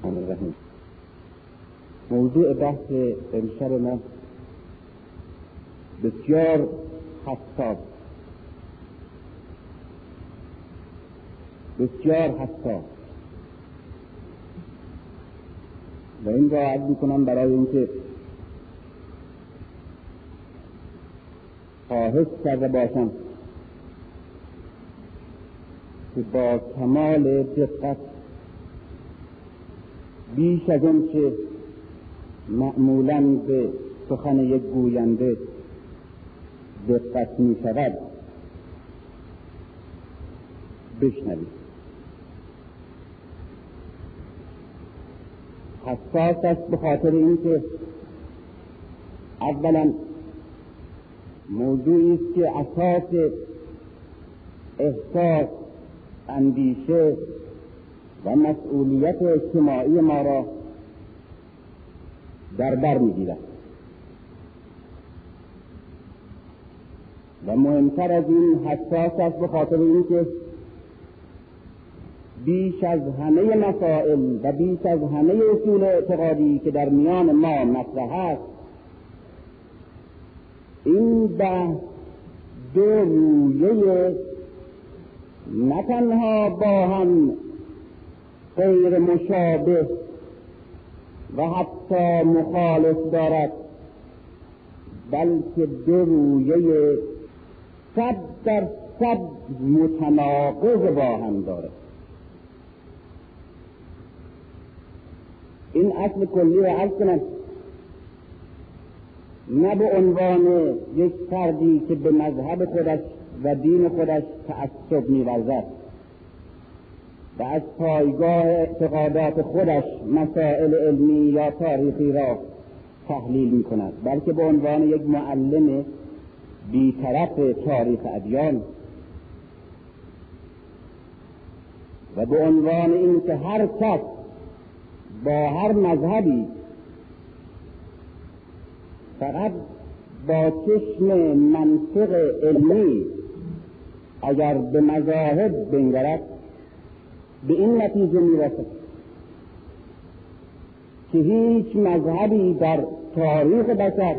الرحیم. موضوع بحث امشب ما بسیار حساس و این را عرض میکنم برای اینکه خواهش کرده باشم که با کمال دقت بیش از اون که معمولاً به سخن یک گوینده دقت می شود بشنوید. حساس است به خاطر اینکه اولا موضوعی است که اساس احساس، اندیشه و مسئولیت اجتماعی ما را در بر می‌گیرد و مهمتر از این حساس است به خاطر اینکه بیش از همه مسائل و بیش از همه اصول اعتقادی که در میان ما مطرح است، این بحث دو رویه نه تنها با هم غیر مشابه و حتی مخالف دارد، بلکه دو رویه 100% متناقض با هم دارد. این اصل کلی را عرض کنم، نه به عنوان یک فردی که به مذهب خودش و دین خودش تعصب می‌ورزد و از پایگاه اعتقادات خودش مسائل علمی یا تاریخی را تحلیل می‌کند، بلکه به عنوان یک معلم بی‌طرف تاریخ ادیان و به عنوان اینکه هر کس با هر مذهبی فقط با چشم منطق علمی اگر به مذاهب بنگرد به این نتیجه میرسد که هیچ مذهبی در تاریخ بشر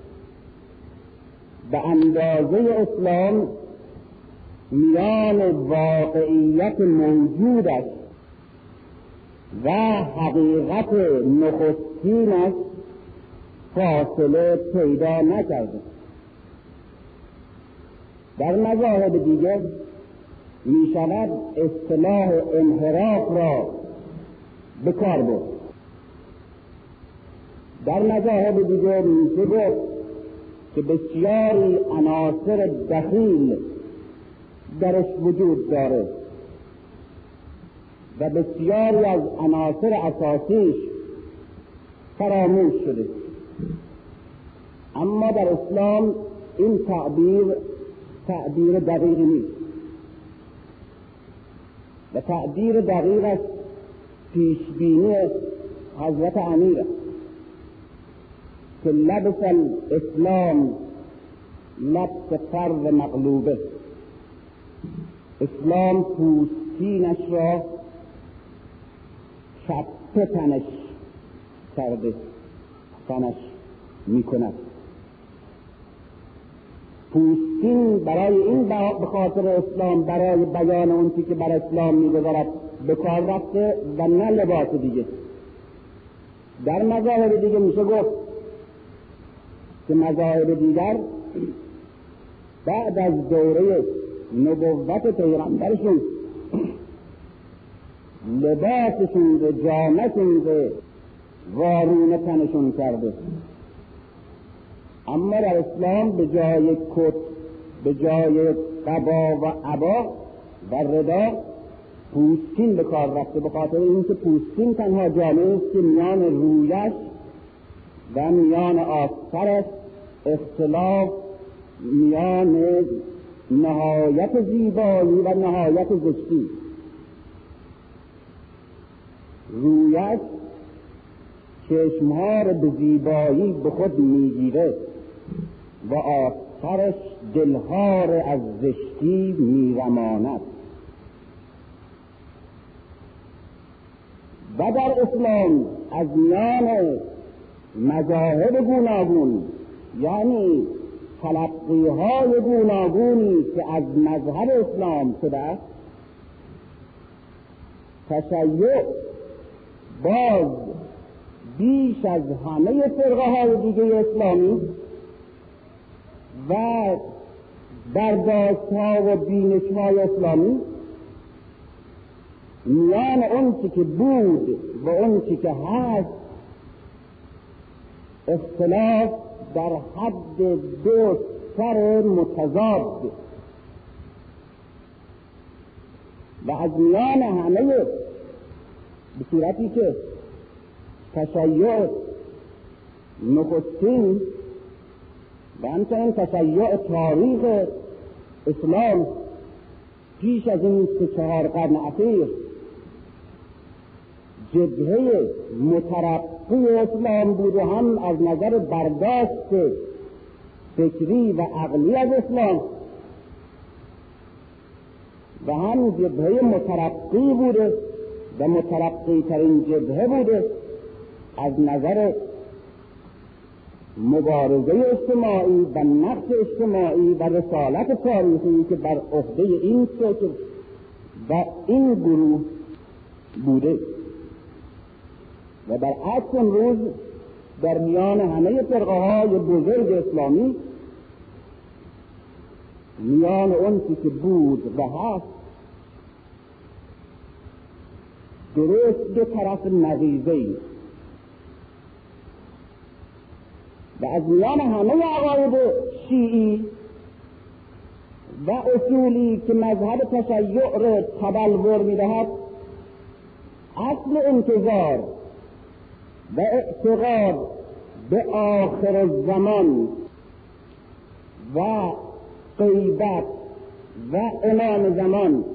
به اندازه اسلام میان واقعیت موجودش و حقیقت نخستینش فاصله پیدا نکرده. در مذاهب دیگر می شود اصطلاح انحراف را به کار برد. در مذاهب دیگر میشه گفت که بسیاری عناصر دخیل درش وجود داره و بسیاری از عناصر اساسیش فراموش شده. اما در اسلام این تعبیر دقیقی نیست و تعبیر دقیق است پیشبینی حضرت امیر است که لبس الاسلام لبس فرد مغلوبه. اسلام پوستینش را چپه تنش کرده، تنش میکند. پوستین برای این به خاطر اسلام، برای بیان اون چیزی که بر اسلام میگذارد به کار رفته و نه لباس دیگه. در مذاهب دیگه میشه گفت که مذاهب دیگر بعد از دوره نبوت پیغمبرشون لباسشون رو، جامهشون رو وارونه تنشون کرده، اما در اسلام به جای کت، به جای قبا و عبا و ردا پوستین به کار رفته، به خاطر اینکه پوستین تنها جامعه است که میان رویش و میان آسترش اختلاف، میان نهایت زیبایی و نهایت زشتی. رویش چشمها را به زیبایی به خود میگیره و آسترش دلها را از زشتی میرماند. و در اسلام از میان مذاهب گوناگون، یعنی تلقی‌های گوناگونی که از مذهب اسلام شده است، تشیع باز بیش از همه فرقه‌های دیگه اسلامی و برداشت‌ها و بینش‌های اسلامی میان اون چی که بود و اون چی که هست اختلاف در حد دو سر متضاد و از میان همه به صورتی که تشیع نخستین و همچنین تشیع تاریخ اسلام پیش از این 3-4 قرن اخیر جبهه مترقی اسلام بود و هم از نظر برداشت فکری و عقلی از اسلام و هم جبهه مترقی بوده و مترقی ترین جبهه بوده از نظر مبارزه اجتماعی و نقش اجتماعی و رسالت تاریخی که بر عهده این فکر و این گروه بوده. و در عکس امروز در میان همه فرقه‌های بزرگ اسلامی میان اون که بود و هست درست دو طرف نقیضه‌ای و از میان همه عقاید شیعی و اصولی که مذهب تشیع را تبلور می‌دهد اصل انتظار و اعتقاد به آخر الزمان و غیبت و امام زمان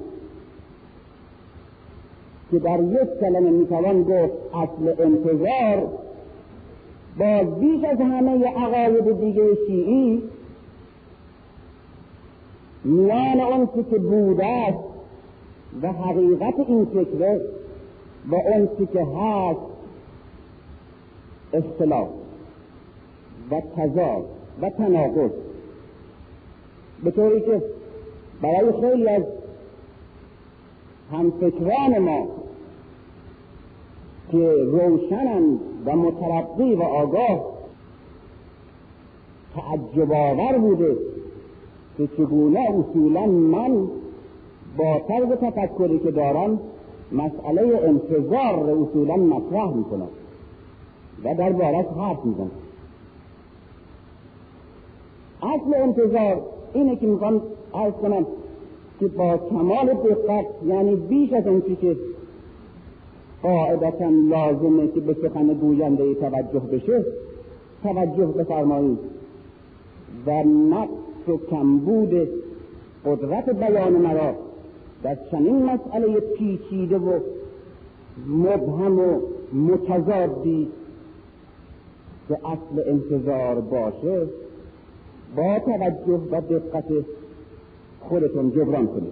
که در یک کلمه میتوان گفت اصل انتظار، باز بیش از همه عقاید دیگه شیعی میان اون که بوده است و حقیقت این فکره و اون که هست اختلاف و تضاد و تناقض، به طوری که برای خیلی از همفکران ما که روشنند و مترقی و آگاه تعجب آور بوده که چگونه اصولا من با طرز تفکری که دارم مسئله انتظار را اصولا مطرح میکنم و در بارش حرف میزنم. اصل انتظار اینه که میخوام عرض کنم که با کمال دقت، یعنی بیش از اون که قاعدتا لازمه که به سخن گوینده توجه بشه توجه بفرمایید و نقص و کمبود قدرت بیان مرا در چنین مسئله پیچیده و مبهم و متضادی که اصل انتظار باشه با توجه و دقت خودتون جبران کنید.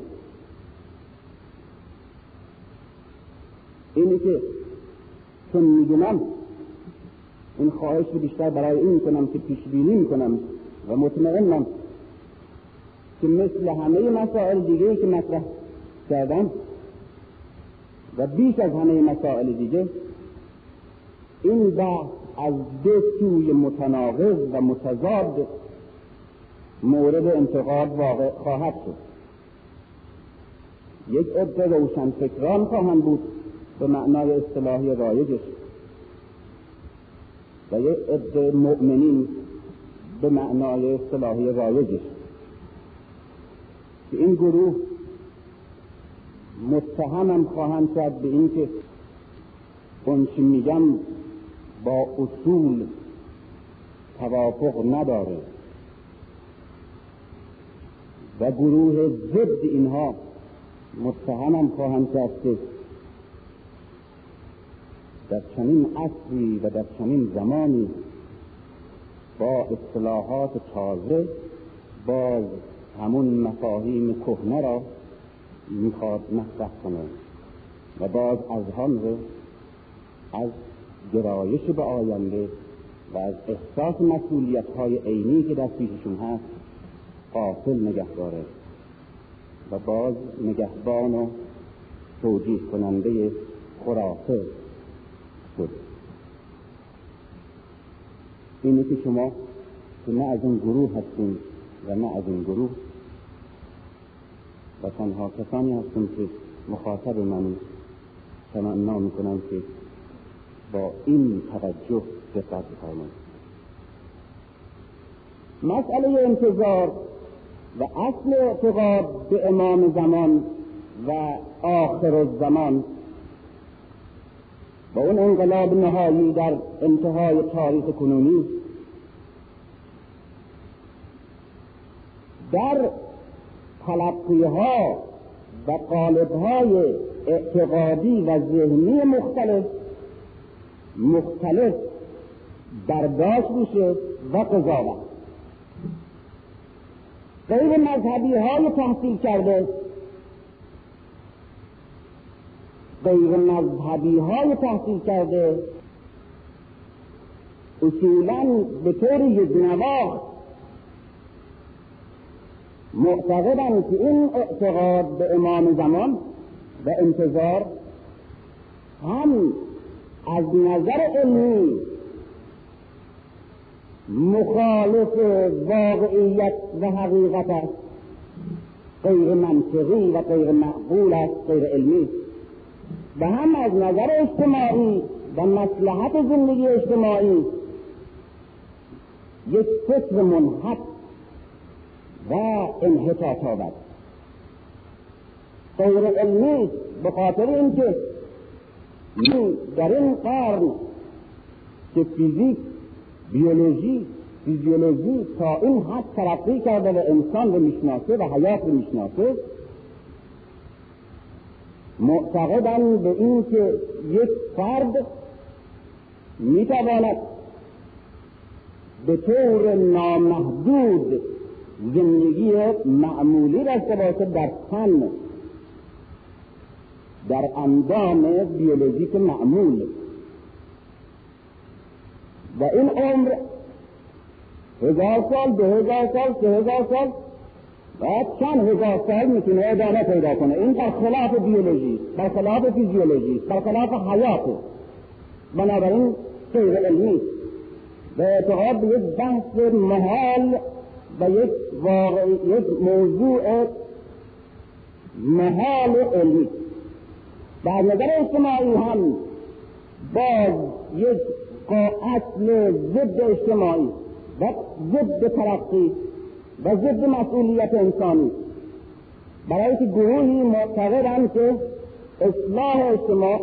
اینی که چون میدونم این خواهش رو بیشتر برای این میکنم که پیش بینی میکنم و مطمئنم که مثل همه مسائل دیگه‌ای که مطرح کردم و بیش از همه مسائل دیگه این بحث از دو سوی متناقض و متضاد مورد انتقاد واقع خواهد شد. یک عده روشنفکران خواهند بود به معنای اصطلاحی رایجش و یک عده مؤمنین به معنای اصطلاحی رایجش که این گروه متهمم خواهند شد به این که اون چی میگم با اصول توافق نداره و گروه ضد اینها متهمم خواهند شد که در چنین عصری و در چنین زمانی با اصطلاحات تازه باز همون مفاهیم کهنه را میخواد مطرح کنه و باز اذهان رو از گرایش به آینده و از احساس مسئولیت‌های عینی که در پیششون هست غافل نگه داره و باز نگهبان و توجیه کننده خرافه شد. اینه که شما که نه از اون گروه هستیم و نه از این گروه و تنها کسانی هستیم که مخاطب منی، تمنا میکنم که با این توجه دقت بفرمایید. مسئله انتظار و اصل اعتقاد به امام زمان و آخر الزمان و اون انقلاب نهایی در انتهای تاریخ کنونی در تلقی‌ها و قالب‌های اعتقادی و ذهنی مختلف برداشت میشه و قضاوت. غیر مذهبی‌های تمثیل کرده، اصولاً به طور یکنواخت معتقدند که این اعتقاد به امام زمان و انتظار هم از نظر علمی مخالف واقعیت و حقیقت است، غیر منطقی و غیر معقول است، غیر علمی، و هم از نظر اجتماعی و مصلحت زندگی اجتماعی یک فکر منحط و انحطاط آور، غیر علمی، به خاطر اینکه در این قرن که فیزیک، بیولوژی، فیزیولوژی تا این حد ترقی کرده و انسان رو میشناسه و حیات رو میشناسه، معتقدند به این که یک فرد میتواند به طور نامحدود زندگی معمولی داشته باشه در تن، در اندام بیولوژیک معمول، و این عمر 1000 سال، 2000 سال، 3000 سال و چند هزار سال میتونه ادامه پیدا کنه. این برخلاف بیولوژی، برخلاف فیزیولوژی، برخلاف حیات. بنابراین غیر علمی و اعتقاد به یک بحث محال و یک موضوع محال علمی. در نظر اجتماعی هم باز یک اصل ضد اجتماعی و ضد ترقی و ضد مسئولیت انسانی، برای که گروهی معتقدند که اصلاح اجتماع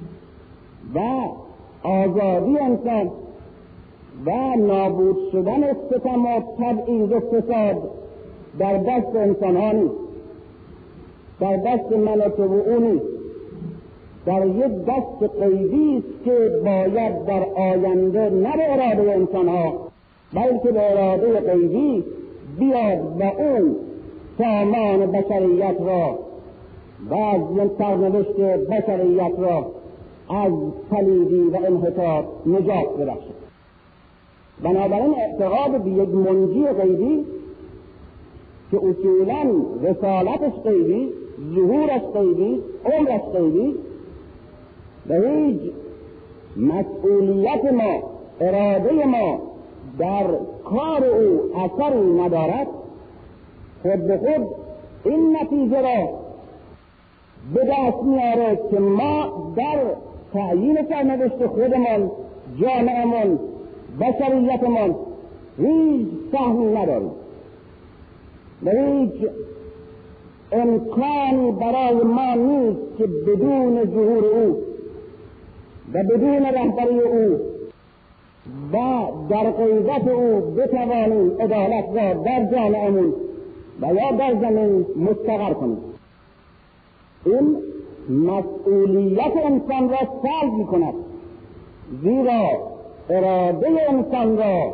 و آزادی انسان و نابود شدن ستم و تبعیض و فساد در دست انسان ها نیست، در دست من و تو و او نیست، در یک دست غیبی است که باید در آینده نه به اراده انسان ها بلکه به اراده غیبی بیاد و اون سامان بشریت را و از سرنوشت بشریت را از پلیدی و انحطاط نجات ببخشد. بنابراین اعتقاد به یک منجی غیبی که اصولاً رسالتش غیبی، ظهورش غیبی، عمرش غیبی و هیچ مسئولیت ما، اراده ما در کار او اثری ندارد، خود به خود این نتیجه را به دست میاره که ما در تعیین سرنوشت خودمان، جامعهمان، بشریتمان هیچ سهمی نداریم و هیچ امکانی برای ما نیست که بدون ظهور او و بدون رهبری او و در غیبت او بتوانیم عدالت را در جامعهمون و یا در زمین مستقر کنیم. این مسئولیت انسان را سلب می‌کند، زیرا اراده انسان را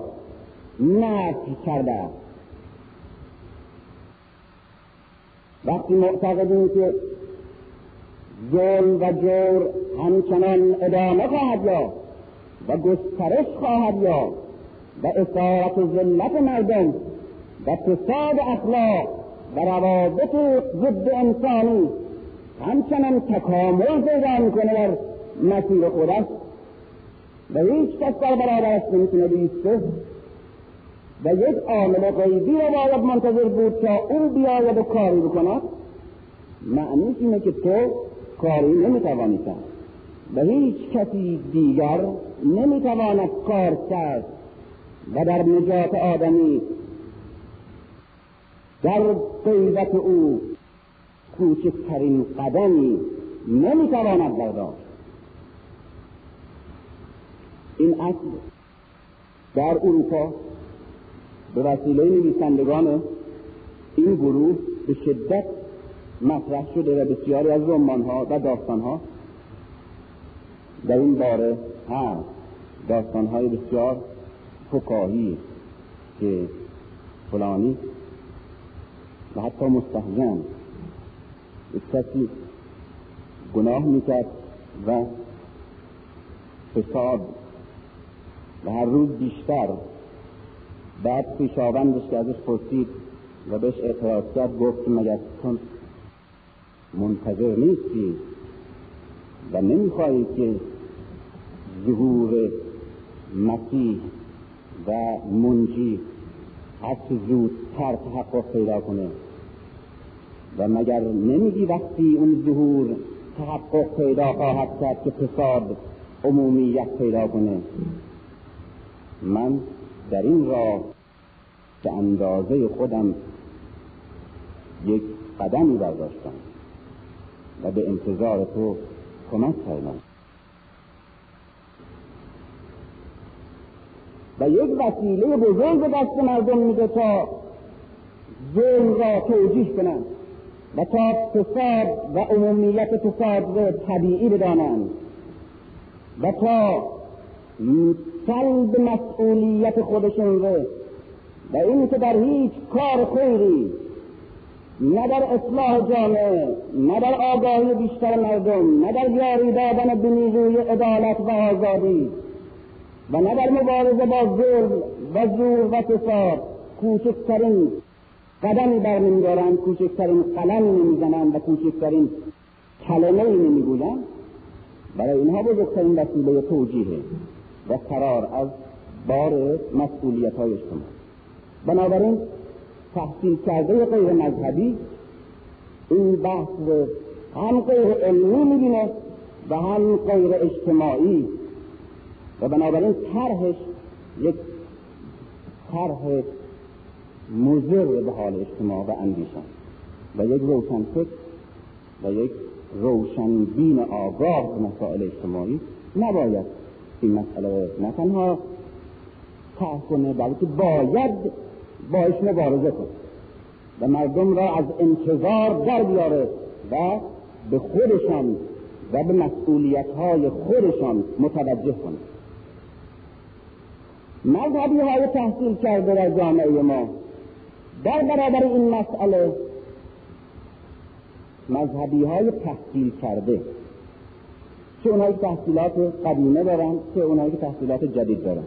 نفی کرده است. وقتی معتقدیم که ظلم و جور همچنان ادامه خواهد یافت و گسترش خواهد یافت و اسارت و ذلت مردم و فساد اخلاق و روابط ضد انسانی همچنان تکامل پیدا میکنه در مسیر خودش و هیچ کس در برابرش نمیتونه بیسته و یک عامل غیبی رو باید منتظر بود تا او بیاید و کاری بکند. معنیش اینه که تو کاری نمیتوانی کرد و هیچ کسی دیگر نمیتواند کار کرد و در نجات آدمی در غیبت او کوچکترین قدمی نمیتواند برداشت. این اصل در اروپا به وسیله نویسندگان این گروه به شدت مطرح شده و بسیاری از رمان‌ها و داستان‌ها در این باره هست. داستان‌های بسیار فکاهی که فلانی و حتی مستهزن کسی گناه میکرد و فساد و هر روز بیشتر، بعد خویشاوندش که ازش پرسید و بهش اعتراض کرد گفت مگر تو منتظر نیستی و نمیخواهی که ظهور مسیح و منجی هر چه زودتر تحقق پیدا کنه و مگر نمیگی وقتی اون ظهور تحقق پیدا خواهد کرد که فساد عمومیت پیدا کنه؟ من در این راه به اندازه خودم یک قدمی برداشتم و به انتظار تو کمک کردم و یک وسیله بزرگ دست مردم میده تا ظلم را توجیه کنند و تا فساد و عمومیت فساد را طبیعی بدانند و تا سلب مسئولیت خودشون رو و این که در هیچ کار خیری، نه در اصلاح جامعه، نه در آگاهی بیشتر مردم، نه در یاری دادن به نیروی عدالت و آزادی و نه در مبارزه با ظلم و زور و فساد کوچکترین قدمی برنمیدارند، کوچکترین قلمی نمیزنند و کوچکترین کلمه‌ای نمیگویند. برای اینها بزرگترین وسیله توجیه و فرار از بار مسئولیت‌های اجتماعی. بنابراین تحصیل کرده غیر مذهبی این بحث رو هم غیر علمی می‌بینه و هم غیر اجتماعی و بنابراین طرحش یک طرح مضر به حال اجتماع و اندیشه و یک روشنفکر و یک روشنبین آگاه به مسائل اجتماعی نباید این مسئله نه تنها طرح کنه بلکه باید باش مبارزه کنه و مردم را از انتظار در بیاره و به خودشان و به مسئولیت‌های خودشان متوجه کنه. مذهبی‌های تحصیل کرده در جامعه ما در برابر این مسئله، مذهبی‌های تحصیل کرده، چه اونهایی که تحصیلات قدیمه دارن چه اونهایی که تحصیلات جدید دارن،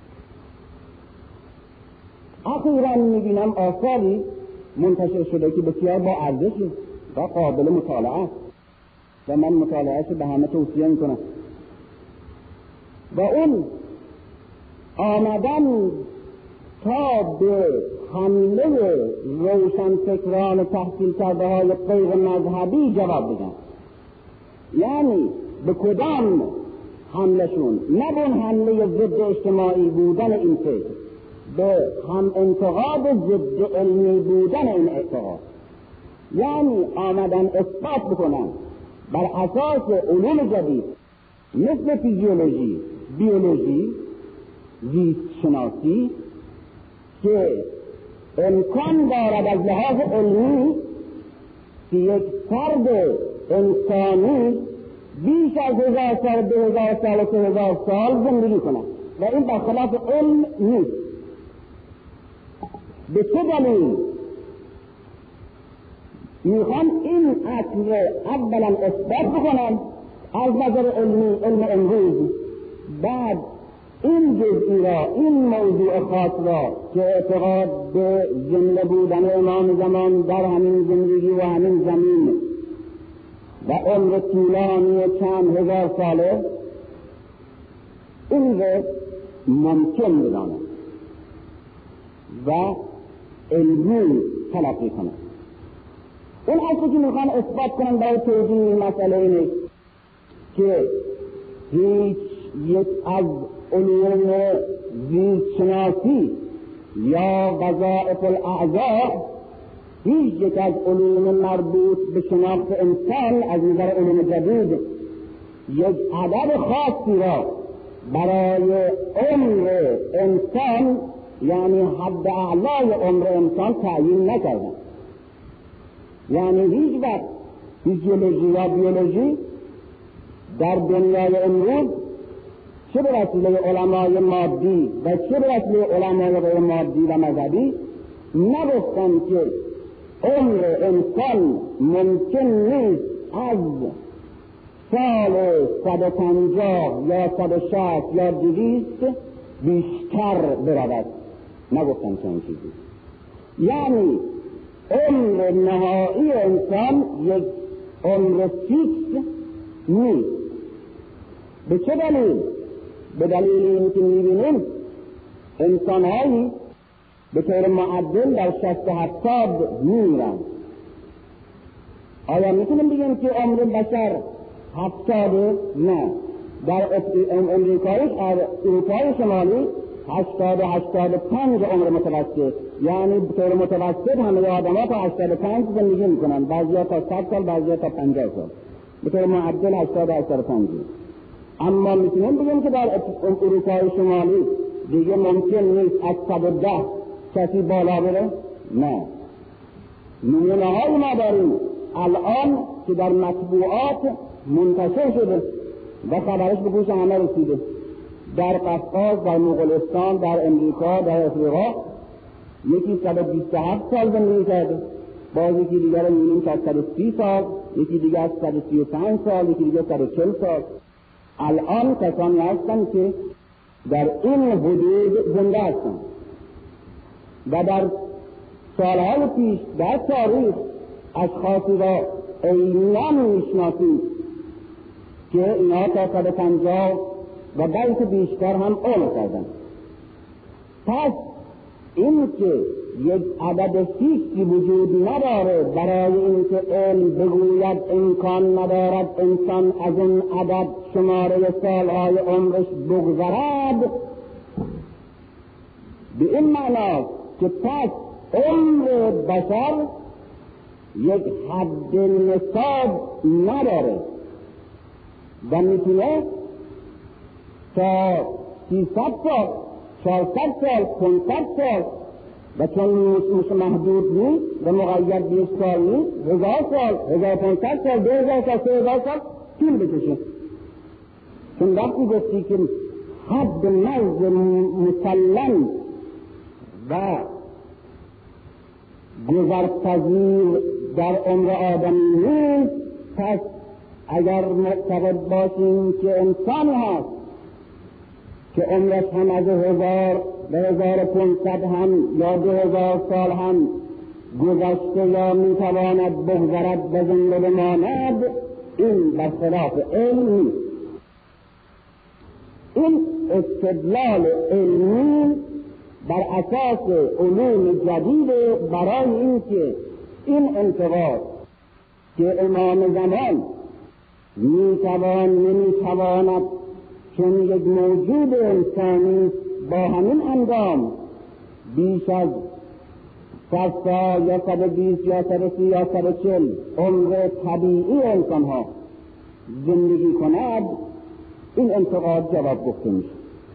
اخیراً می‌بینم آثاری منتشر شده که بسیار با ارزشی و قابل مطالعه است و من مطالعه‌اش به همه توصیه می‌کنم و اون آمدن تا به حمله روشنفکران تحصیل کرده های غیر مذهبی جواب بدن. یعنی به کدام حملشون؟ نه به حمله ضد اجتماعی بودن این فکر، به هم انتقاد ضد علمی بودن این اعتقاد. یعنی آمدن اثبات بکنن بر اساس علوم جدید مثل فیزیولوژی، بیولوژی، زیست شناسی که امکان دارد از لحاظ علمی که یک فرد انسانی بیش از 1000 سال، 2000 سال و 3000 سال زندگی کنند و این برخلاف علم نیست. به چه دلیل؟ میخوان این اصل اولا اثبات بکنن از نظر علم امروز، بعد این جزئی را، این موضوع خاص را که اعتقاد به زنده بودن امام زمان در همین زندگی و همین زمین و عمر طولانی چند هزار ساله، این را ممکن بدانند و علمی تلقی کنند. اون اصلی که میخوان اثبات کنند برای توجیه این مسئله اینه که هیچ یک از علوم زیستشناسی یا وظایف الاعضاء، هیچ یک از علوم مربوط به شناخت انسان از نظر علوم جدید یک عدد خاصی را برای عمر انسان، یعنی حد اعلای عمر انسان تعیین نکردن. یعنی هیچ وقت فیزیولوژی یا بیولوژی در دنیای امروز چه به وسیله علمای مادی و چه به وسیله علمای غیر مادی و مذهبی نگفتن که عمر انسان ممکن نیست از سال 150 یا 160 یا 200 بیشتر برود. نگفتن چنین چیزی. یعنی عمر نهایی انسان یک عمر فیکس نیست. به چه دلیل؟ به دلیل اینکه می‌بینیم انسان‌هایی به طور معدل در 60-70 می‌میرند. آیا می‌تونیم بگیم که عمر بشر 70؟ نه. در اروپای شمالی 80-85 عمر متوسط، یعنی به طور متوسط همه آدم‌ها تا 85 زندگی می‌کنن، بعضی‌ها تا 100 سال، بعضی‌ها تا 50 سال. به طور معدل 80-85. اما میتونیم بگیم که در اروپای شمالی دیگه ممکن نیست از 110 کسی بالا بره؟ نه. نمونه های ما داریم الان که در مطبوعات منتشر شده و خبرش به گوش همه رسیده. در قفقاز، در مغولستان، در امریکا، در افریقا یکی 127 سال زندگی کرده، باز یکی دیگر رو می‌بینیم که 130 سال، یکی دیگر 135 سال، یکی دیگر 140 سال. الان کسانی هستند که در این حدود زنده هستند و در سالهای پیش در تاریخ اشخاصی را عیناً میشناسیم که اینا تا 150 و بلکه بیشتر هم عمر کردند. پس این که یک عدد فیکسی وجود نداره برای اینکه علم بگوید امکان ندارد انسان از اون عدد شماره سالهای عمرش بگذرد، به این معنی که پس عمر بشر یک حد نصاب نداره و میتونه تا 300 سال، 400 سال، 500 سال و چون محدود نیست و مقید 20 سال نیست، 1000 سال، 1500 سال، 2000 سال، 3000 سال طول بکشه. چون وقتی گفتی که حد مرز مسلم و گذرپذیر در عمر آدمی نیست، پس اگر معتقد باشیم که انسانی هست که عمرش هم از 1000 و 1500 هم یا 2000 سال هم گذشته یا میتواند بگذرد و زنده بماند، این برخلاف علم نیست. این استدلال علمی بر اساس علوم جدید برای اینکه این انتقاد که امام زمان نمیتواند چون یک موجود انسانی با همین اندام بیش از 100 سال یا 120 یا 130 یا 140 عمر طبیعی انسان ها زندگی کند، این انتقاد جواب گفته میشه.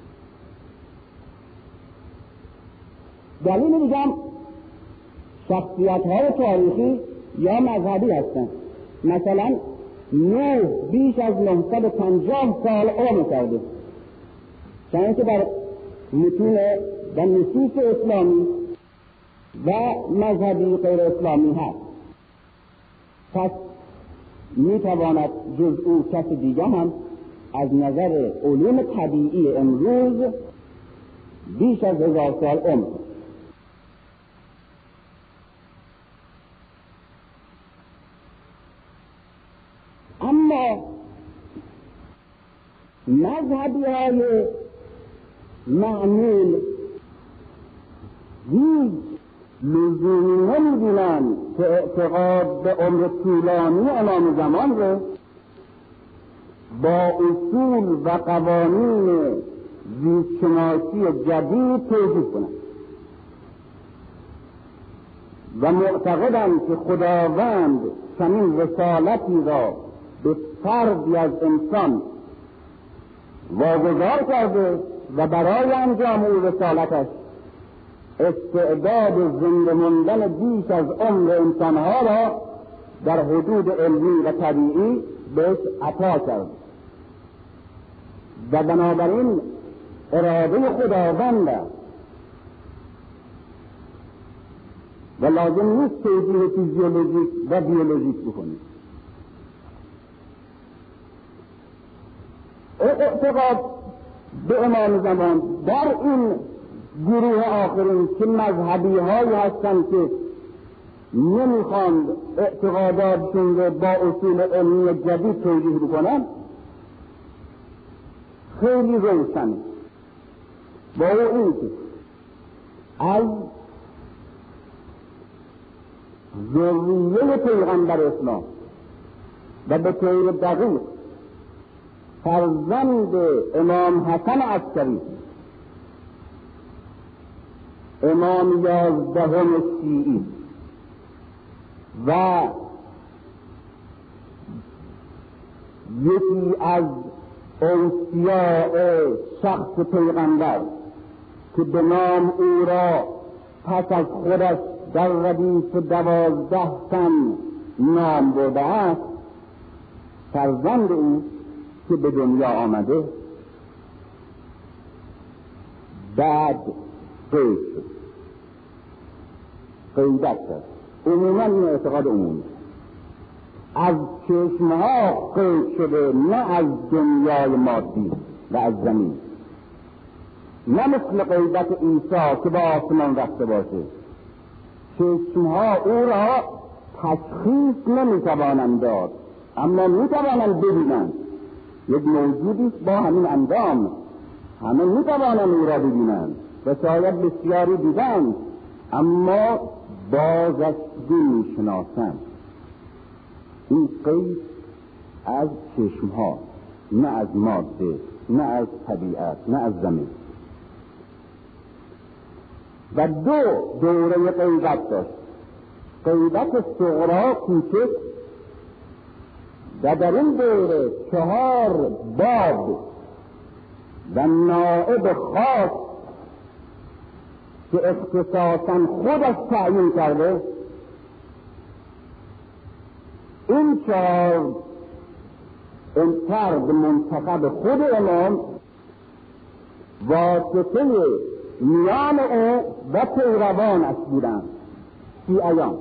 دلیل دیگم شخصیت های تاریخی یا مذهبی هستند. مثلا نوح بیش از 950 سال عمر کرده، چون که در متون و نصوص اسلامی و مذهبی غیر اسلامی هست. پس میتواند جز او کس دیگه هم از نظر علوم طبیعی امروز بیش از 1000 سال عمر. اما مذهبی های معمول هیچ لزومی نمی‌بینند که اعتقاد به عمر طولانی امام زمان رو با اصول و قوانین زیست‌شناسی جدید توجیه کنند و معتقدند که خداوند چنین رسالتی را به فردی از انسان واگذار کرده و برای انجام او رسالتش استعداد زنده ماندن بیش از عمر انسانها را در حدود علمی و طبیعی بهش عطا کرد و بنابراین اراده خداوند و لازم نیست توجیه فیزیولوژیک و بیولوژیک بکنید. اعتقاد به امام زمان در این گروه آخرین که مذهبی هایی هستند که نمیخواند اعتقاداتشون رو با اصول علمی جدید توجیه بکنن، خیلی روشن با این که از ذریه پیغمبر اسلام و به طور دقیق فرزند امام حسن عسکری، امام 11 شیعی و یکی از اوصیاء شخص پیغمبر که به نام او را پس از خودش در ردیف 12 تن نام برده است، فرزند او که به دنیا آمده بعد قید شد، قیدت شد. عموما این اعتقاد عمومی از چشمها قید شده، نه از دنیای مادی و از زمین، نه مثل قیدت عیسی که به آسمان رفته باشه. چشمها او را تشخیص نمیتوانند داد، اما میتوانند ببینند. یک موجودی با همین اندام همه میتوانند او را ببینند و شاید بسیاری دیدند، اما بازش نمیشناسند. این قید از چشمها، نه از ماده، نه از طبیعت، نه از زمین. و دو دوره قیدت داشت. قیدت صغرا کوچک و در این دوره 4 باب و نائب خاص که اختصاصاً خودش تعیین کرده، این 4 فرد منتخب خود امام واسطه میان او و پیروانش بودند، شیعیان.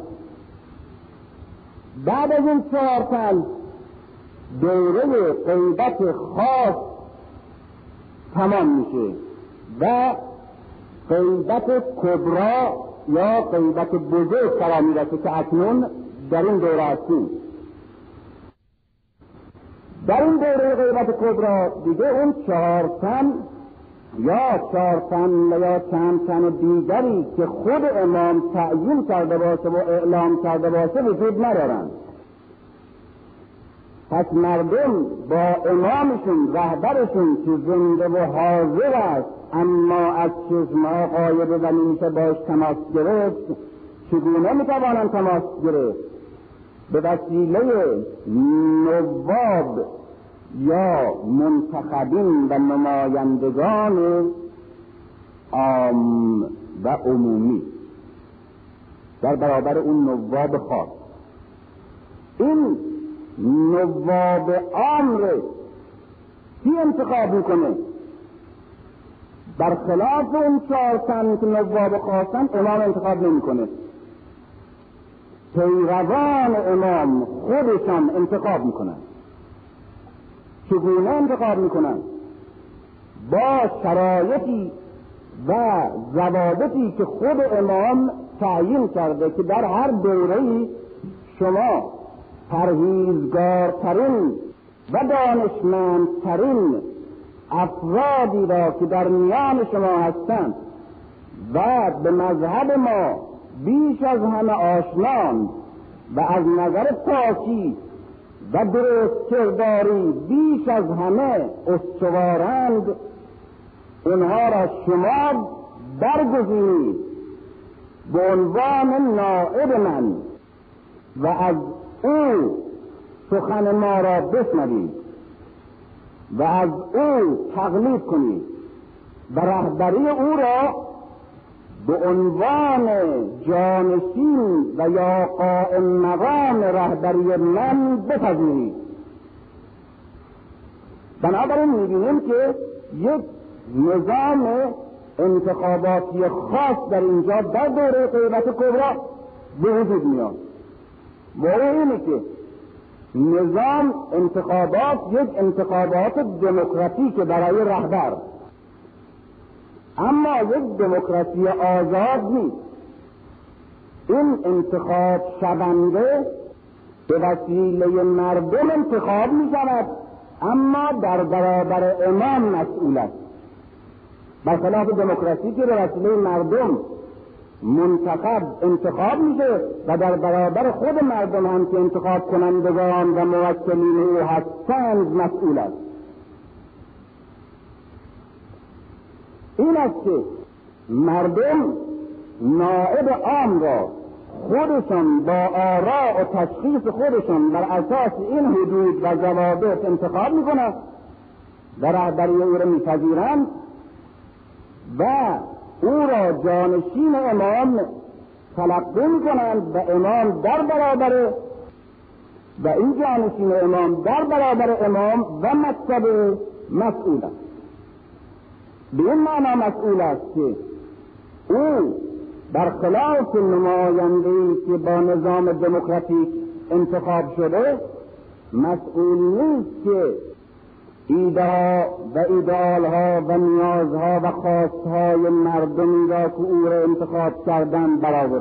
بعد از این 4 تن دوره قیدت خاص تمام میشه و قیدت کبرا یا قیدت بزرگ فرا میرسه که اکنون در این دوره هستیم. در این دوره قیدت کبرا دیگه اون 4 تن یا 4 تن یا چند تن دیگری که خود امام تعیین کرده باشه و اعلام کرده باشه وجود ندارند. پس مردم با امامشون، رهبرشون که زنده و حاضر است اما از چشمها غایبه و نمیشه باش تماس گرفت، چگونه میتوانند تماس گرفت؟ به وسیله نواب یا منتخبین و نمایندگان عام و عمومی در برابر اون نواب خاص. این نواب عام رو کی انتخاب میکنه؟ برخلاف اون 4 تن که نواب خاصن، امام انتخاب نمیکنه. پیروان امام خودشان انتخاب میکنن. چگونه انتخاب میکنن؟ با شرایطی و ضوابطی که خود امام تعیین کرده که در هر دوره‌ای شما پرهیزگارترین و دانشمندترین افرادی را که در میان شما هستند و به مذهب ما بیش از همه آشنان و از نظر پاکی و درست کرداری بیش از همه استوارند، اونها را شما برگزینید به عنوان نائب من و از او سخن ما را بشنوید و از او تقلید کنید و رهبری او را به عنوان جانشین و یا قائم مقام رهبری من بپذیرید. بنابراین می‌بینیم که یک نظام انتخاباتی خاص در اینجا در دوره غیبت کبری به وجود میاد. واقع اینه که نظام انتخابات یک انتخابات دموکراتیک برای رهبر، اما یک دموکراسی آزاد نیست. این انتخاب شونده به وسیله مردم انتخاب می شود، اما در برابر امام مسئول است. برخلاف دموکراسی که به وسیله مردم منتخب انتخاب میشه و در برابر خود مردم هم که انتخاب کنندگان و موکلین او هستند مسئول است. این است که مردم نائب عام را خودشان با آراء و تشخیص خودشان بر اساس این حدود و ضوابط انتخاب میکنند و رهبری او را میپذیرند و او را جانشین امام تلقی میکنند و امام در برابر و این جانشین امام در برابر امام و مکتب مسئول است. به این معنا مسئول است که او برخلاف نماینده‌ای که با نظام دموکراتیک انتخاب شده مسئول نیست که ایده‌ها و ایدئال‌ها و نیازها و خواستهای مردمی را که او را انتخاب کردن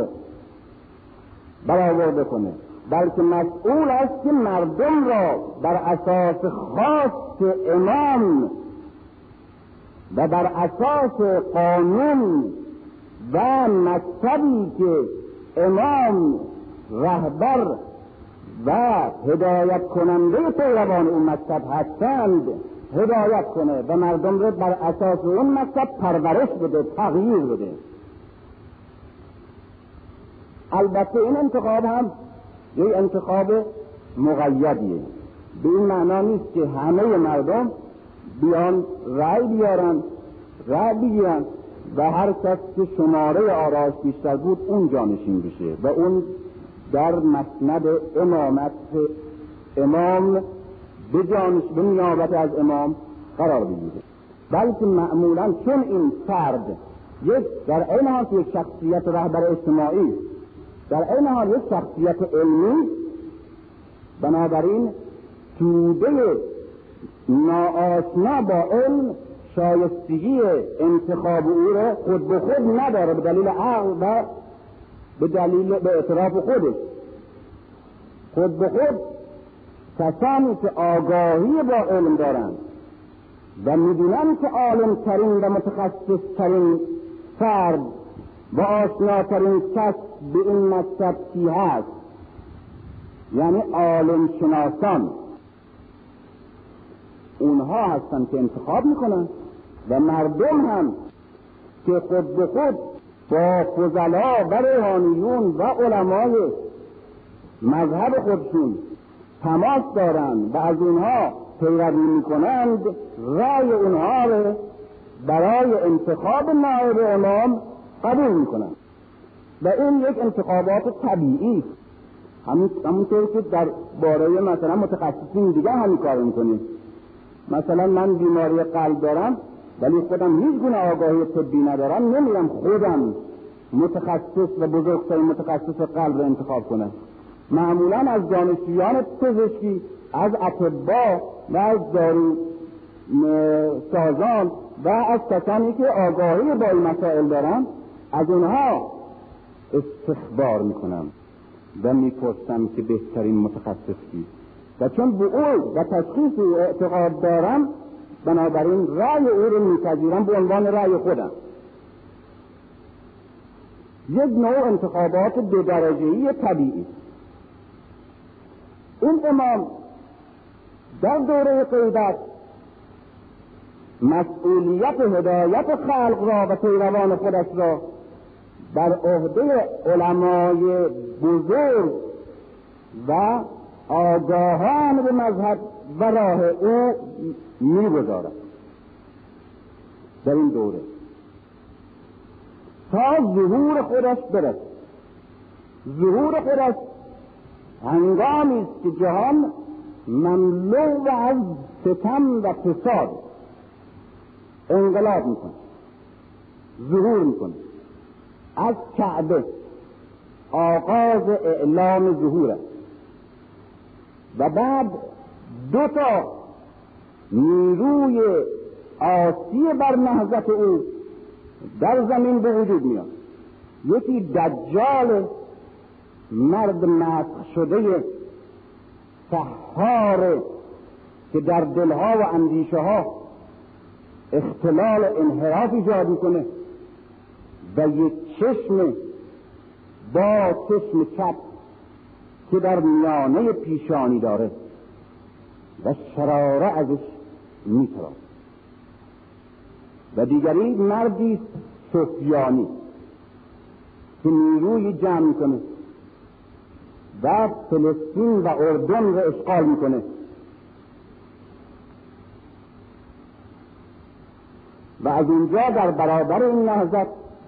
برآورده کنه، بلکه مسئول است که مردم را بر اساس خواست امام و بر اساس قانون و مکتبی که امام رهبر و هدایت کننده پیروان اون مکتب هستند هدایت کنه و مردم را بر اساس اون مکتب پرورش بده، تغییر بده. البته این انتخاب هم یک انتخاب مقیدیه. به این معنا نیست که همه مردم بیان رأی بگیرن و هر کس که شماره آراش بیشتر بود اون جانشین بشه و اون در مسند امامت امام به نیابت از امام قرار بگیره، بلکه معمولا چون این فرد در عین حال یک شخصیت رهبر اجتماعی در عین حال یک شخصیت علمی، بنابراین توده ناآشنا با علم شایستگی انتخاب او را خود به خود نداره به دلیل عقل و به اعتراف خودش. خود به خود کسانی که آگاهی با علم دارند و می‌دونن که عالم ترین و متخصص ترین فرد و آشناترین کس به این مکتب کی هست، یعنی عالم شناسان، اونها هستن که انتخاب میکنن و مردم هم که خود به خود با فضلا و روحانیون و علمای مذهب خودشون تماس دارند و از اونها پیروی میکنند، رأی اونها رو برای انتخاب نائب امام قبول میکنند و این یک انتخابات طبیعی، همونطور که در باره مثلا متخصصین دیگه همین کار میکنیم. مثلا من بیماری قلب دارم ولی خودم هیچ گونه آگاهی طبی ندارم، نمیرم خودم متخصص و بزرگترین متخصص قلب را انتخاب کنه. معمولا از دانشجویان پزشکی، از اطباء و از دارو سازان و از کسانی که آگاهی با این مسائل دارن، از اونها استخبار میکنم و میپرسم که بهترین متخصص کیست، و چون به او و تشخیص او اعتقاد دارم، بنابراین رأی او رو میپذیرم به عنوان رأی خودم. یک نوع انتخابات دو درجه‌ای طبیعی. این امام در دوره غیبت مسئولیت هدایت خلق را و پیروان خودش را بر عهده علمای بزرگ و آگاهان به مذهب و راه او می‌گذارد. در این دوره تا ظهور خودش برسد. ظهور خودش هنگامی است که جهان مملو از ستم و فساد انقلاب میکنه، ظهور میکنه. از کعبه آغاز اعلام ظهور است و بعد دو تا نیروی آسی بر نهضت او در زمین به وجود میاد. یکی دجال، مرد مسخ شده سحار که در دلها و اندیشه ها اختلال انحراف ایجاد میکنه و یک چشم با چشم چپ که در میانه پیشانی داره و شراره ازش میتراد، و دیگری مردی سفیانی که نیروی جمع میکنه و فلسطین و اردن رو اشغال میکنه و از اونجا در برابر این نهضت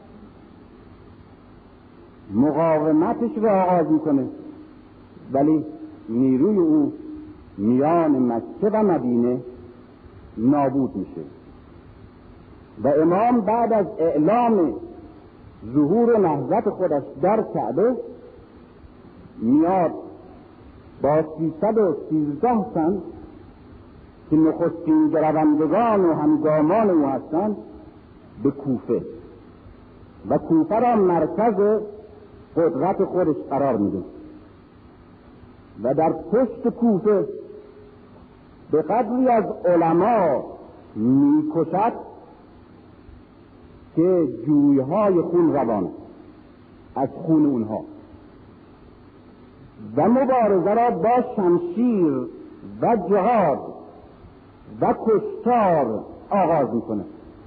مقاومتش رو آغاز میکنه، ولی نیروی او میان مکه و مدینه نابود میشه و امام بعد از اعلام ظهور نهضت خودش در کعبه میاد با 313 تن که نخستین گروندگان و همگامان او هستند به کوفه و کوفه را مرکز قدرت خودش قرار میده و در پشت کوفه به قدری از علما میکشد که جویهای خون روانه از خون اونها و مبارزه را با شمشیر و جهاد و کشتار آغاز میکنه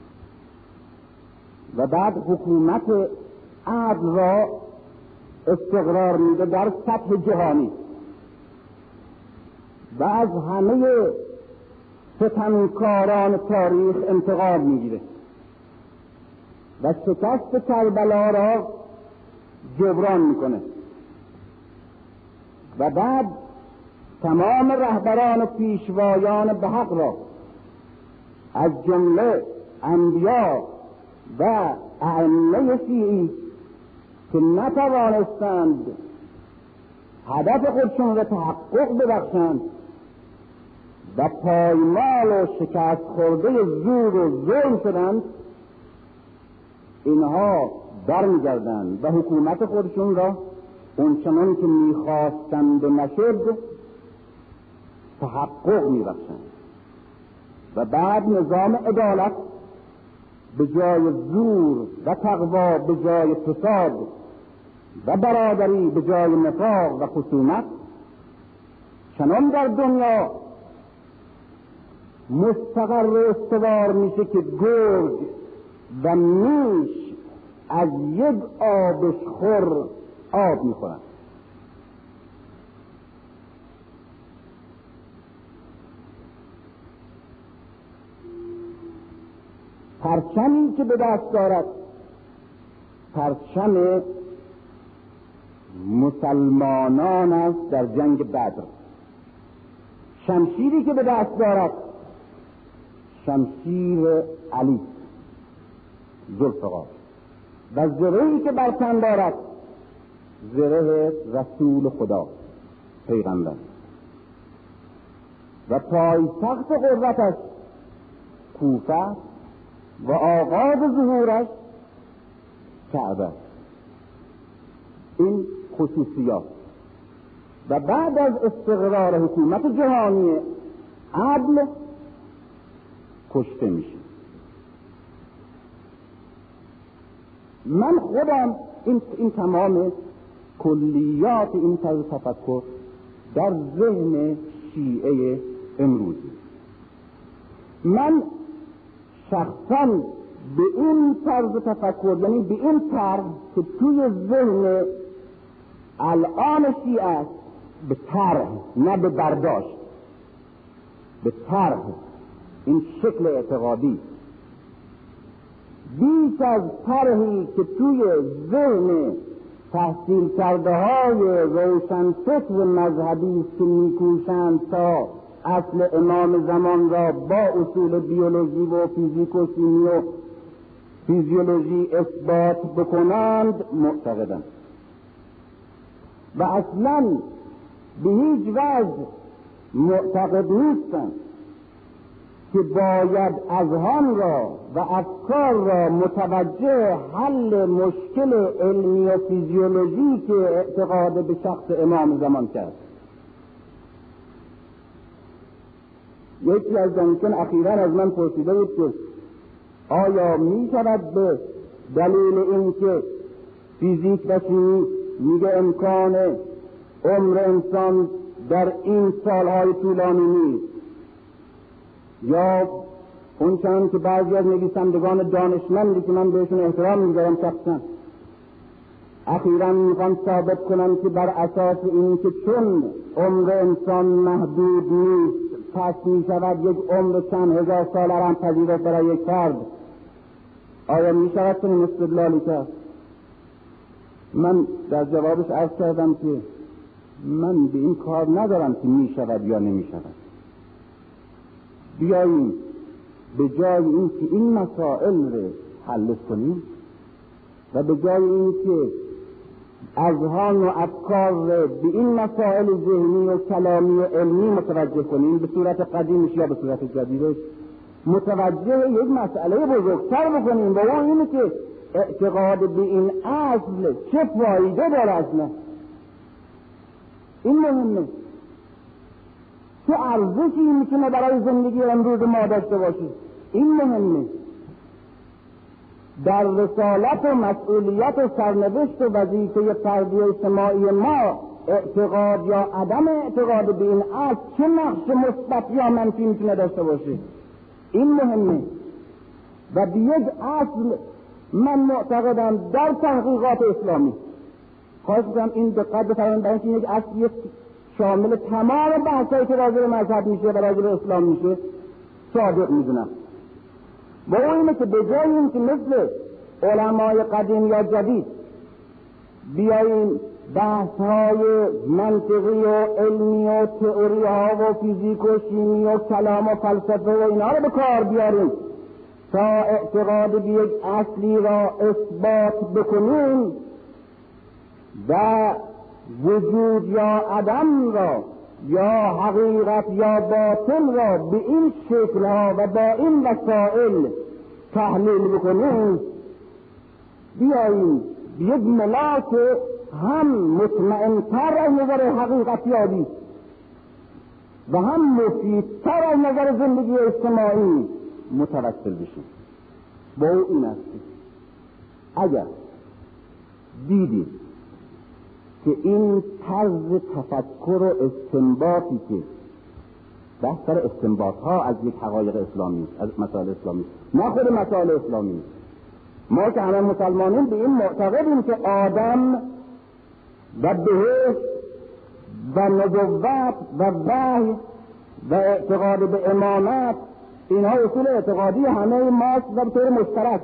و بعد حکومت عدل را استقرار میده در سطح جهانی و از همه ستمکاران تاریخ انتقام میگیره و شکست کربلا را جبران میکنه و بعد تمام رهبران و پیشوایان به حق را از جمله انبیا و ائمه شیعی که نتوانستند هدف خودشون را تحقق ببخشند و پایمال و شکست خورده زور و ظلم شدند، اینها برمیگردند و حکومت خودشون را اونچنان که میخواستند و نشد تحقق میبخشند و بعد نظام عدالت به جای زور و تقوا به جای فساد و برادری به جای نفاق و خصومت چنان در دنیا مستقر و استوار میشه که گرگ و میش از یک آبشخور آب میخورن. پرچمی که به دست دارد پرچم مسلمانان است در جنگ بدر. شمشیری که به دست دارد شمشیر علی ذوالفقار و زرهی که بر تن دارد زره رسول خدا پیغمبر و پایتخت قدرتش کوفه و آغاز ظهورش کعبه. این خصوصیات. و بعد از استقرار حکومت جهانی عدل کشته میشه. من خودم این تمام کلیات این طرز تفکر در ذهن شیعه امروزی. من شخصا به این طرز تفکر، یعنی به این طرز که توی ذهن الان شیعه است، به طرح نه به برداشت، به طرح این شکل اعتقادی بیش از طرحی که توی ذهن تحصیل کرده های روشنفکر مذهبی که میکوشند تا اصل امام زمان را با اصول بیولوژی و فیزیک و شیمی و فیزیولوژی اثبات بکنند معتقدند و اصلا به هیچ وجه معتقد نیستند که باید اذهان را و افکار را متوجه حل مشکل علمی و فیزیولوژی که اعتقاد به شخص امام زمان کرد. یکی از دانشجویان اخیراً از من پرسیده بود که آیا می شود به دلیل اینکه فیزیک و شیمی میگه امکان عمر انسان در این سالهای طولانی نیست، یا اون چند که بعضی از نویسندگان دانشمندی که من بهشون احترام میذارم شخصا اخیراً میخوان ثابت کنن که بر اساس این که چون عمر انسان محدود نیست پس میشود یک عمر چند هزار سال را هم پذیرفت برای یک فرد. آیا میشود چنین استدلالی کرد؟ من در جوابش عرض کردم که من به این کار ندارم که میشود یا نمیشود. بیاییم به جای این که این مسائل رو حل کنیم و به جای این که اذهان و افکار رو به این مسائل ذهنی و کلامی و علمی متوجه کنیم، به صورت قدیمش یا به صورت جدیدش، متوجه یک مسئله بزرگتر بکنیم و اون اینه که اعتقاد به این اصل چه فایده داره اصلا. این مهمه. چه ارزشی میتونه برای زندگی امروز ما داشته باشه. این مهمه. در رسالت و مسئولیت و سرنوشت و وظیفه فردی اجتماعی ما اعتقاد یا عدم اعتقاد به این اصل چه نقش مثبت یا منفی میتونه داشته باشه. این مهمه. و به یک اصل من معتقدم در تحقیقات اسلامی، خواهش می‌کنم این دقت بفرمایید برای اینکه یک اصلی شامل تمام بحثایی که راجع به مذهب میشه و راجع به اسلام میشه صادق میدونم. و اون اینه که به جای این که مثل علمای قدیم یا جدید بیاییم بحث‌های منطقی و علمی و تئوری‌ها و فیزیک و شیمی و کلام و فلسفه و اینا رو به کار بیاریم تا اعتقاد به یک اصلی را اثبات بکنیم و وجود یا عدم را یا حقیقت یا باطل را به این شکل‌ها و با این وسائل تحلیل بکنیم، بیاییم به یک ملاک هم مطمئن‌تر از نظر حقیقت یابی و هم مفیدتر از نظر زندگی اجتماعی متوسل بشیم. با این است اگر دیدیم که این طرز تفکر و استنباطی که بحث سر استنباط ها از یک حقایق اسلامی، از مسائل اسلامی، نه خود مسائل اسلامی، ما که همه مسلمانین به این معتقدیم که آدم و بهشت و نبوت و وحی و اعتقاد به امامت اینها اصول اعتقادی همه ماست و به طور مشترک.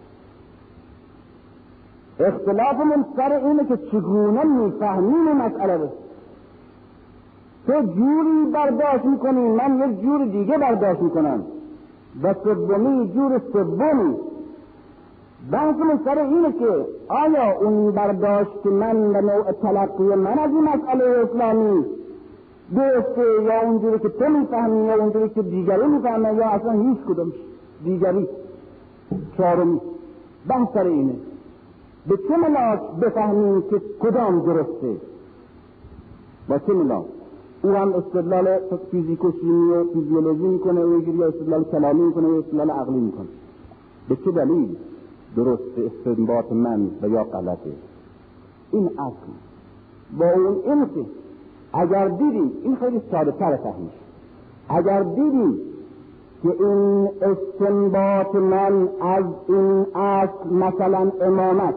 اختلافمون سر اینه که چگونه میفهمیم مسئله رو. تو جوری برداشت میکنی، من یک جور دیگه برداشت میکنم و سومی جور سومی. بحث سر اینه که آیا اون برداشت من و نوع تلقی من از این مسئله اسلامی درسته یا اونجوری که تو میفهمی یا اونجوری که دیگری میفهمه یا اصلا هیچ کدوم دیگری چهارمی. بحث سر اینه به چه ملاک بفهمیم که کدام درسته، با چه ملاک. او هم استدلال فیزیک و شیمی و فیزیولوژی میکنه و یا استدلال کلامی میکنه و استدلال عقلی میکنه. به چه دلیل درست استنباط من و یا غلطه؟ این اصل با اون این که اگر دیدیم، این خیلی ساده تر فهمیش، اگر دیدیم که این استنباط من از این اصل، مثلا امامت،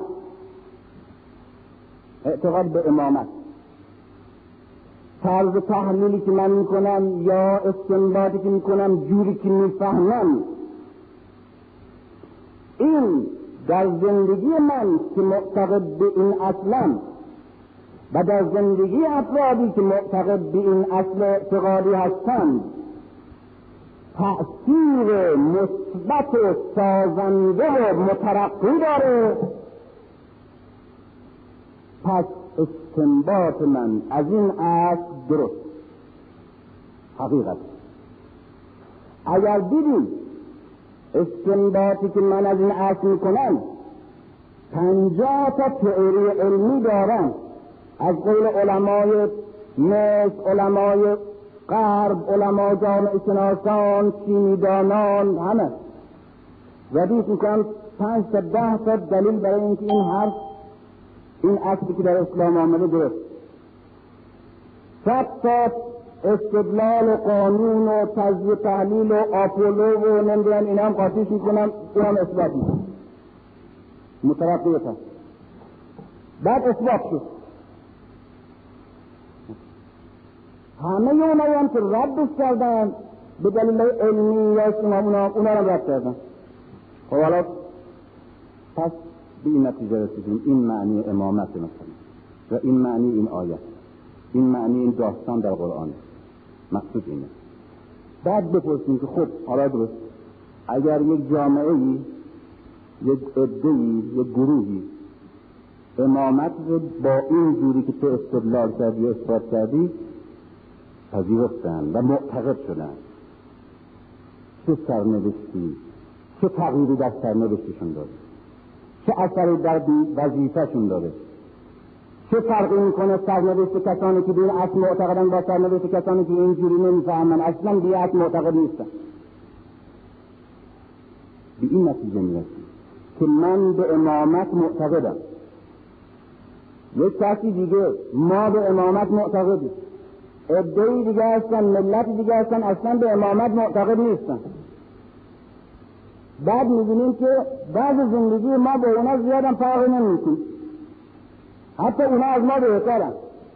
اعتقاد به امامت، طرز تحلیلی که من میکنم یا استنباطی که میکنم، جوری که میفهمم، این در زندگی من که معتقد به این اصلم و در زندگی افرادی که معتقد به این اصل اعتقادی هستند تأثیر مثبت و سازنده و مترقی داره، پس استنباط من از این اصل درست حقیقت. اگر دیدیم استنباطی که من از این اصل میکنم 50 تا تئوری علمی دارم، از قول علمای مصر، علمای غرب، علمای جامعه شناسان، شیمیدانان، همه ردیف میکنم 5 تا 10 تا دلیل برای اینکه این حرف، این اصلی که در اسلام آمده درست. 100 تا استدلال و قانون و تجزیه تحلیل و آپولو و نمیدونم اینا هم قاطیش میکنم، اونم اثبات میکنم، مترقیت هست. بعد اثبات شد، همه اونایی هم که ردش کردن به دلیل علمی یا اونا رو رد کردن. خب حالا پس به این نتیجه رسیدیم این معنی امامت مثلا و این معنی این آیت، این معنی این داستان در قرآن، مقصود اینه. بعد بپرسیم که خب حالا درست، اگر یک جامعه‌ای، یک عده‌ای، یک گروهی امامت رو با این جوری که تو استدلال کردی و اثبات کردی پذیرفتن و معتقد شدن، چه سرنوشتی، چه تغییری در سرنوشتشون داره، چه اثری در وظیفه‌شون داره، چه فرقی میکنه سرنوشت کسانی که به این اصل معتقدن با سرنوشت کسانی که اینجوری نمیفهمن، اصلا به این اصل معتقد نیستن. به این نتیجه میرسیم که من به امامت معتقدم، یک کسی دیگه ما به امامت معتقدیم، عده‌ای دیگه هستن، ملت دیگه هستن اصلا به امامت معتقد نیستن. بعد می‌بینیم که بعض زندگی ما با اونا زیادم فرق نمی‌کنه، حتی اونا از ما بهترن.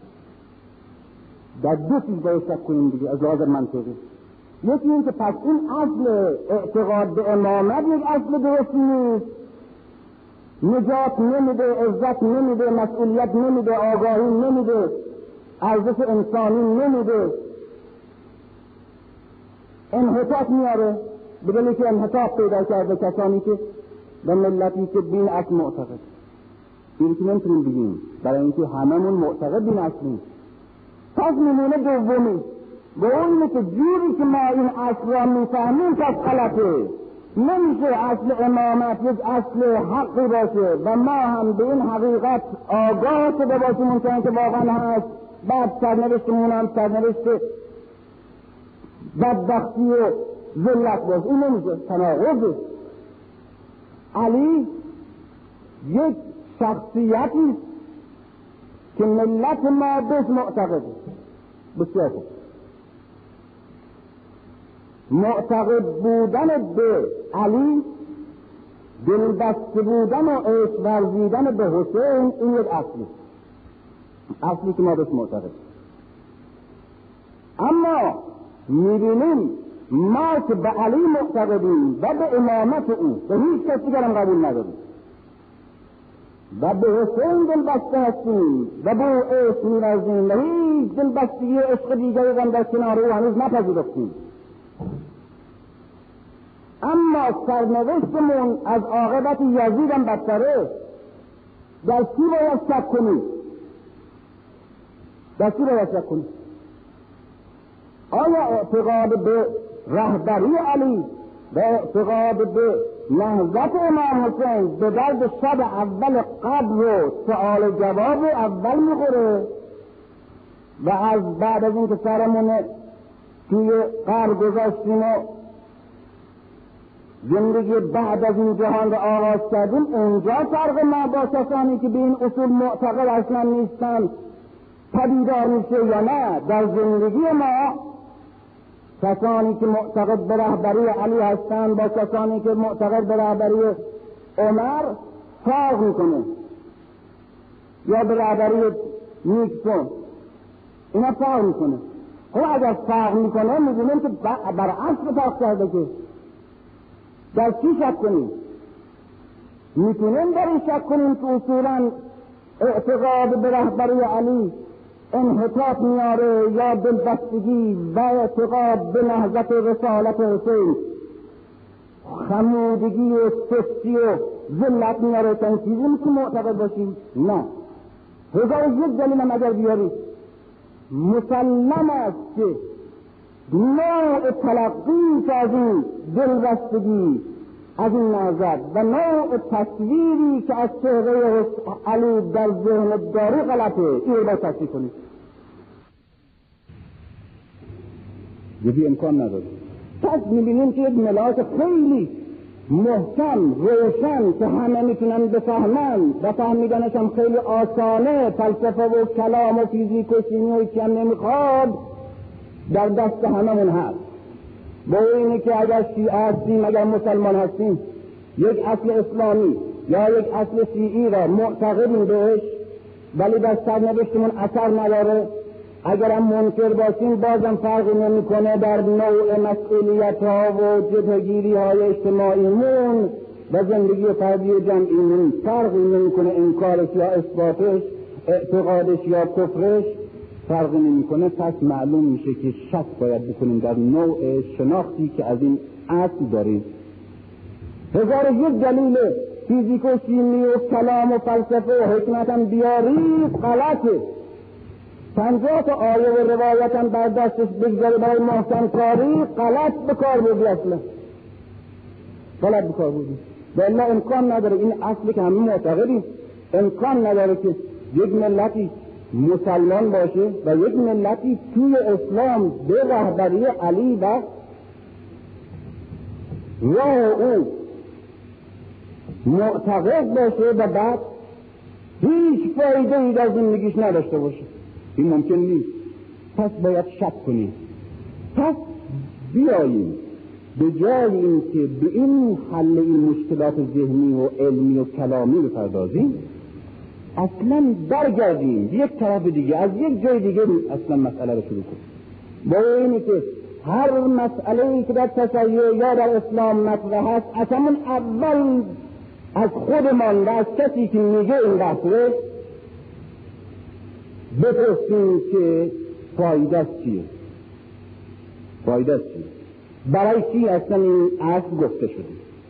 در دو چیز باید شک کنیم دیگه از لحاظ منطقی. یکی این که پس این اصل اعتقاد به امامت یک اصل درستی نیست، نجات نمیده، عزت نمیده، مسئولیت نمیده، آگاهی نمیده، ارزش انسانی نمیده، انحطاط میاره. بدون که انحطاط پیدا کرده کسانی که و ملتی که بین اصل معتقد. این که نمیتونیم بگیم برای اینکه هممون معتقد بین اصلیم. پس میمونه دومی و اونه که جوری که ما این اصل را میفهمیم پس غلطه. نمیشه اصل امامت یک اصل حقی باشه و ما هم به این حقیقت آگاه شده باشیم اونچنان که واقعا هست، بعد سرنوشتمون هم سرنوشت بدبختی و ذلت باشه. این نمیشه، تناقضه. علی یک شخصیتی که ملت ما بهش معتقده، بسیار خوب. معتقد بودن به علی، دلبسته بودن و عشق ورزیدن به حسین، این یک اصلی که ما بهش معتقد. اما میبینیم ما که به علی معتقدیم و به امامت او به هیچ کسی دیگرم قبول نداریم و به حسین دلبسته هستیم و به عشق می‌ورزیم و هیچ دلبستگی عشق دیگری هم در کنار او هنوز نپذیرفتیم. اما سرنوشتمون از عاقبت یزید هم بدتره. در کی باید شک کنی؟ در کی باید شک کنی؟ آیا اعتقاد به رهبری علی و اعتقاد به نهضت امام حسین به درد شب اول قبر و سؤال جواب اول میخوره و از بعد از این که سرمون توی قبر گذاشتیم و زندگی بعد از این جهان رو آغاز کردیم، اونجا فرق ما با کسانی که به این اصول معتقد اصلا نیستن پدیدار میشه یا نه؟ در زندگی ما کسانی که معتقد به رهبری علی هستن با کسانی که معتقد به رهبری عمر فرق میکنه، یا به رهبری نیکسون، اینا فرق میکنه. خب اگر فرق میکنه میدونیم که بر اصل فرق کرده، که در چی شک کنیم؟ میتونیم در این شک کنیم که اصولا اعتقاد به رهبری علی انحطاط میاره یا دلبستگی و اعتقاد به نهضت رسالت حسین خمودگی و سستی و ذلت میاره؟ تا این چیزی میتونیم معتقد باشیم؟ نه. 1001 دلیل هم اگر بیاری مسلم است که نوع تلقی از این دلبستگی از این نهضت و نوع تصویری که از چهره علی در ذهن داری غلطه. این رو باید تصویر کنید. یکی امکان نداره. پس میبینیم که یک ملاک خیلی محکم روشن که همه میتونن بفهمن و فهمیدنش هم خیلی آسانه، فلسفه و کلام و فیزیک و شیمی و چیم نمیخواد، در دست هممون هست. با اینه که اگر شیعه هستیم، اگر مسلمان هستیم، یک اصل اسلامی یا یک اصل شیعی را معتقدیم بهش ولی در سرنوشتمون اثر نداره، اگرم منکر باشیم بازم فرقی نمیکنه در نوع مسئولیت ها و جبهگیری های اجتماعیمون و زندگی فردی و جمعیمون فرقی نمیکنه، انکارش یا اثباتش، اعتقادش یا کفرش فرقی نمیکنه. پس معلوم میشه که شک باید بکنیم در نوع شناختی که از این اصل داریم. 1001 دلیل فیزیک و شیمی و کلام و فلسفه و حکمت هم بیاری غلطه. 50 تا آیه و روایت هم بر دستش بگذاره برای محکم کاری، غلط بکار بودی، اصلا غلط بکار بودی. والله امکان نداره، این اصلی که همه معتقدیم، امکان نداره که یک ملتی مسلمان باشه و یک ملتی توی اسلام به رهبری علی و راه او معتقد باشه و بعد هیچ فایده ای در زندگیش نداشته باشه. این ممکن نیست. پس باید شک کنیم. پس بیاییم به جای این که به این حل این مشکلات ذهنی و علمی و کلامی بپردازیم، اصلا برگردیم یک طرف دیگه، از یک جای دیگه اصلا مسئله رو شروع کنیم. با اینی که هر مسئله‌ای که در تشیع یا در اسلام مطرح است، اصلا اول از خودمان و از کسی که میگه این بحثه بپرسیم که فایده‌اش چیه؟ فایده‌اش چیه؟ برای چی اصلا این اصل گفته شده؟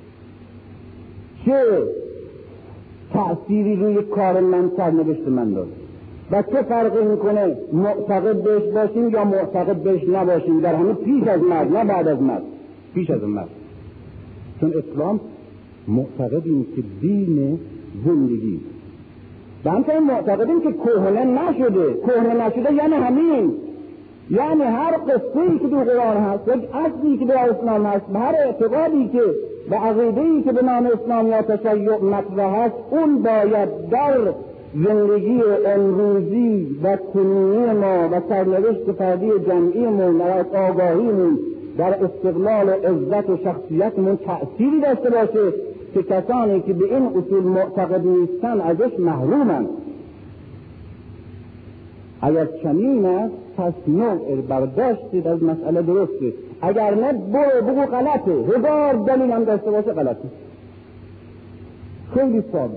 چه تأثیری روی کار من، سرنوشت من داره؟ و چه فرقی میکنه معتقد بهش باشیم یا معتقد بهش نباشیم، در همه پیش از مرگ، نه بعد از مرگ، پیش از مرگ. چون اسلام معتقدیم که دین زندگی، و همچنین معتقدیم که کهنه نشده. کهنه نشده یعنی همین، یعنی هر قصه‌ای که تو قرآن هست، یک اصلی که در اسلام هست، هر اعتقادی که و عقیده‌ای که به نام اسلام یا تشیع مطرح هست، اون باید در زندگی امروزی و کنونی ما و سرنوشت فردی جمعیمون و آگاهیمون در استقلال عزت و شخصیتمون تأثیری داشته باشه که کسانی که به این اصول معتقد نیستن ازش محرومن. اگر چنین است پس نوع برداشت از مسئله درسته، اگر نه بگو غلطه. 1000 دلیل هم داشته باشه غلطه. خیلی ساده.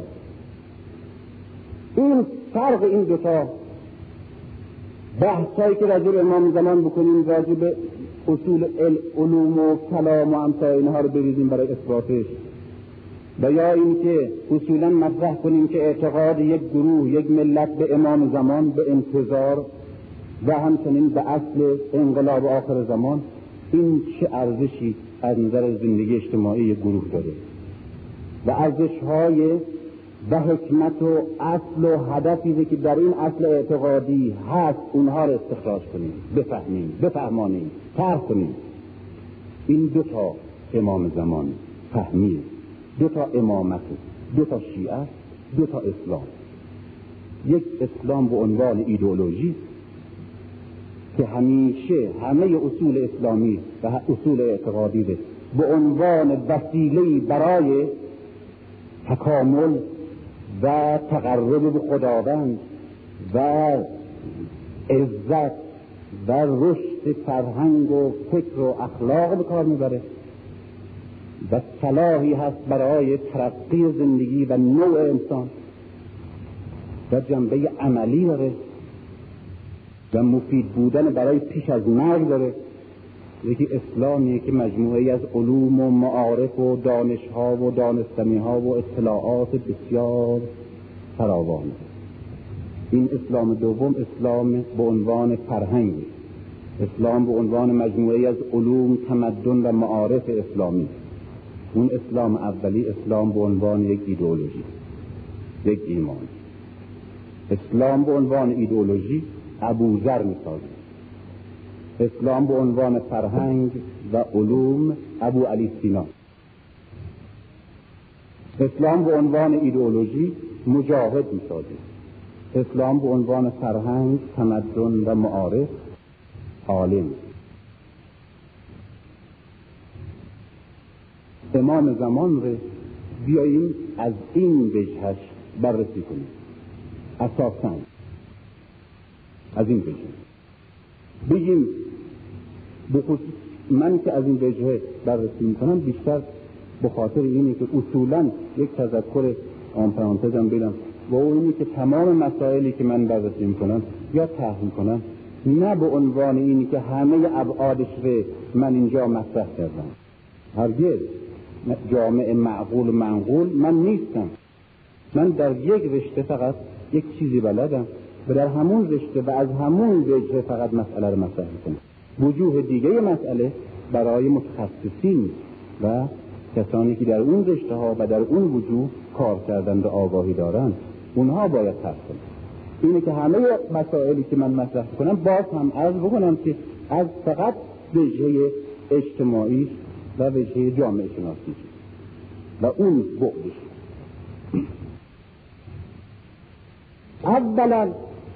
این فرق این دوتا بحثایی که راجع به امام زمان بکنیم، راجع به اصول علوم و کلام و امثال اینها رو بریزیم برای اثباتش، و یا اینکه اصولا مطرح کنیم که اعتقاد یک گروه، یک ملت به امام زمان، به انتظار و همچنین به اصل انقلاب آخر زمان، این چه ارزشی از نظر زندگی اجتماعی یک گروه داره و ارزش‌های و حکمت و اصل و هدفی که در این اصل اعتقادی هست اونها رو استخراج کنیم، بفهمیم، بفهمانیم، طرح کنیم. این دو تا امام زمان فهمی، دو تا امامت، دو تا شیعه، دو تا اسلام. یک اسلام به عنوان ایدئولوژی که همیشه همه اصول اسلامی و اصول اعتقادی به عنوان وسیله‌ای برای تکامل و تقرب به خداوند و عزت و رشد فرهنگ و فکر و اخلاق به کار میبره و صلاحی هست برای ترقی زندگی و نوع انسان و جنبه عملی داره و مفید بودن برای پیش از مرگ داره. یکی اسلامیه که مجموعه از علوم و معارف و دانش‌ها و دانستنی‌ها و اطلاعات بسیار فراوانه. این اسلام دوم اسلام به عنوان فرهنگ، اسلام به عنوان مجموعه از علوم، تمدن و معارف اسلامی. اون اسلام اولی اسلام به عنوان یک ایدئولوژی، یک ایمان. اسلام به عنوان ایدئولوژی ابوذر می‌سازه، اسلام به عنوان فرهنگ و علوم ابو علی سینا، اسلام به عنوان ایدئولوژی مجاهد می‌سازه، اسلام به عنوان فرهنگ، تمدن و معارف عالم. امام زمان رو بیاییم از این وجهش بررسی کنیم. اساساً از این وجه بگیم، بخصوص من که از این وجه بررسی میکنم بیشتر به خاطر اینه که اصولاً یک تذکر آن پرانتزم بدم و اون اینه که تمام مسائلی که من بررسی میکنم یا طرح میکنم نه به عنوان اینی که همه ابعادش رو من اینجا مطرح کردم، هرگز جامع معقول و منقول من نیستم. من در یک رشته فقط یک چیزی بلدم و در همون رشته و از همون وجه فقط مسئله رو مطرح میکنم. وجوه دیگه مسئله برای متخصصین و کسانی که در اون رشته ها و در اون وجوه کار کردن و آگاهی دارن، اونها باید طرح کنن. اینه که همه مسائلی که من مطرح کنم باز هم عرض بکنم که از فقط وجه اجتماعی و وجه جامعه شناسی و اون بعدش. اولا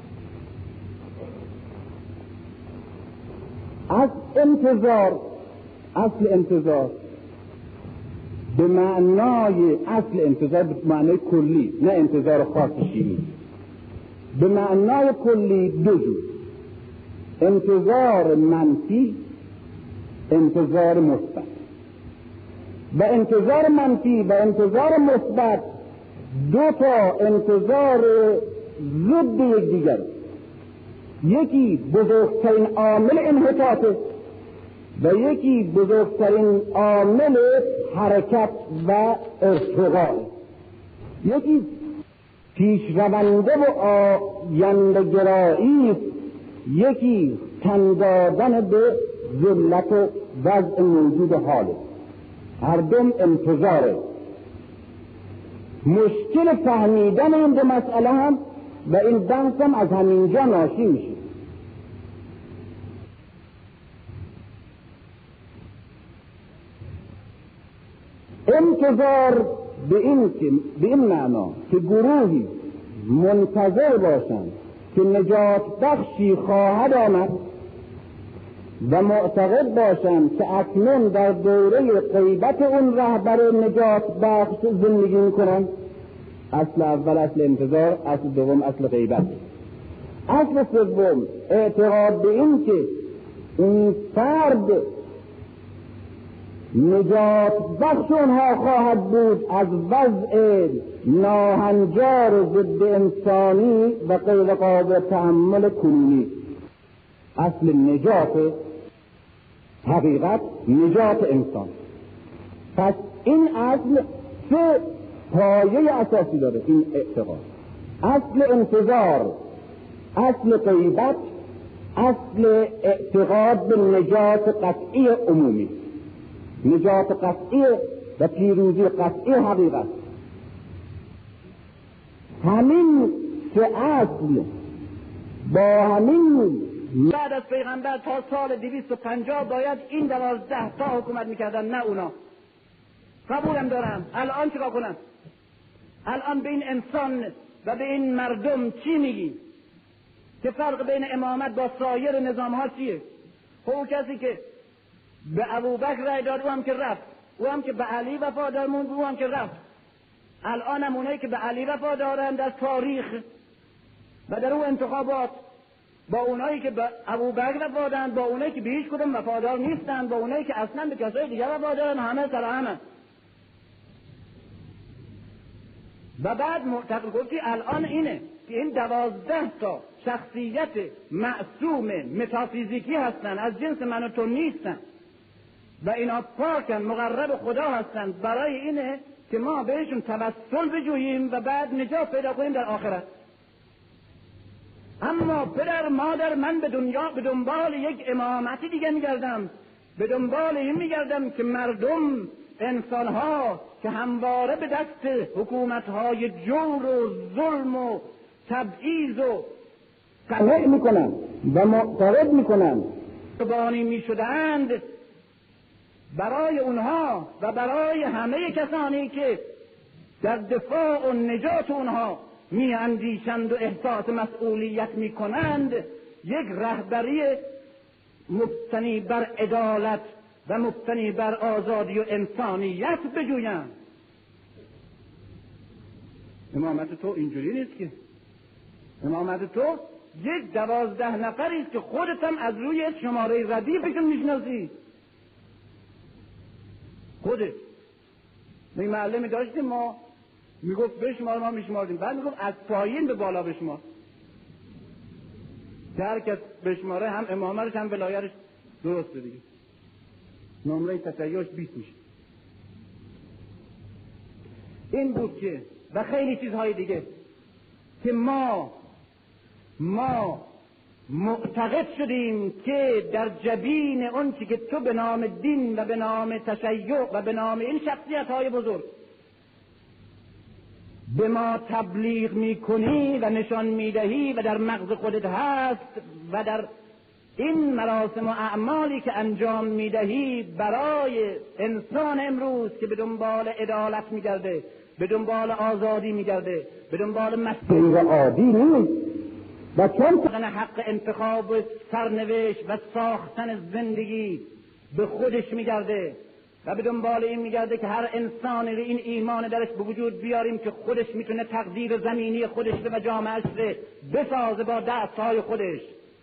از انتظار، اصل انتظار به معنای اصل انتظار به معنای کلی، نه انتظار خاص شیعی، به معنای کلی دو جور: انتظار منفی، انتظار مثبت. و انتظار منفی و انتظار مثبت دو تا انتظار ضد یکدیگر. یکی بزرگترین عامل انحطاطه و یکی بزرگترین عامل حرکت و ارتقا. یکی پیشرونده و آینده‌گرایی، یکی تن دادن به ذلت و وضع موجود حاله. هر دوم انتظاره. مشکل فهمیدن این دو مسئله هم و این بحث هم از همینجا ناشی میشه. انتظار به این معنا که گروهی منتظر باشند که نجات بخشی خواهد آمد و معتقد باشند که اکنون در دوره غیبت اون رهبر نجات بخش زندگی میکنند. اصل اول اصل انتظار، اصل دوم اصل غیبت. اصل سوم اعتقاد به این که این فرد نجات بخش اونها خواهد بود از وضع ناهنجار و ضد انسانی و غیر قابل تحمل کنونی. اصل نجات حقیقت نجات انسان. پس این اصل سه پایه اساسی داره این اعتقاد: اصل انتظار، اصل غیبت، اصل اعتقاد به نجات قطعی عمومی، نجات قطعی و پیروزی قطعی حقیقت. همین سه اصل با همین بعد از پیغمبر تا سال 250 باید این 12 تا حکومت میکردن، نه اونا. قبولم دارم. الان چیکار کنم؟ الان به این انسان و به این مردم چی میگی؟ که فرق بین امامت با سایر نظام ها چیه؟ او کسی که به ابوبکر رای داد او هم که رفت، او هم که به علی وفادار موند او هم که رفت. الان هم اونایی که به علی وفادارند در تاریخ و در اون انتخابات با اونایی که به ابوبکر وفادارند، با اونایی که به هیچ کدوم وفادار نیستند، با اونایی که اصلا به کسای دیگر وفادارند، همه سر همه. و بعد معتقد گفتی الان اینه که این 12 تا شخصیت معصوم متافیزیکی هستن، از جنس من و تو نیستن و اینا پاکن، مقرب خدا هستن، برای اینه که ما بهشون توسل بجوییم و بعد نجات پیدا کنیم در آخرت. اما پدر مادر، من به دنیا به دنبال یک امامتی دیگه میگردم، به دنبال این میگردم که مردم، انسانها که همواره به دست حکومتهای جور و ظلم و تبعیض و قلع میکنن و معتقد میکنن قربانی میشدند، برای اونها و برای همه کسانی که در دفاع و نجات اونها میاندیشند و احساس مسئولیت میکنند، یک رهبری مبتنی بر عدالت و مبتنی بر آزادی و انسانیت بجویند. امامت تو اینجوری نیست که. امامت تو یک 12 نفری است که خودت هم از روی شماره ردیفشون میشناسی. خودت می معلمی داشتیم، ما میگفت بشمار، ما میشماردیم، بعد میگفت از پایین به بالا بشمار، که هر کس بشماره هم امامتش هم ولایتش درسته دیگه، نمره تشیعش 20 میشه. این بود که و خیلی چیزهای دیگه که ما معتقد شدیم که در جبین اون چی که تو به نام دین و به نام تشیع و به نام این شخصیت‌های بزرگ به ما تبلیغ میکنی و نشان میدهی و در مغز خودت هست و در این مراسم و اعمالی که انجام میدهی برای انسان امروز که به دنبال عدالت میگرده، به دنبال آزادی میگرده، به دنبال مسئله عادی نیست و چون حق انتخاب و سرنوشت و ساختن زندگی به خودش میگرده و به دنبال این میگرده که هر انسانی این ایمان درش به وجود بیاریم که خودش میتونه تقدیر زمینی خودش و جامعهش بسازه با دستهای خودش.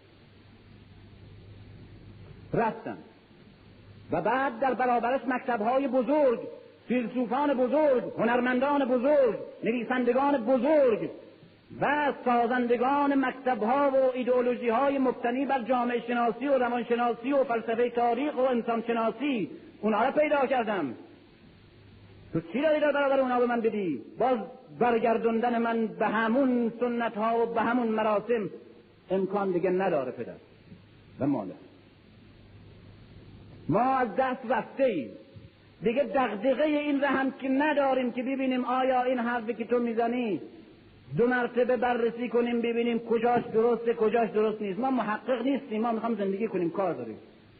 رفتن و بعد در برابرش مکتب‌های بزرگ، فیلسوفان بزرگ، هنرمندان بزرگ، نویسندگان بزرگ و سازندگان مکتب‌ها و ایدئولوژی‌های مبتنی بر جامعه شناسی و روانشناسی و فلسفه تاریخ و انسان شناسی، اونها را پیدا کردم. تو چی داری در برابر اونها به من بدی؟ باز برگردوندن من به همون سنت‌ها و به همون مراسم امکان دیگه نداره پدر و مادر. ما از دست رفته‌ایم دیگه، دغدغه این را هم که نداریم که ببینیم آیا این حرفی که تو میزنی 2 مرتبه بررسی کنیم ببینیم کجاش درسته کجاش درست نیست. ما محقق نیستیم، ما میخوام زندگی کنیم، کار داریم.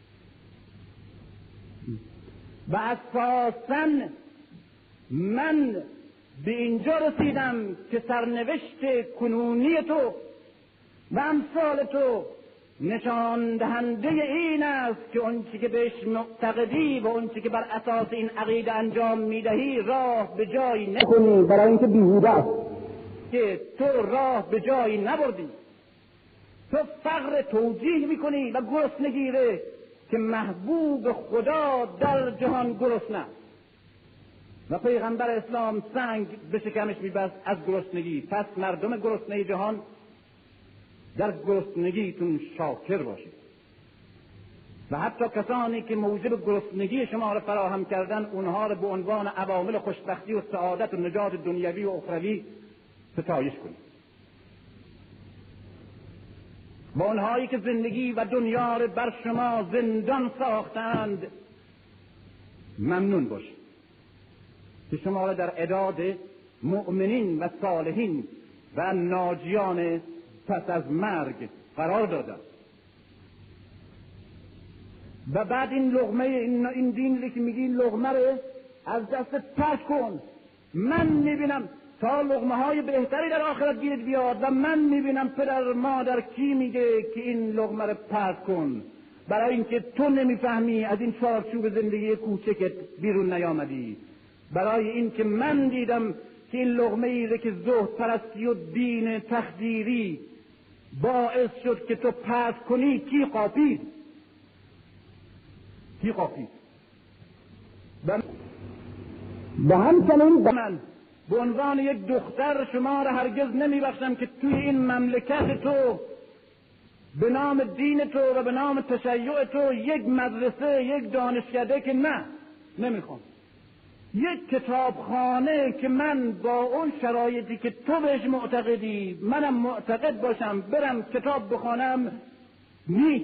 و اساساً من به اینجا رسیدم که سرنوشت کنونی تو و امثال تو نشان دهنده این است که اون چی که بهش معتقدی و اون چی که بر اساس این عقیده انجام میدهی راه به جایی نکنی، برای اینکه بیهوده است که تو راه به جایی نبردی. تو فقر توجیه میکنی و گرسنگیره که محبوب خدا در جهان گرسنه و پیغمبر اسلام سنگ به شکمش میبست از گرسنگی. پس مردم گرسنه جهان در گرسنگیتون شاکر باشید. و حتی کسانی که موجب گرسنگی شما را فراهم کردن، اونها را به عنوان عوامل خوشبختی و سعادت و نجات دنیوی و اخروی ستایش کنید. با اونهایی که زندگی و دنیا را بر شما زندان ساختند ممنون باشید که شما را در اعداد مؤمنین و صالحین و ناجیان پس از مرگ قرار دادند. و بعد این لقمه، این دین که میگی لقمه رو از دست پس کن. من میبینم تا لقمه های بهتری در آخرت گیرت بیاد و من میبینم پدر مادر کی میگه که این لقمه رو پس کن، برای اینکه تو نمیفهمی، از این چارچوب زندگی کوچکت بیرون نیامدی. برای اینکه من دیدم که این لقمه ایره که زهد پرستی و دین تخدیری باعث شد که تو پس کنی، کی قاپید به همچنین من به عنوان یک دختر شما را هرگز نمیبخشم که توی این مملکت تو به نام دین تو و به نام تشیع تو یک مدرسه، یک دانشکده که نه نمیخوام، یک کتابخانه که من با اون شرایطی که تو بهش معتقدی منم معتقد باشم برم کتاب بخوانم نیست.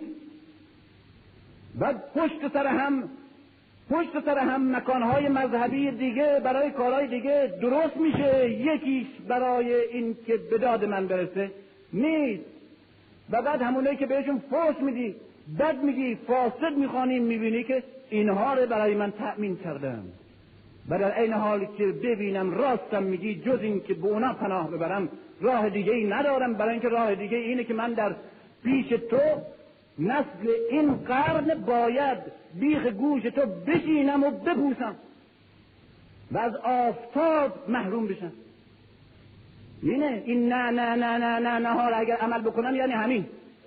و پشت سر هم مکانهای مذهبی دیگه برای کارهای دیگه درست میشه، یکیش برای این که به داد من برسه نیست. و بعد همونایی که بهشون فحش میدی، بد میگی، فاسد میخوانیم، میبینی که اینها رو برای من تأمین کردم و در این حال که ببینم راستم میگی، جز این که به اونا پناه ببرم راه دیگه ای ندارم. برای اینکه راه دیگه اینه که من در پیش تو نسل این قرن باید بیخ گوش تو بشینم و بپوسم و از آفتاب محروم بشم. اینه این نه نه نه نه نه نه ها را اگر عمل بکنم یعنی همین.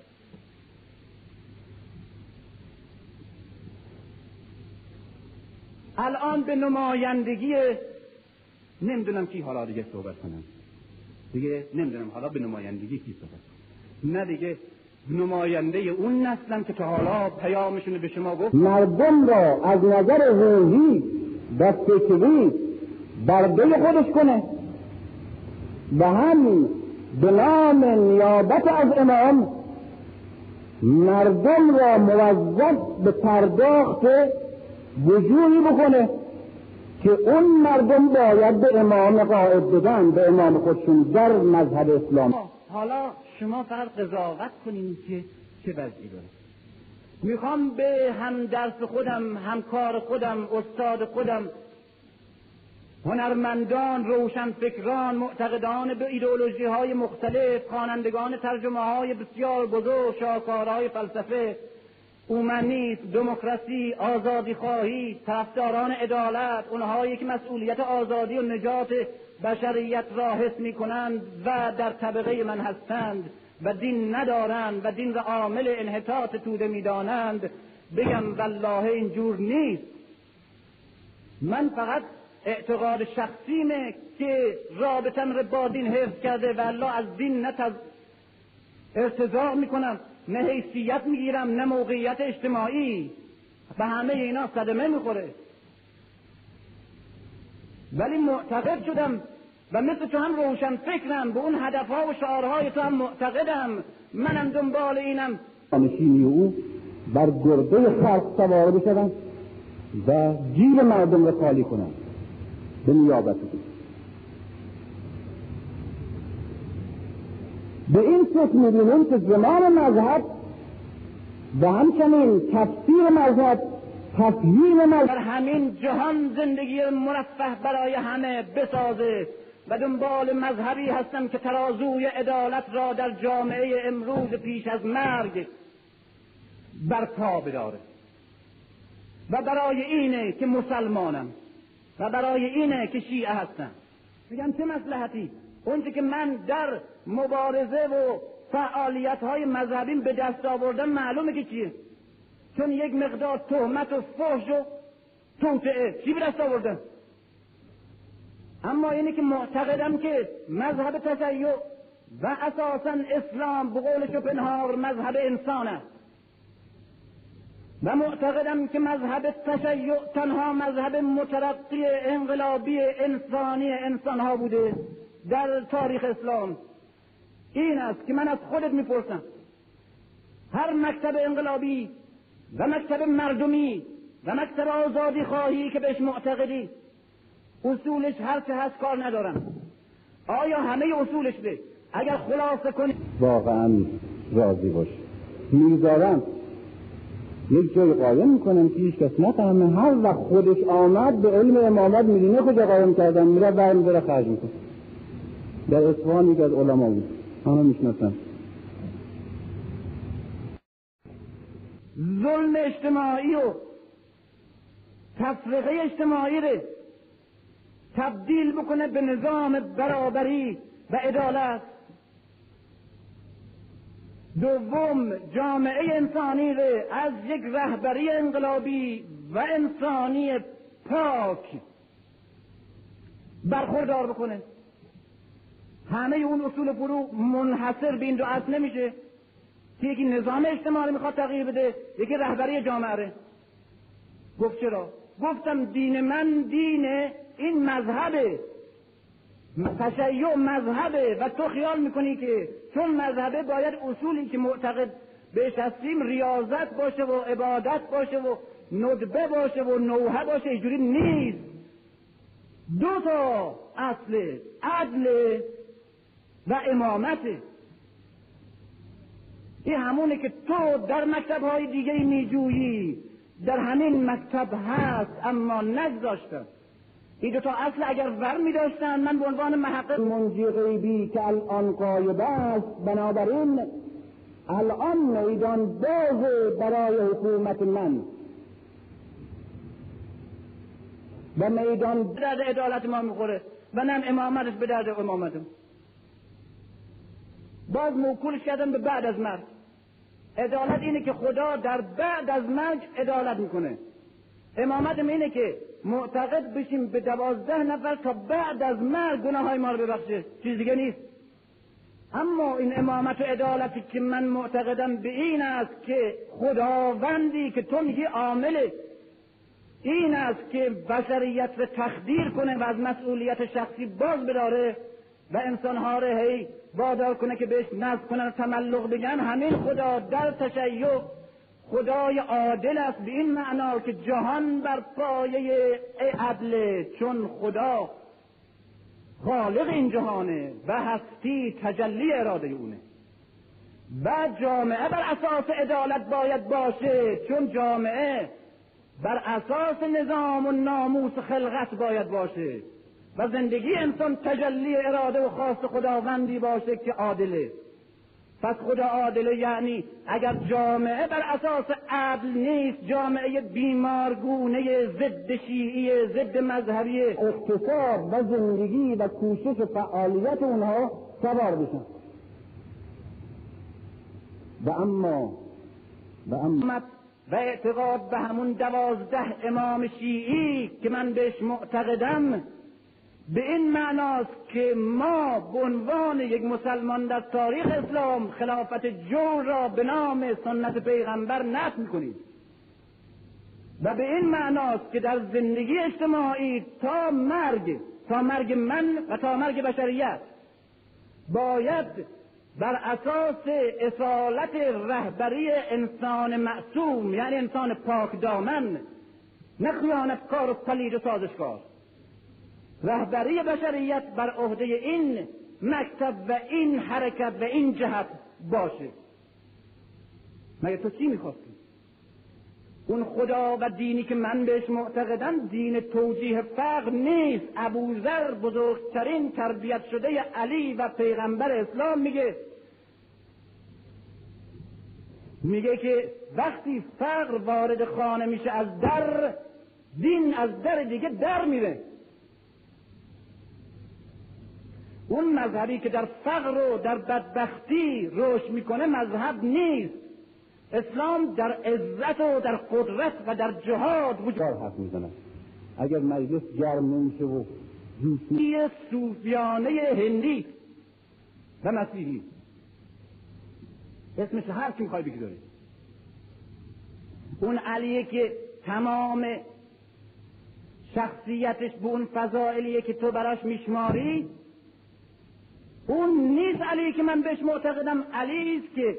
الان به نمایندگی نمیدونم کی حالا دیگه صحبت کنم، دیگه نمیدونم حالا به نمایندگی کی صحبت کنم. نه دیگه نماینده اون نسلم که تا حالا پیامشون به شما گفت مردم را از نظر روحی و فکری بر دل خودش کنه و هم به نام نیابت از امام مردم را موظف به پرداخت وجوهی بکنه که اون مردم باید به امام قائد بدن، به امام خودشون در مذهب اسلام. حالا شما فقط قضاوت کنین که چه وضعی داره. میخوام به هم درس خودم، همکار خودم، استاد خودم، هنرمندان، روشنفکران، معتقدان به ایدئولوژی های مختلف، خوانندگان ترجمه های بسیار بزرگ، شاهکارهای فلسفه، اومانیسم، دموکراسی، آزادی خواهی، طرفداران عدالت، اونهایی که مسئولیت آزادی و نجات بشریت را حس می‌کنند و در طبقه من هستند و دین ندارند و دین را عامل انحطاط توده می‌دانند، بگم والله اینجور نیست. من فقط اعتقاد شخصیمه که رابطم را با دین حفظ کرده و الله از دین نه ارتضاع میکنم، نه حیثیت میگیرم، نه موقعیت اجتماعی، به همه اینا صدمه میخوره. ولی معتقد شدم و مثل تو هم روشن فکرم، به اون هدفها و شعارهای تو هم معتقدم، منم دنبال اینم. نشینی او بر گرده خلق سوار بشدن و جیب مردم را خالی کنن به نیابت او. به این فکر می‌بینیم که زمان مذهب و همچنین تفسیر مذهب، تفهیم مذهب در همین جهان زندگی مرفه برای همه بسازه و دنبال مذهبی هستم که ترازوی عدالت را در جامعه امروز پیش از مرگ برپا بداره. و برای اینه که مسلمانم و برای اینه که شیعه هستم. میگم چه مصلحتی؟ اونچه که من در مبارزه و فعالیت‌های مذهبیم به دست آوردم معلومه که چیه، چون یک مقدار تهمت و فحش و توطئه چی به دست آوردم. اما اینه که معتقدم که مذهب تشیع و اساساً اسلام به قول شوپنهاور مذهب انسان است و معتقدم که مذهب تشیع تنها مذهب مترقی انقلابی انسانی انسانها بوده در تاریخ اسلام. این است که من از خودت میپرسم، هر مکتب انقلابی و مکتب مردمی و مکتب آزادی خواهی که بهش معتقدی، اصولش هر چه هست کار ندارم، آیا همه اصولش به اگر خلاصه کنی واقعا راضی باش. میذارم یک جای قایم میکنم که هیچ کس نفهمه، هر وقت خودش آمد به علم امامت میدونه کجا قایم کردم میره برمیداره خرج میکنه. در اصفهان یک از علما بود، همه میشناسن. ظلم اجتماعی و تفرقه اجتماعی رو تبدیل بکنه به نظام برابری و عدالت. دوم، جامعه انسانی رو از یک رهبری انقلابی و انسانی پاک برخوردار بکنه. همه اون اصول فروع منحصر به این دو اصل نمیشه که یکی نظام اجتماعی میخواد تغییر بده، یکی رهبری جامعه ره. گفت چرا؟ گفتم دین من دین این مذهبه، تشیع مذهبه و تو خیال میکنی که چون مذهبه باید اصولی که معتقد بهش هستیم ریاضت باشه و عبادت باشه و ندبه باشه و نوحه باشه. اینجوری نیست. دو تا اصل، عدل و امامته. این همونه که تو در مکتب‌های دیگه میجویی، در همین مکتب هست اما نگذاشتن. این دو تا اصل اگر ور می‌داشتن، من به عنوان محقق منجی غیبی که الان غایب است، بنابراین الان میدان باز برای حکومت من و میدان به درد عدالت ما میخوره و نم امامتش به درد امامتم. باز موکولش کردن به بعد از مرگ. عدالت اینه که خدا در بعد از مرگ عدالت میکنه. امامتم اینه که معتقد بشیم به 12 نفر تا بعد از مرگ گناههای ما رو ببخشه، چیز دیگه نیست. اما این امامت و عدالتی که من معتقدم به این است که خداوندی که تو میگی عامله، این است که بشریت رو تخدیر کنه و از مسئولیت شخصی باز بداره و انسانها رو هی وادار کنه که بهش نزد کنن و تملق بگن. همین خدا در تشیع خدای عادل است، به این معنا که جهان بر پایه عدل، چون خدا خالق این جهانه و هستی تجلی اراده اونه. و جامعه بر اساس عدالت باید باشه، چون جامعه بر اساس نظام و ناموس خلقت باید باشه و زندگی انسان تجلی اراده و خواست خداوندی باشه که عادله. پس خدا عادله یعنی اگر جامعه بر اساس عدل نیست، جامعه بیمارگونه ضد شیعی، ضد مذهبی، اقتصاد و زندگی و کوشش و فعالیت اونها سوار بشن. و اعتقاد به همون 12 امام شیعی که من بهش معتقدم به این معناست که ما به عنوان یک مسلمان در تاریخ اسلام خلافت جور را به نام سنت پیغمبر نفی می‌کنیم و به این معناست که در زندگی اجتماعی تا مرگ من و تا مرگ بشریت باید بر اساس اصالت رهبری انسان معصوم، یعنی انسان پاک دامن، نه خیانتکار و پلید و سازشکار، رهبری بشریت بر عهده این مکتب و این حرکت و این جهت باشه. مگه تو چی میخواستی؟ اون خدا و دینی که من بهش معتقدم دین توجیه فقر نیست. ابوذر بزرگترین تربیت شده علی و پیغمبر اسلام میگه که وقتی فقر وارد خانه میشه از در، دین از در دیگه در میره. اون مذهبی که در فقر و در بدبختی رشد میکنه مذهب نیست. اسلام در عزت و در قدرت و در جهاد وجود حرف میزنه. اگر مجلس گرم نمیشه و صوفیانه هندی و مسیحی، اسمش هر چی میخوای بگذاری، اون علیه که تمام شخصیتش به اون فضائلیه که تو براش میشماری، اون نیست علیه که من بهش معتقدم. علی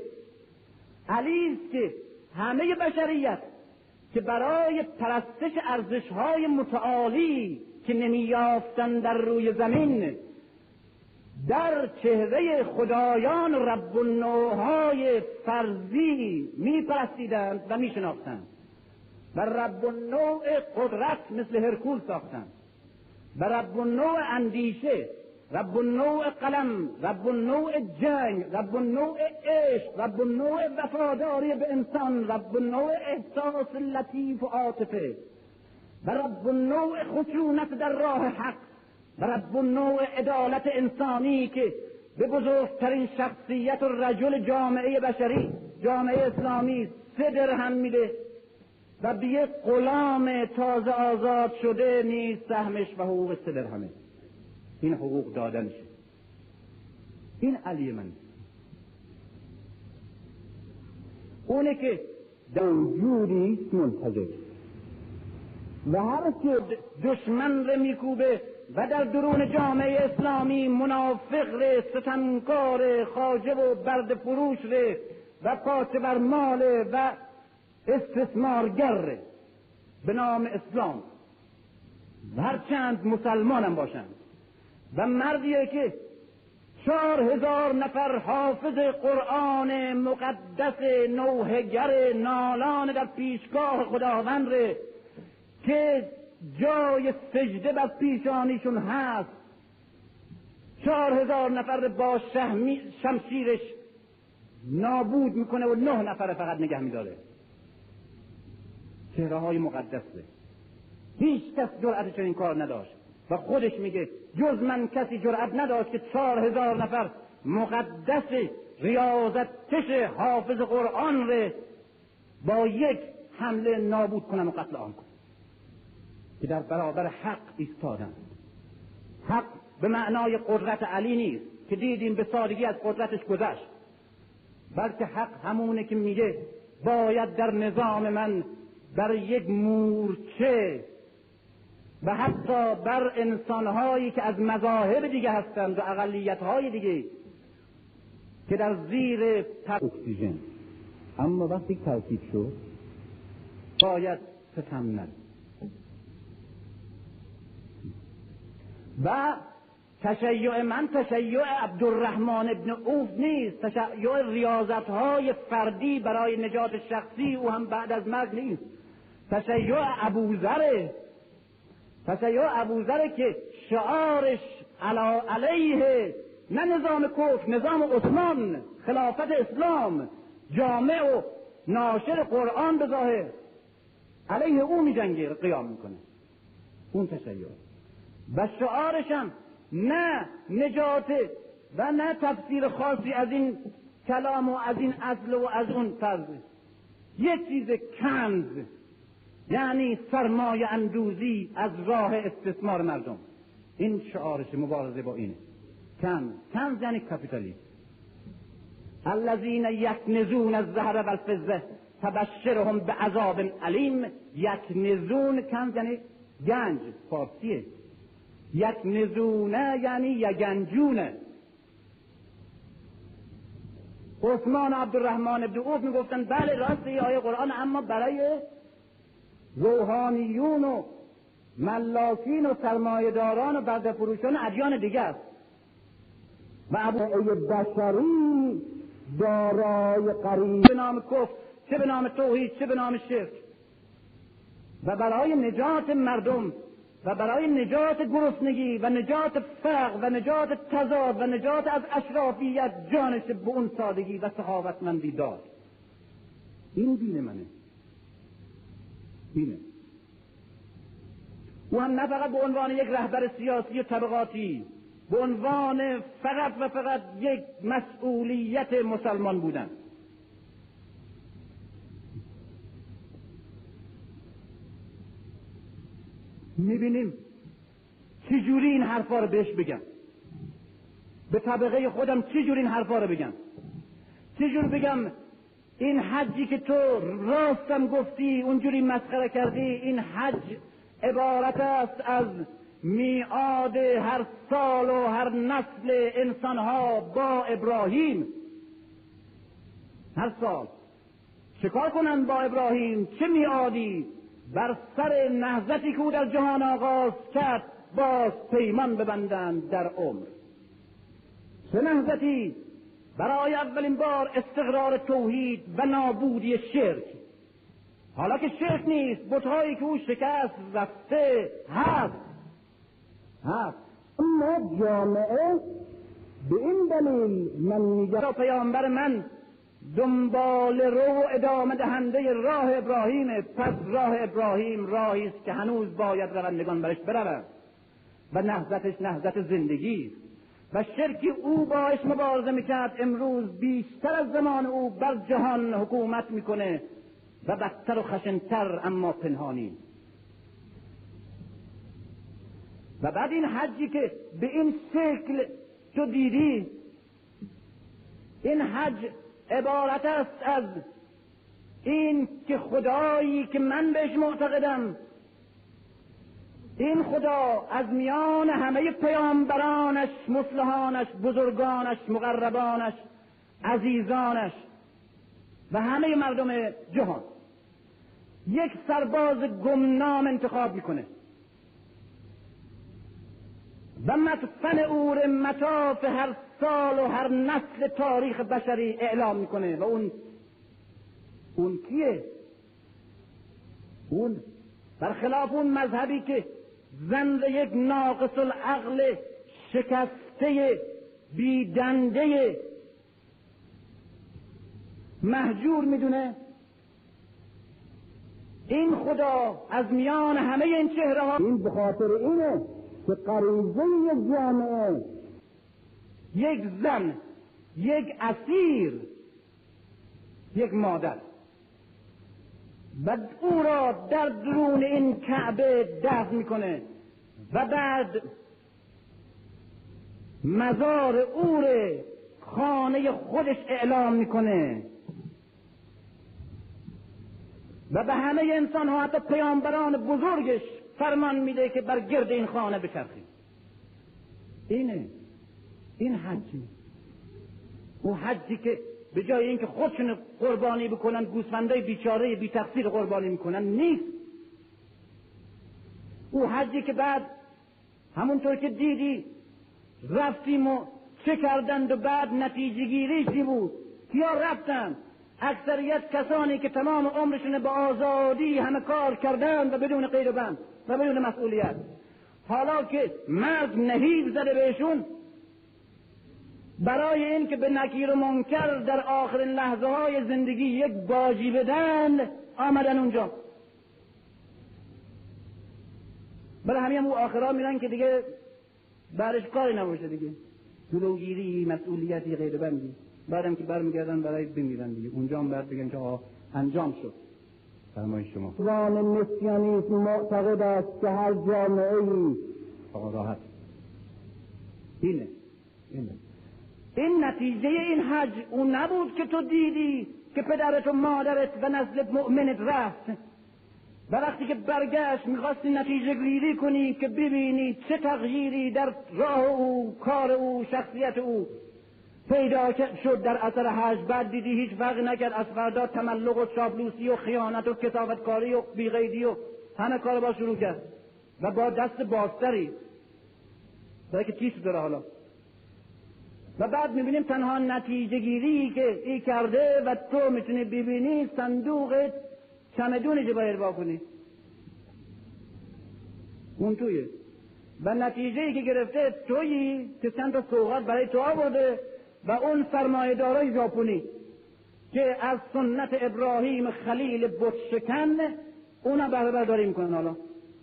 است که همه بشریت که برای پرستش ارزش‌های متعالی که نمی‌یافتند در روی زمین، در چهره خدایان رب النوع‌های فرضی می‌پرستیدند و می‌شناختند. و رب النوع قدرت مثل هرکول ساختند، و رب النوع اندیشه، رب النوع قلم، رب النوع جنگ، رب النوع عشق، رب النوع وفاداری به انسان، رب النوع احساس لطیف و عاطفه، و رب النوع خشونت در راه حق، و رب النوع عدالت انسانی که به بزرگترین شخصیت و رجل جامعه بشری، جامعه اسلامی 3 درهم میده و به یک غلام تازه آزاد شده نیست سهمش و حقوق 3 درهمه. این حقوق دادن شد. این علی من، اونه که جوری منتظر و هر که دشمن رو میکوبه و در درون جامعه اسلامی منافق ره، ستمکار، خواجه و برد فروش ره و پاچه بر مال و استثمارگر ره به نام اسلام، هرچند مسلمان هم باشند، و مردیه که 4000 نفر حافظ قرآن مقدس نوحه‌گر نالان در پیشگاه خداوند ره که جای سجده بر پیشانیشون هست، 4000 نفر با شمشیرش نابود میکنه و 9 نفر فقط نگه میداره. چهره های مقدسه. هیچ کس جرأت چنین کار نداشت و خودش میگه جز من کسی جرأت نداشت که 4000 نفر مقدس ریاضتش حافظ قرآن ره با یک حمله نابود کنم و قتل عام کنم، که در برابر حق ایستادن. حق به معنای قدرت علی نیست که دیدیم به سادگی از قدرتش گذشت، بلکه حق همونه که میگه باید در نظام من بر یک مورچه و حتی بر انسانهایی که از مذاهب دیگه هستند و اقلیت‌های دیگه که در زیر اکسیژن، اما وقتی ترکیب شد باید ستم ند. و تشیع من تشیع عبدالرحمن ابن عوف نیست، تشیع ریاضت‌های فردی برای نجات شخصی او هم بعد از مرگ نیست. تشیع ابوذر، تشیع ابوذر که شعارش علیه نه نظام کفر، نظام عثمان، خلافت اسلام، جامع و ناشر قرآن به ظاهر، علیه او می جنگه، قیام میکنه. اون تشیع و شعارش هم نه نجات و نه تفسیر خاصی از این کلام و از این اصل و از اون فرض، یک چیز کنز، یعنی سرمایه اندوزی از راه استثمار مردم. این شعارش مبارزه با اینه. کنز یعنی کپیتالیسم. الذین یکنزون الذهب والفضه فبشرهم بعذاب علیم. یکنزون، کنز یعنی گنج، فارسیه. یکنزونه یعنی یگنجونه. عثمان عبدالرحمن ابن عوف میگفتن بله راست این آیه قرآن، اما برای روحانیون و ملاکین و سرمایه‌داران و برده فروشان ادیان دیگه است. و ابوی بشری دارای قریب به نام کفر، چه به نام توحید، چه به نام شرک، و برای نجات مردم و برای نجات گرسنگی و نجات فقر و نجات تضاد و نجات از اشرافیت جانش به اون سادگی و سخاوتمندی داد. این دین منه. دینه. او هم نه فقط به عنوان یک رهبر سیاسی و طبقاتی، به عنوان فقط و فقط یک مسئولیت مسلمان بودن. میبینیم چجوری این حرفا رو بهش بگم، به طبقه خودم چجوری این حرفا رو بگم، چجور بگم این حجی که تو راستم گفتی اونجوری مسخره کردی، این حج عبارت است از میعاد هر سال و هر نسل انسانها با ابراهیم. هر سال چکار کنن با ابراهیم؟ چه میعادی؟ بر سر نهضتی که او در جهان آغاز کرد باز پیمان ببندند در عمر. چه نهضتی؟ برای اولین بار استقرار توحید و نابودی شرک. حالا که شرک نیست، بت‌هایی که او شکست رفته هست. اما جامعه به این دلیل من میگم پیامبر من دنبال رو ادامه دهنده راه ابراهیم، پس راه ابراهیم راهی است که هنوز باید روندگان برش بروند و نهضتش نهضت زندگی و شرکی او باش مبارزه میکرد امروز بیشتر از زمان او بر جهان حکومت میکنه و بدتر و خشنتر اما پنهانی. و بعد این حجی که به این شکل تو دیدی، این حج عبارت است از این که خدایی که من بهش معتقدم، این خدا از میان همه پیامبرانش، مصلحانش، بزرگانش، مقربانش، عزیزانش و همه مردم جهان یک سرباز گمنام انتخاب میکنه و مدفن او را مطاف هر سال و هر نسل تاریخ بشری اعلام میکنه. و اون کیه؟ اون برخلاف اون مذهبی که زن یک ناقص العقل شکسته بیدنده مهجور میدونه، این خدا از میان همه این چهره ها، این به خاطر اینه که غریزه یک جامعه، یک زن، یک اسیر، یک مادر و او را در درون این کعبه دفن میکنه و بعد مزار او را خانه خودش اعلام میکنه و به همه انسان ها حتی پیامبران بزرگش فرمان میده که بر گرد این خانه بچرخید. این حجی، او حجی که به جای اینکه خودشون قربانی بکنن گوسفندای بیچاره بی تقصیر قربانی میکنن نیست. او حجی که بعد همونطور که دیدی رفتیم و چه کردند و بعد نتیجه گیریش چی بود؟ کیا رفتند؟ اکثریت کسانی که تمام عمرشون به آزادی همه کار کردند و بدون قید و بند و بدون مسئولیت. حالا که مرگ نهیب زده بهشون، برای این که به نکیر و منکر در آخرین لحظه های زندگی یک باجی بدن آمدن اونجا. برای همین او آخرها میرن که دیگه برش کاری نباشه، دیگه جلوگیری، مسئولیتی، غیر بندی، بعدم که برمیگردن برای بمیرن دیگه. اونجا هم باید بگن که انجام شد. فرمایید شما. زمان نسیانیسم معتقد است که هر جامعه‌ای راحت این نتیجه این حج اون نبود که تو دیدی که پدرت و مادرت و نسل مؤمنت رفت و وقتی که برگشت میخواستی نتیجه گیری کنی که ببینی چه تغییری در راه او، کار او، شخصیت او پیدا شد در اثر حج. بعد دیدی هیچ فرقی نکرد، از فردا تملق و چاپلوسی و خیانت و کثافتکاری و بیقیدی و همه کار با شروع کرد و با دست بازتری برای که چیز داره حالا. و بعد میبینیم تنها نتیجه گیری که ای کرده و تو میتونی ببینی صندوق چمدونی که باید با کنی اون تویه و نتیجه ای که گرفته تویی که چند تا سوغات برای تو آورده و اون سرمایه‌دارای ژاپنی که از سنت ابراهیم خلیل بت شکن اونا بهره برداری میکنن. حالا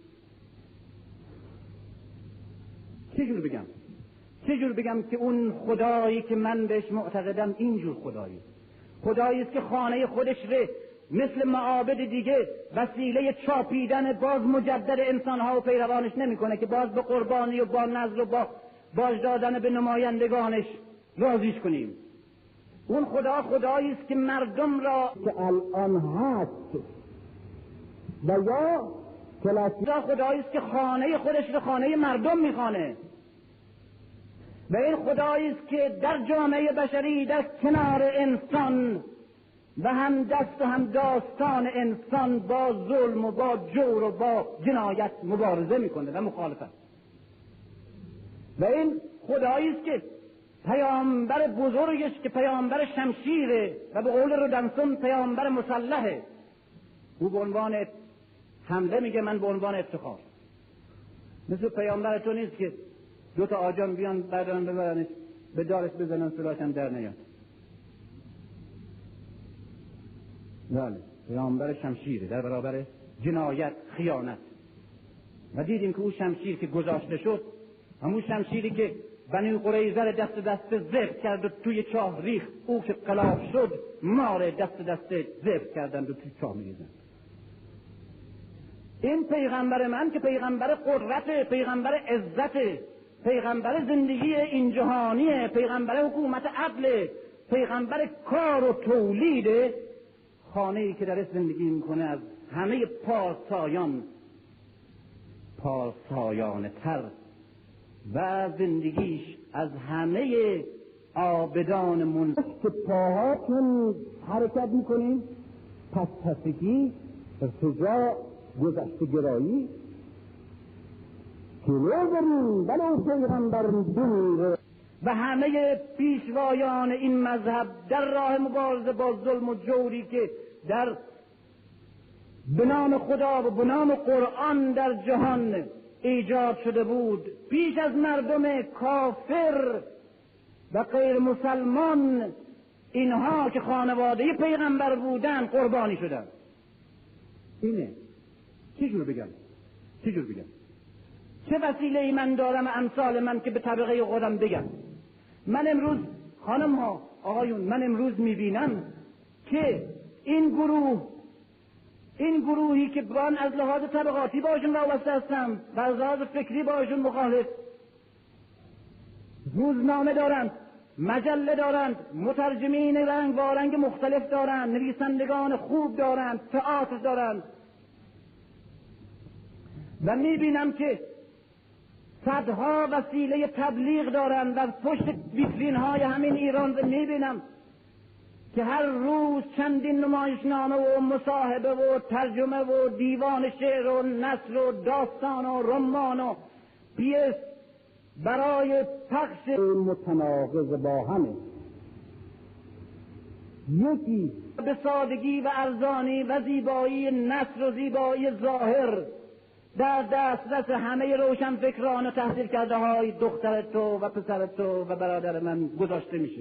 چجور بگم که اون خدایی که من بهش معتقدم اینجور خدایی است که خانه خودش ره مثل معابد دیگه وسیله چاپیدن باز مجدد انسانها و پیروانش نمیکنه که باز به قربانی و با نذر و با باج دادن به نمایندگانش راضیش کنیم. اون خدا خدایی است که مردم را که الان هست و یا کلاسیک خدایی است که خانه خودش رو خانه مردم میخوانه و این خدایی است که در جامعه بشری در کنار انسان و هم دست و هم داستان انسان با ظلم و با جور و با جنایت مبارزه میکنه و مخالفت. و این خدایی است که پیامبر بزرگش که پیامبر شمشیره و به قول رودنسون پیامبر مسلحه، او به عنوان حمله میگه من به عنوان افتخار. مثل پیامبر تو نیست که دو تا آجام بیان بعدن ببرنش به دارش بزنن سلاشم در نیاد. بله، پیامبر شمشیره در برابر جنایت خیانت. و دیدیم که او شمشیر که گذاشته شد، همون شمشیری که بنی قریظه را دست ذبح کرد و توی چاه ریخت، او که غلاف شد مار دست ذبح کردند و توی چاه میریزند. این پیغمبر من که پیغمبر قدرت، پیغمبر عزت، پیغمبر زندگی این جهانیه، پیغمبر حکومت عدل، پیغمبر کار و تولید، خانه‌ای که درش زندگی میکنه از همه پارسایانه تر و زندگیش از همه عابدان منزل که پاهاتون حرکت میکنیم، پس پسگی، ارتجاع، گذشته گرایی جلو بریم بلو پیغمبر بمیره. و همه پیشوایان این مذهب در راه مبارزه با ظلم و جوری که در به نام خدا و به نام قرآن در جهان ایجاد شده بود، پیش از مردم کافر و غیر مسلمان، اینها که خانواده پیغمبر بودن قربانی شدن. اینه. چه جور بگم؟ چه وسیله‌ای من دارم امثال من که به طبقه خودم بگم؟ من امروز خانم ها آقایون، من امروز میبینم که این گروهی که من از لحاظ طبقاتی باشون وابسته هستم و از لحاظ فکری باشون مخالف، روزنامه دارند، مجله دارند، مترجمین رنگ و رنگ مختلف دارند، نویسندگان خوب دارند، تئاتر دارند، و میبینم که صدها وسیله تبلیغ دارند و پشت ویترین های همین ایران میبینم که هر روز چندین نمایشنامه و مصاحبه و ترجمه و دیوان شعر و نثر و داستان و رمان و پیس برای پخش متناقض با همه. یکی به سادگی و ارزانی و زیبایی نثر و زیبایی ظاهر در دسترس همه روشنفکران و تحصیل کرده های دختر تو و پسر تو و برادر من گذاشته میشه.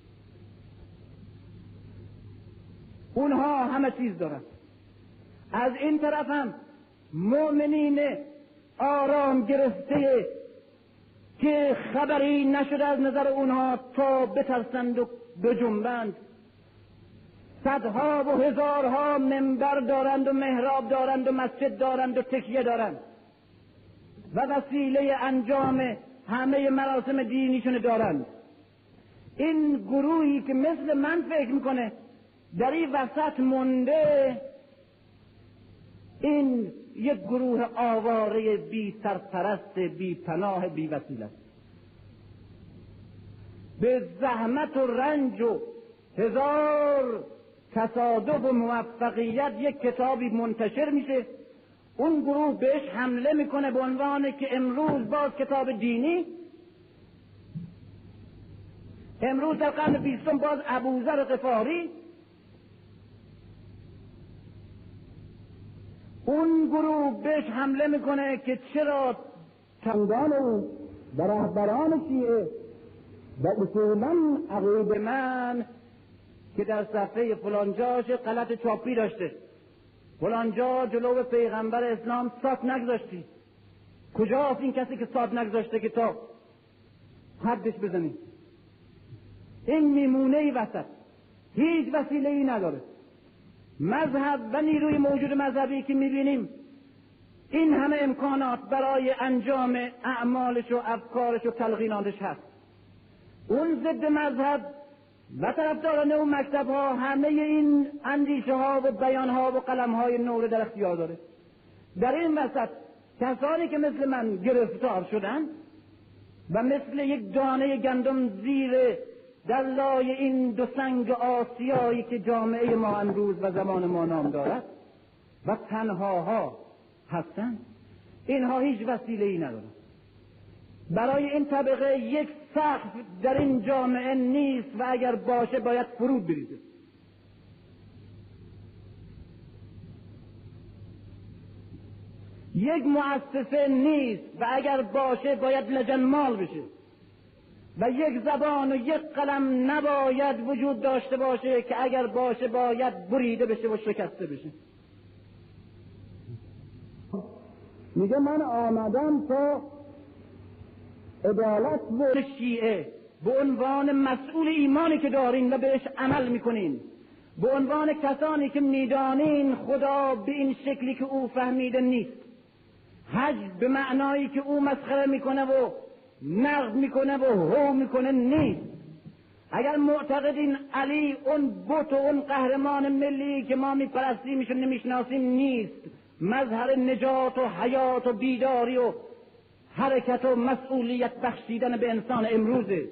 اونها همه چیز دارن. از این طرف هم مؤمنین آرام گرفته که خبری نشده از نظر اونها تا بترسند و بجنبند، صدها و هزارها منبر دارند و محراب دارند و مسجد دارند و تکیه دارند و وسیله انجام همه مراسم دینیشون دارند. این گروهی که مثل من فکر میکنه در این وسط مونده، این یک گروه آواره بی سرپرست، بی پناه، بی وسیله است. به زحمت و رنج و هزار تصادف و موفقیت یک کتابی منتشر میشه، اون گروه بهش حمله میکنه به عنوان که امروز باز کتاب دینی، امروز در قرن 20 باز ابوذر غفاری، اون گروه بهش حمله میکنه که چرا چندان و رهبران شیعه و اصولا عقیده من که در صفحه فلانجاش غلط چاپی داشته، فلانجا جلو پیغمبر اسلام سات نگذاشتی، کجاست این کسی که سات نگذاشته که تا حدش بزنی؟ این میمونه ای وسط، هیچ وسیله ای نداره. مذهب و نیروی موجود مذهبی که میبینیم این همه امکانات برای انجام اعمالش و افکارش و تلقیناتش هست. اون ضد مذهب و طرفداران اون مکتب ها همه این اندیشه ها و بیان ها و قلم های نو در اختیار داره. در این وسط کسانی که مثل من گرفتار شدن و مثل یک دانه گندم زیر در لای این دو سنگ آسیایی که جامعه ما امروز و زمان ما نام دارد و تنهاها هستند، اینها هیچ وسیله‌ای ندارند. برای این طبقه یک سقف در این جامعه نیست و اگر باشه باید فرود بریزه. یک مؤسسه نیست و اگر باشه باید لجنمال بشه و یک زبان و یک قلم نباید وجود داشته باشه که اگر باشه باید بریده بشه و شکسته بشه. میگه من آمدم تا عدالت و شیعه به عنوان مسئول ایمانی که دارین و بهش عمل میکنین، به عنوان کسانی که میدانین خدا به این شکلی که او فهمیده نیست، حج به معنایی که او مسخره میکنه و نقد میکنه و هو میکنه نیست. اگر معتقدین علی اون بت و اون قهرمان ملی که ما میپرستیمش و نمیشناسیم نیست، مظهر نجات و حیات و بیداری و حرکت و مسئولیت بخشیدن به انسان امروزه.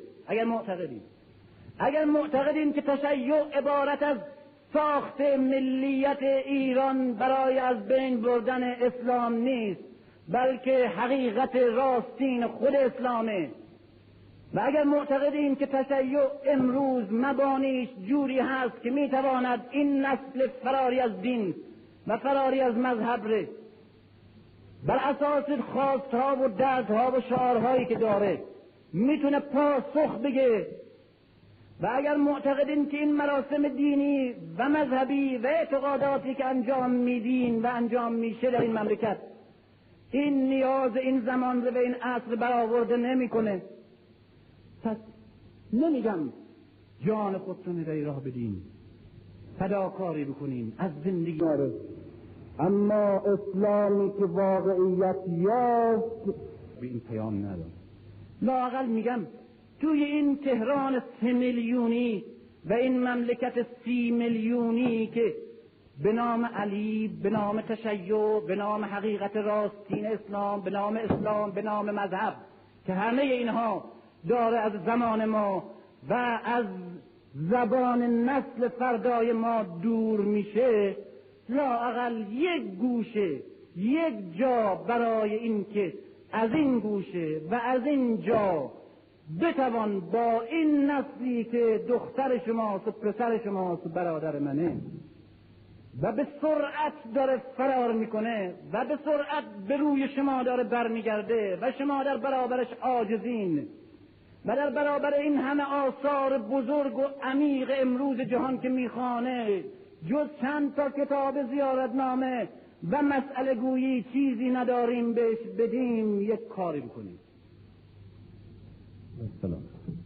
اگر معتقدین که تشیع عبارت از ساخت ملیت ایران برای از بین بردن اسلام نیست، بلکه حقیقت راستین خود اسلامه، و اگر معتقدین که تشیع امروز مبانیش جوری هست که میتواند این نسل فراری از دین و فراری از مذهب بر اساس خواستها و دردها و شعارهایی که داره میتونه پاسخ بگه، و اگر معتقدین که این مراسم دینی و مذهبی و اعتقاداتی که انجام میدین و انجام میشه در این مملکت این نیاز این زمان و این عصر برآورده نمیکنه، پس نمیگم جان خودتون در راه بدین، فداکاری بکنین از زندگی داره. اما اسلامی که واقعیت یافت به این پیام نداره. لااقل میگم توی این تهران 3 میلیونی و این مملکت 30 میلیونی که به نام علی، به نام تشیع، به نام حقیقت راستین اسلام، به نام اسلام، به نام مذهب، که همه اینها داره از زمان ما و از زبان نسل فردای ما دور میشه، لااقل یک گوشه، یک جا برای این که از این گوشه و از این جا بتوان با این نسلی که دختر شماست و پسر شماست و برادر منه و به سرعت داره فرار میکنه و به سرعت به روی شما داره برمیگرده و شما در برابرش عاجزین و در برابر این همه آثار بزرگ و عمیق امروز جهان که میخوانه جز چند تا کتاب زیارتنامه و مسئله گویی چیزی نداریم بهش بدیم، یک کاری بکنیم. سلام.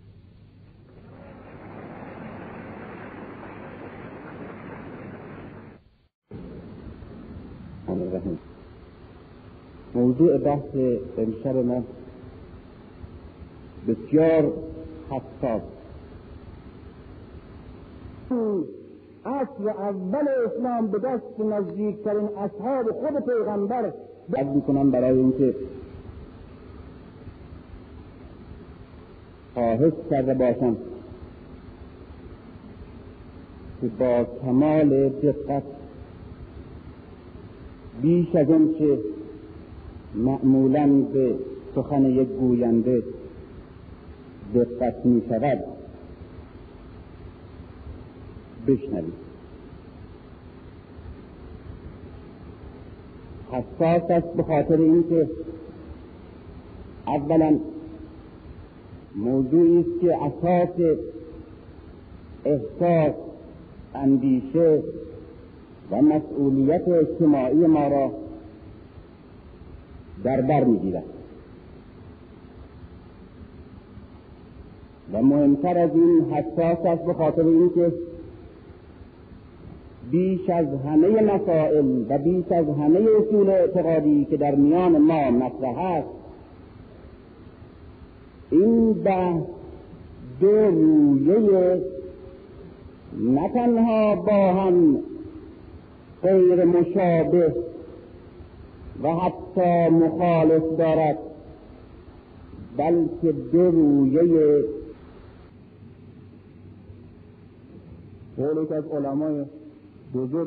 موضوع بحث امشب ما بسیار حساس. عصر اول اسلام به دست نزدیکترین اصحاب خود پیغمبر عرض میکنم برای اینکه خواهش کرده باشم که با کمال دقت بیش از اون که معمولاً به سخن یک گوینده دقت می شود بشنوید. حساس است به خاطر اینکه اولا موضوعی است که اساس احساس، اندیشه و مسئولیت اجتماعی ما را در بر می‌گیرد و مهمتر از این حساس است به خاطر اینکه بیش از همه مسائل و بیش از همه اصول اعتقادی که در میان ما مطرح است، این بحث دو رویه نه تنها با هم غیر مشابه و حتی مخالف دارد، بلکه دو رویه. قول از علمای بزرگ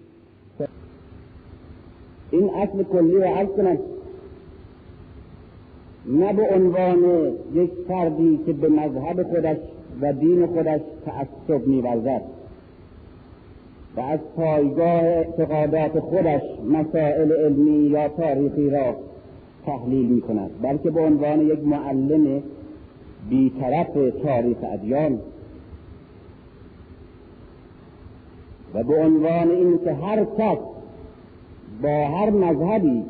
این اصل کلی رو عرض کنم، نه به عنوان یک فردی که به مذهب خودش و دین خودش تعصب می‌ورزد و از پایگاه اعتقادات خودش مسائل علمی یا تاریخی را تحلیل می‌کند، بلکه به عنوان یک معلم بی‌طرف تاریخ ادیان و به عنوان این که هر کس با هر مذهبی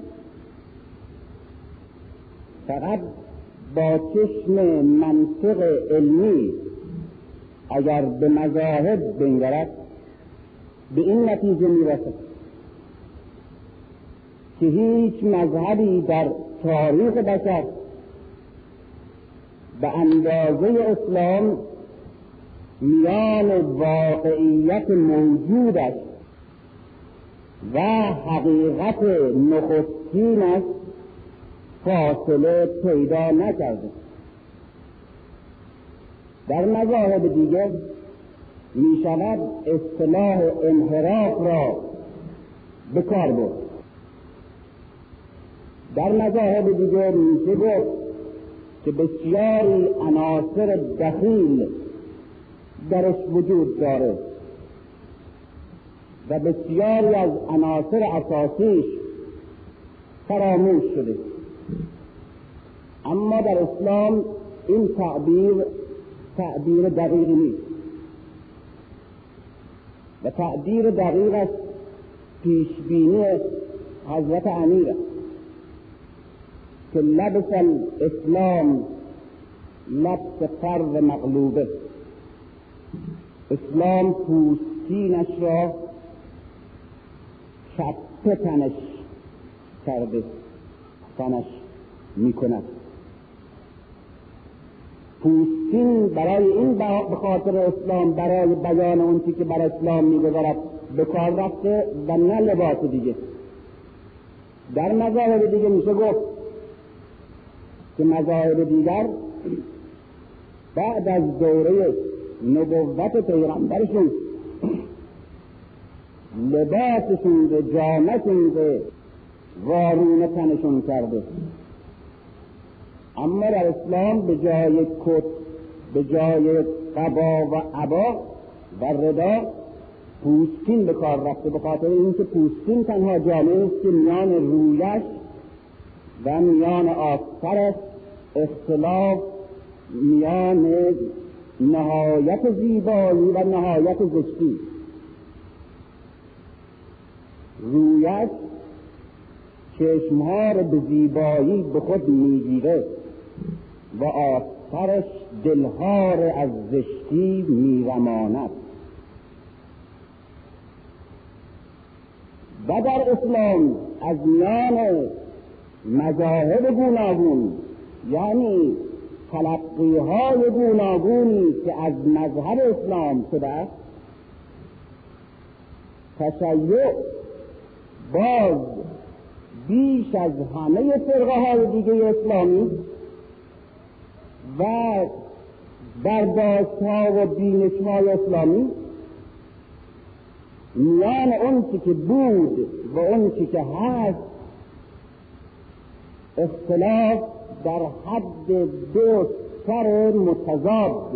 فقط با چشم منطق علمی اگر به مذاهب بنگرد به این نتیجه میرسد که هیچ مذهبی در تاریخ بشر به اندازه اسلام میان واقعیت موجودش و حقیقت نخستینش فاصله پیدا نکرده. در مذاهب دیگر می شود اصطلاح انحراف را به کار برد. در مذاهب دیگر میشه گفت که بسیاری عناصر دخیل درش وجود داره و بسیاری از عناصر اساسیش فراموش شده. اما در اسلام این تعبیر دقیقی نیست و تعبیر دقیق است پیشبینی حضرت امیر که لبس الاسلام لبس فرو مغلوبه، اسلام پوستینش را چپه تنش کرده، تنش می کند. پوستین برای این به خاطر اسلام، برای بیان اون چیزی که بر اسلام می‌گذرد به کار رفته و نه لباس دیگه. در مذاهب دیگه میشه گفت که مذاهب دیگر بعد از دوره نبوت پیغمبرشون لباسشون و جامهشون و وارونه تنشون کرده، اما در اسلام به جای کت، به جای قبا و عبا و ردا پوستین به کار رفته، به خاطر اینکه پوستین تنها جامعه است که میان رویش و میان آسترش اختلاف، میان نهایت زیبایی و نهایت زشتی، رویش چشمها رو به زیبایی به خود میگیره و آسترش دلها رو از زشتی میرماند. و در اسلام از میان مذاهب گوناگون، یعنی تلقیهای گوناگونی که از مذهب اسلام شده است، تشیع باز بیش از همه فرقه‌های دیگه اسلامی و برداشت‌ها و بینش‌های اسلامی میان اون چی که بود و اون چی که هست اختلاف در حد دو سر متضاد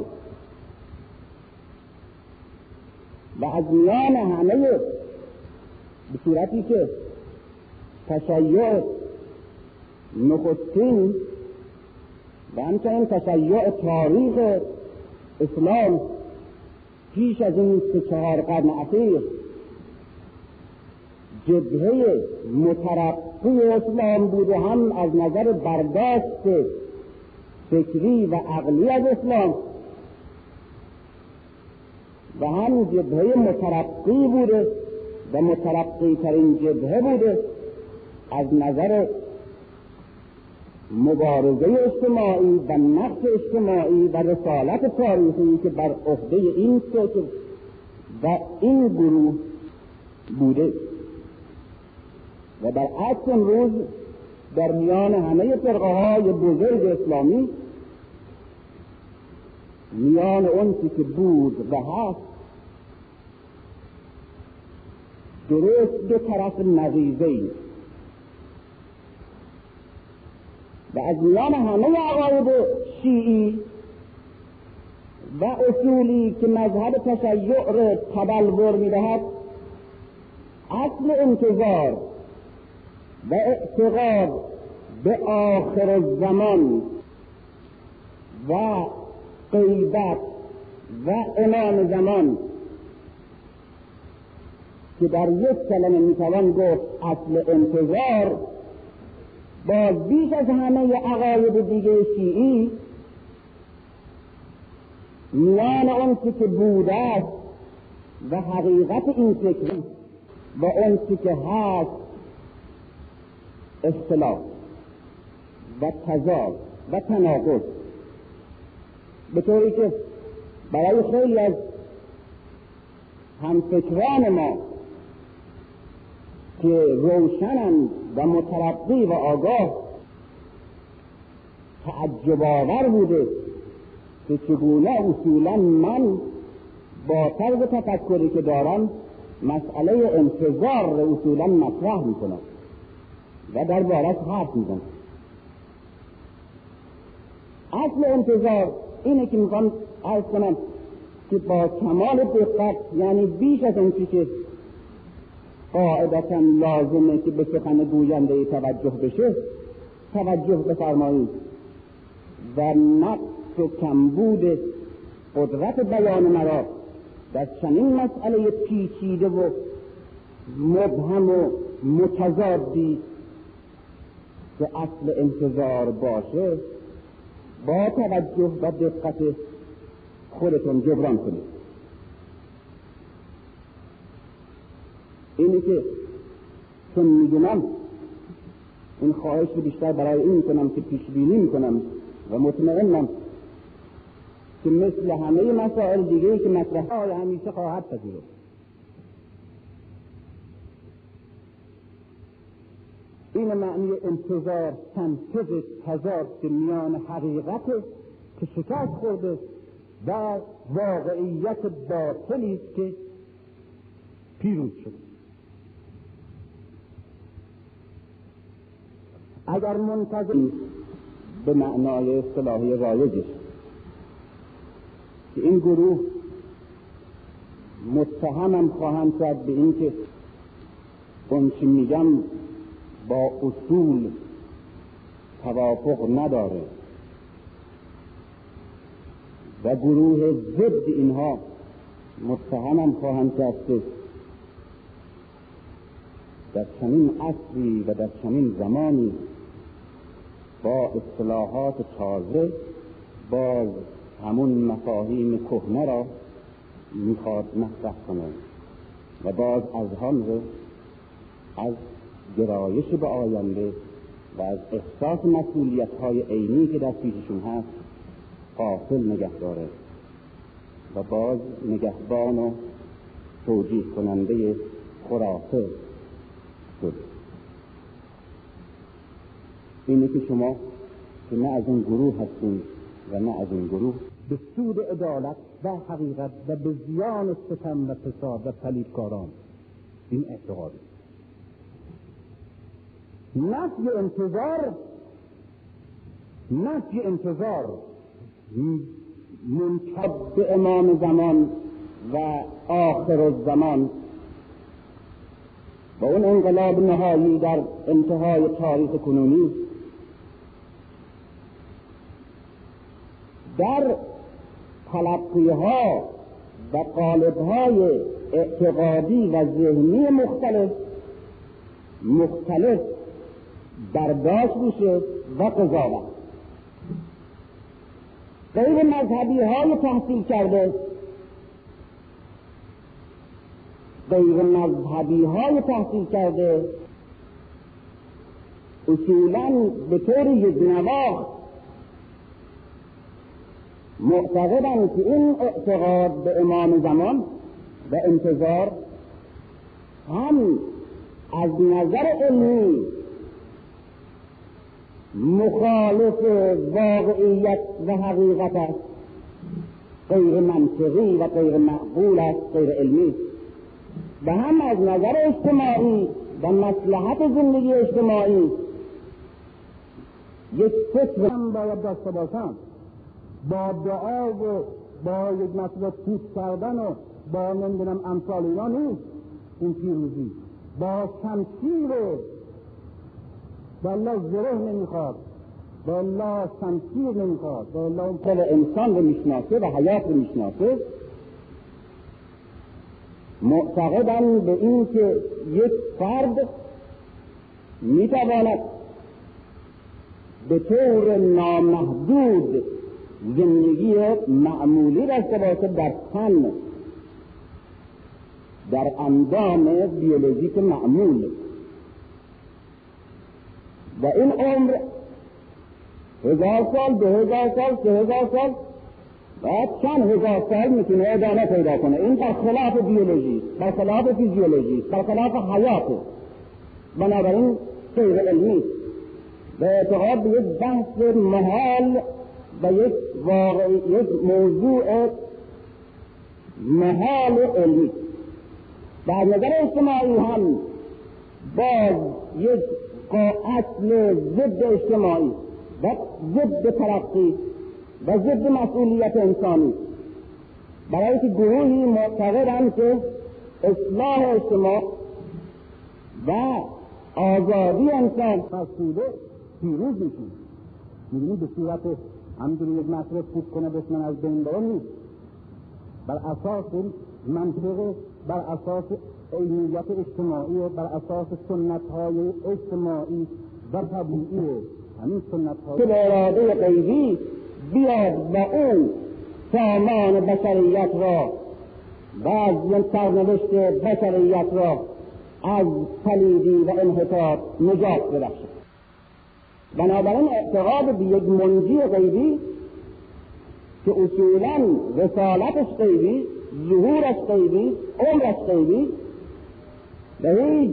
و از میان همه به صورتی که تشیع نخستین و همچنین تشیع تاریخ اسلام پیش از این 3-4 قرن اخیر جبهه مترقی اسلام بود، هم از نظر برداشت فکری و عقلی از اسلام و هم جبهه مترقی بوده و مترقی ترین جبهه بوده از نظر مبارزه اجتماعی و نقش اجتماعی و رسالت تاریخی که بر عهده این فکر و این گروه بوده و برعکس امروز در میان همه فرقه های بزرگ اسلامی، میان اون که بود و هست، درست دو طرف نقیضه‌ای و از میان همه عقاید شیعی و اصولی که مذهب تشیع را تبلور می‌دهد، اصل انتظار و اعتقاد به آخر الزمان و غیبت و امام زمان که در یک کلمه میتوان گفت اصل انتظار، باز بیش از همه عقاید دیگه شیعی میان اون که بوده است و حقیقت این فکر و اون که هست اختلاف و تضاد و تناقض، به طوری که برای خیلی از همفکران ما که روشنند و مترقی و آگاه تعجب آور بوده که چگونه اصولا من با طرز تفکری که دارم مسئله انتظار را اصولا مطرح میکنم و در بارش حرف میزنم. اصل انتظار اینه که میخوام عرض کنم که با کمال دقت، یعنی بیش از اون که قاعدتا لازمه که به سخن گوینده توجه بشه توجه بفرمایید و نقص و کمبود قدرت بیان مرا در چنین مسئله پیچیده و مبهم و متضادی که اصل انتظار باشه با توجه و دقت خودتون جبران کنید. اینی که چون میدونم این خواهش رو بیشتر برای این کنم که پیش بینی میکنم و مطمئنم که مثل همه مسائل دیگه‌ای که مطرحه همیشه خواهد پذیرفت. این معنی انتظار تنفذ تضاد که میان حقیقت که شکست خورده و واقعیت باطلی است که پیروز شده. اگر منتظر به معنای اصطلاحی رایجش که این گروه متهمم خواهند شد به این که اون چی میگم با اصول توافق نداره و گروه ضد اینها متهمم خواهند شد که در چنین عصری و در چنین زمانی با اصطلاحات تازه باز همون مفاهیم کهنه را میخواد مطرح کنه و باز اذهان رو از گرایش به آینده و از احساس مسئولیت‌های عینی که در پیششون هست غافل نگه داره و باز نگهبان و توجیه کننده خرافه شد. اینه که شما که نه از اون گروه هستین و نه از اون گروه به سود عدالت و حقیقت و به زیان ستم و فساد و پلیدکاران این اعتقاده. نفی انتظار منتسب به امام زمان و آخر الزمان و اون انقلاب نهایی در انتهای تاریخ کنونی در تلقی‌ها و قالب‌های اعتقادی و ذهنی مختلف برداشت میشه و قضاوت. غیر مذهبی های تحصیل کرده اصولاً به طور یکنواخت معتقدند که این اعتقاد به امام زمان و انتظار هم از نظر علمی مخالف واقعیت و حقیقت است، غیر منطقی و غیر معقول است، غیر علمی، و هم از نظر اجتماعی و مصلحت زندگی اجتماعی یک فکر هم باید داشته باشم. با دعا و با یک مسئله توت کردن و با نمیدونم امثال اینا نیست این پیروزی. با شمشیر والله زره نمیخواد، والله شمشیر نمیخواد، والله اون پل انسان رو میشناسه و حیات رو میشناسه. معتقدن به این که یک فرد میتواند به طور نامحدود زندگی معمولی داشته باشه در تن، در اندام بیولوژیک معمول، و این عمر 1000 سال، 2000 سال، 3000 سال و چند هزار سال میتونه ادامه پیدا کنه. این برخلاف بیولوژی، برخلاف فیزیولوژی، برخلاف حیات. بنابراین غیر علمی و اعتقاد به یک بحث محال و یک موضوع محال علمی. و از نظر اجتماعی هم باز یک اصل ضد اجتماعی و ضد ترقی و ضد مسئولیت انسانی، برای که گروهی معتقدند که اصلاح اجتماع و آزادی انسان فرسوده پیروز میشون. میدونی به صورت همینجوری یک مسئله فوت کنه بسمن از بین بره نیست، بر اساس منطقه، بر اساس عینیت اجتماعی، بر اساس سنت‌های اجتماعی و طبیعی. همین سنت‌های که به اراده غیبی بیاد و اون سامان بشریت را و از سرنوشت بشریت را از پلیدی و انحطاط نجات ببخشد. بنابراین اعتقاد به یک منجی غیبی که اصولاً رسالتش غیبی، ظهورش غیبی، عمرش غیبی، به هیچ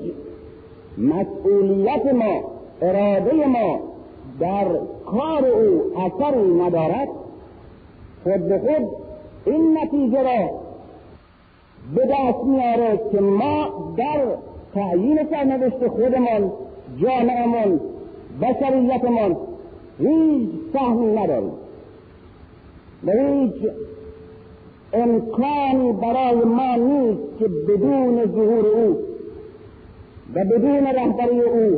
مسئولیت ما، اراده ما در کار او اثری ندارد، خود به خود این نتیجه را به دست میاره که ما در تعیین سرنوشت خودمان، جامعهمان، بشریتمان هیچ سهمی نداریم و هیچ امکانی برای ما نیست که بدون ظهور او و بدون رهبری او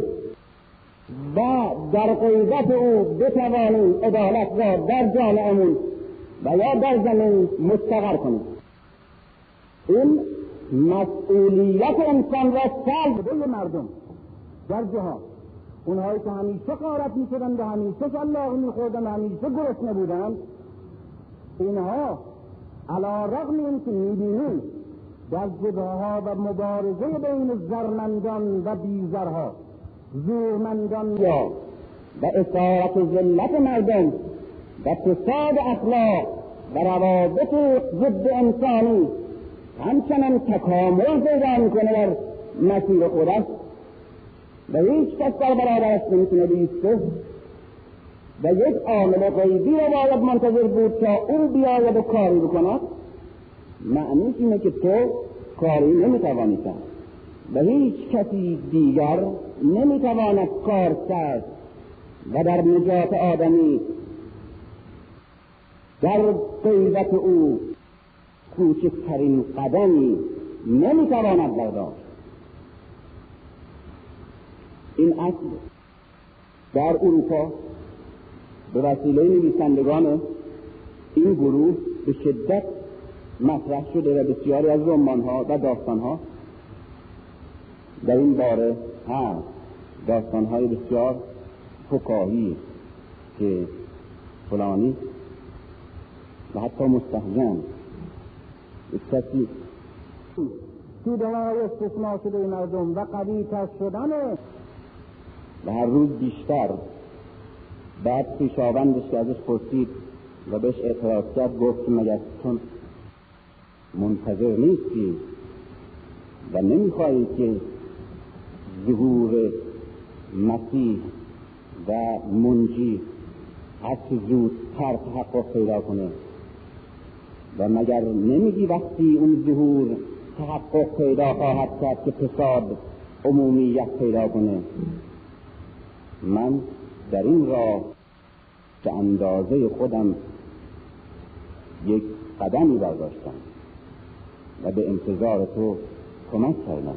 و در قیادت او بتوانیم عدالت را در جامعهمون و یا در زمین مستقر کنیم. این مسئولیت انسان را سلب به مردم در جهان، اونهایی که همیشه غارت می‌شدند و همیشه شلاق می‌خوردند و همیشه گرسنه بودند، اینها علی رغم این که می‌بینیم در جبهه‌ها و مبارزه بین زرمندان و بیزرها، زورمندان یا و اسارت و ذلت مردم و فساد اخلاق و روابط ضد انسانی همچنان تکامل پیدا میکنه در مسیر خودش و هیچ کس در برابرش نمیتونه بیسته و یک عامل غیبی رو باید منتظر بود تا اون بیاید و کاری بکند. معنیش اینه که تو کاری نمیتوانی کرد و هیچ کسی دیگر نمیتواند کار کرد و در نجات آدمی در قیادت او کوچکترین قدمی نمیتواند برداشت. این اصل در اروپا به وسیله نویسندگان این گروه به شدت مطرح شده و بسیاری از رمان‌ها و داستان‌ها در این باره هست. داستان‌های بسیار فکاهی که فلانی و حتی مستهجن کسی سودهای استثناء شده مردم و قوی‌تر شدن و هر روز بیشتر. بعد خویشاوندش که ازش پرسید و بهش اعتراض کرد گفت مگر چون منتظر نیستی و نمیخواهی که ظهور مسیح و منجی هر چه زودتر تحقق پیدا کنه و مگر نمیگی وقتی اون ظهور تحقق پیدا خواهد کرد که فساد عمومیت پیدا کنه؟ من در این راه به اندازه خودم یک قدمی برداشتم و به انتظار تو کمک کردم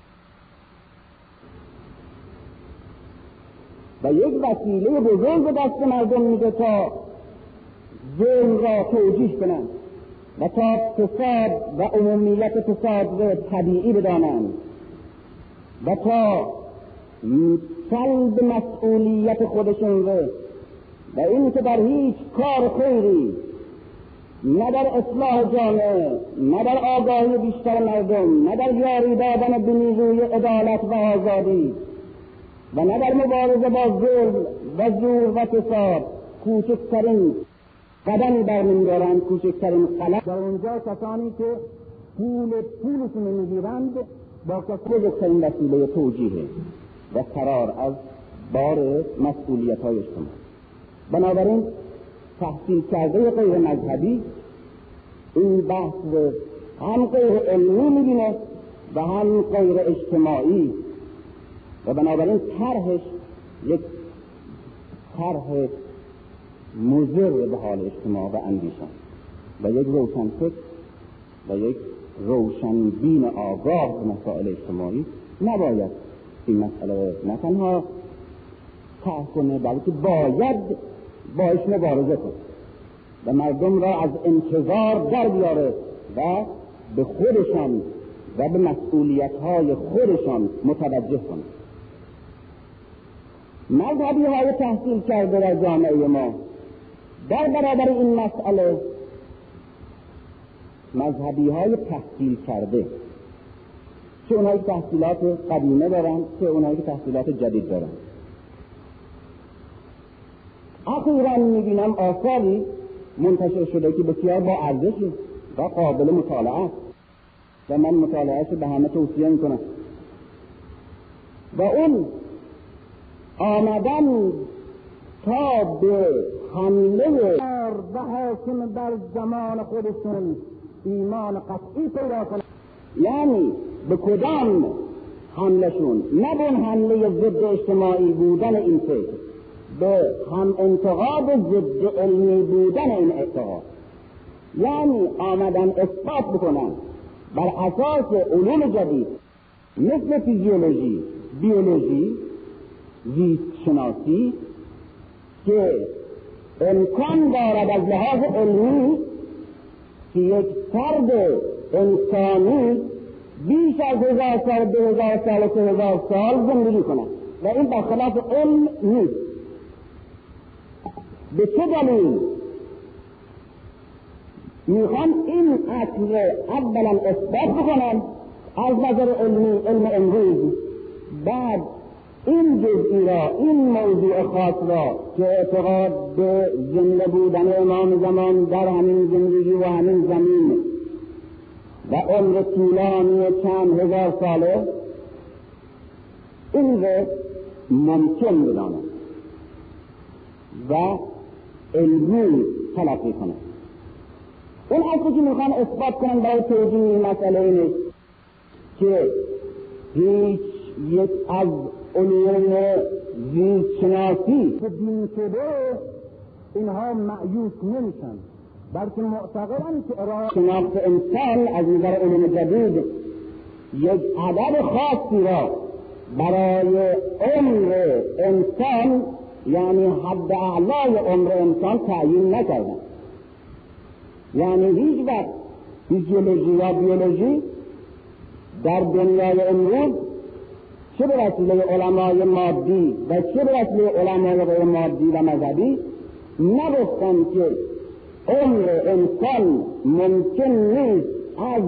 و یک وسیله بزرگ دست مردم میده تا ظلم را توجیه کنند و تا فساد و عمومیت فساد را طبیعی بدانند و تا سلب مسئولیت خودشون رو و این که در هیچ کار خیری، نه در اصلاح جامعه، نه در آگاهی بیشتر مردم، نه در جاری دادن به نیروی عدالت و آزادی و نه در مبارزه با ظلم و زور و فساد کوچکترین قدمی برمی‌دارند، کوچکترین غلط در اونجا کسانی که پولشون میگیرند با کوچکترین وسیله توجیه و فرار از بار مسئولیت‌های اجتماعی. بنابراین تحصیل کرده غیر مذهبی این بحث رو هم غیر علمی می‌بینه و هم غیر اجتماعی و بنابراین طرحش یک طرح مضر به حال اجتماع و اندیشه و یک روشنفکر و یک روشنبین آگاه به مسائل اجتماعی نباید این مسئله نه تنها طرح کنه بلکه باید باش مبارزه کنه و مردم را از انتظار در بیاره و به خودشان و به مسئولیت‌های خودشان متوجه کنه. مذهبی های تحصیل کرده در جامعه ما در برابر این مسئله، مذهبی های تحصیل کرده، چه اونهایی که تحصیلات قدیمه دارن چه اونهایی که تحصیلات جدید دارن، اخیراً میبینم آثاری منتشر شده که بسیار با ارزشی و قابل مطالعه است و من مطالعهش به همه توصیه میکنم و اون آمدن تا به حمله و حاکم بر زمان خودشون ایمان قطعی پیدا کنن، یعنی به کدام حملشون؟ نه به حمله ضد اجتماعی بودن این فکر، به هم انتقاد ضد علمی بودن این اعتقاد، یعنی آمدن اثبات بکنن بر اساس علوم جدید مثل فیزیولوژی، بیولوژی، زیست شناسی که امکان دارد از لحاظ علمی که یک فرد انسانی بیش از 1000 سال، 2000 سال و 3000 سال زندگی کند و این برخلاف علم نیست. به چه دلیل؟ میخوان این اصل رو اولا اثبات بکنن از نظر علمی، علم امروز، بعد این جزئی را، این موضوع خاص را که اعتقاد به زنده بودن امام زمان در همین زندگی و همین زمین و عمر طولانی چند هزار ساله، این رو ممکن بدانند و علمی تلقی کنند. اون اصلی که میخوان اثبات کنند برای توجیه این مسئله اینه که هیچ یک از علوم زیست شناسی که دین شده اینها مأیوس نمیشن، بلکه معتقدن که شناخت انسان از نظر علوم جدید یک عدد خاصی را برای عمر انسان، یعنی حد اعلای عمر انسان تعیین نکردن. یعنی هیچ وقت فیزیولوژی یا بیولوژی در دنیای امروز چه به وسیله علمای مادی و چه به وسیله علمای غیر مادی و مذهبی نگفتن که عمر انسان ممکن نیست از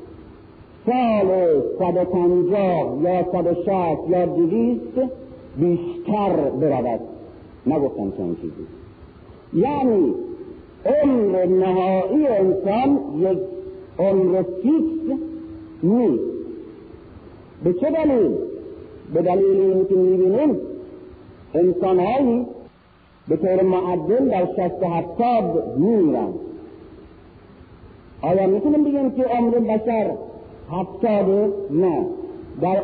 سال 150 یا 160 یا 200 بیشتر برود. نگفتن چنین چیزی. یعنی عمر نهایی انسان یک عمر فیکس نیست. به چه دلیل؟ به دلیل اینکه می‌بینیم انسان‌هایی به طور معدل در 60-70 می‌میرند. آیا میتونیم بگیم که عمر بشر 70؟ نه. در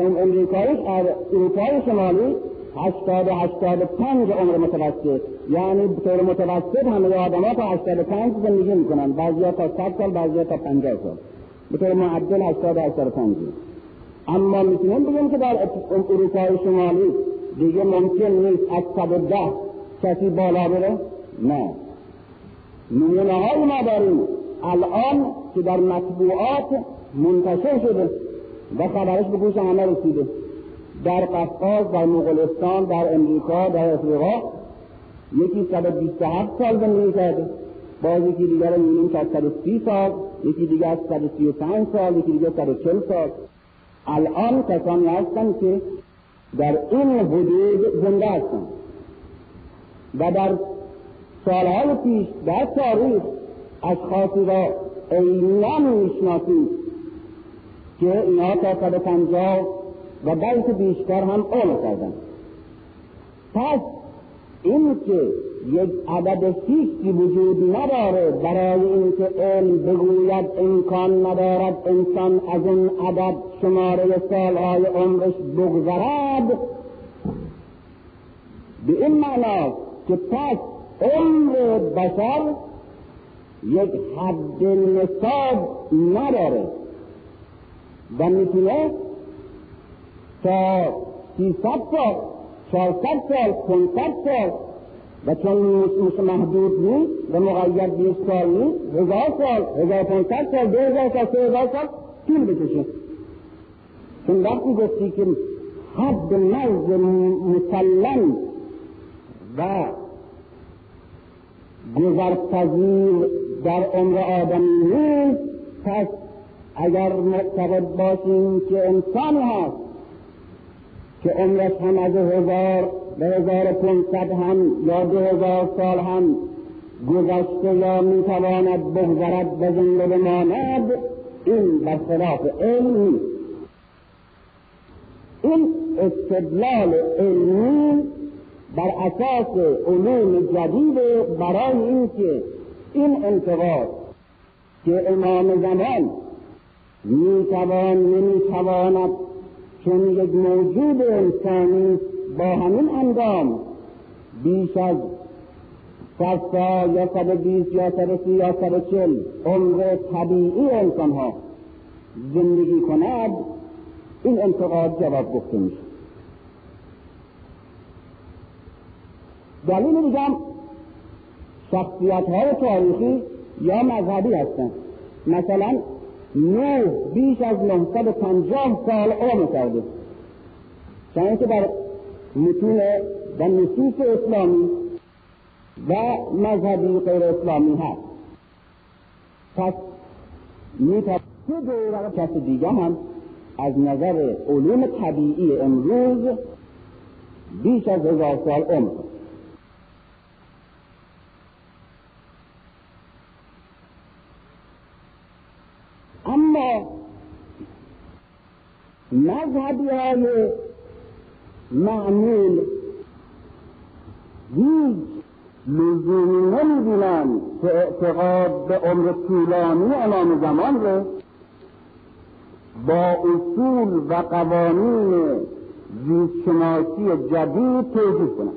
اروپای شمالی 80-85 عمر متوسط، یعنی به طور متوسط همه آدم‌ها تا 85 زندگی میکنن، بعضی‌ها تا 100 سال، بعضی‌ها تا 50 سال، به طور معدل 80-85. اما میتونیم بگیم که در اروپای شمالی دیگه ممکن نیست از 110 کسی بالا بره؟ نه. نمونه‌های ما داریم الان که در مطبوعات منتشر شده و خبرش به گوش همه رسیده، در قفقاز، در مغولستان، در امریکا، در افریقا یکی 127 سال زندگی کرده، باز یکی دیگر می‌بینیم که 130 سال، یکی دیگر 135 سال، یکی دیگر 140 سال. الان کسانی هستند که در این حدود زنده هستند و در سالهای پیش در تاریخ اشخاصی را عیناً می‌شناسیم که اینها تا 150 و بلکه بیشتر هم عمر کردند. پس این که یک عدد فیکسی وجود نداره برای اینکه علم بگوید امکان ندارد انسان از اون عدد شماره سالهای عمرش بگذرد، به این معنی که پس عمر بشر یک حد نصاب نداره و میتونه تا 300 سال، 400 سال، 500 سال و چون محدود نیست و مقید 20 سال نیست، 1000 سال، 1500 سال، 2000 سال، 3000 سال طول بکشه. چون وقتی گفتی که حد نزد مسلم و گذرپذیر در عمر آدمی نیست، پس اگر معتقد باشیم که انسانی هست که عمرش هم از 1000 به 1500 هم یا 2000 سال هم گذشته یا میتواند بگذرد و زنده بماند، این برخلاف علم نیست. این استدلال علمی بر اساس علوم جدید برای اینکه این انتقاد که امام زمان نمیتواند چون یک موجود انسانی با همین اندام بیش از 100 سال یا 120 یا 130 یا 140 عمر طبیعی انسان ها زندگی کند، این انتقاد جواب گفته میشه. دلیل دیگه شخصیت های تاریخی یا مذهبی هستند. مثلا نوح بیش از 950 سال عمر کرده، چون که در متون و نصوص اسلامی و مذهبی غیر اسلامی هست. پس میتواند دوره کسی دیگه هم از نظر علوم طبیعی امروز بیش از 1000 سال عمر کرد. اما مذهبی های معمول هیچ لزومی نمی‌بینند که اعتقاد به عمر طولانی امام زمان را با اصول و قوانین زیستشناسی جدید توجیه کنند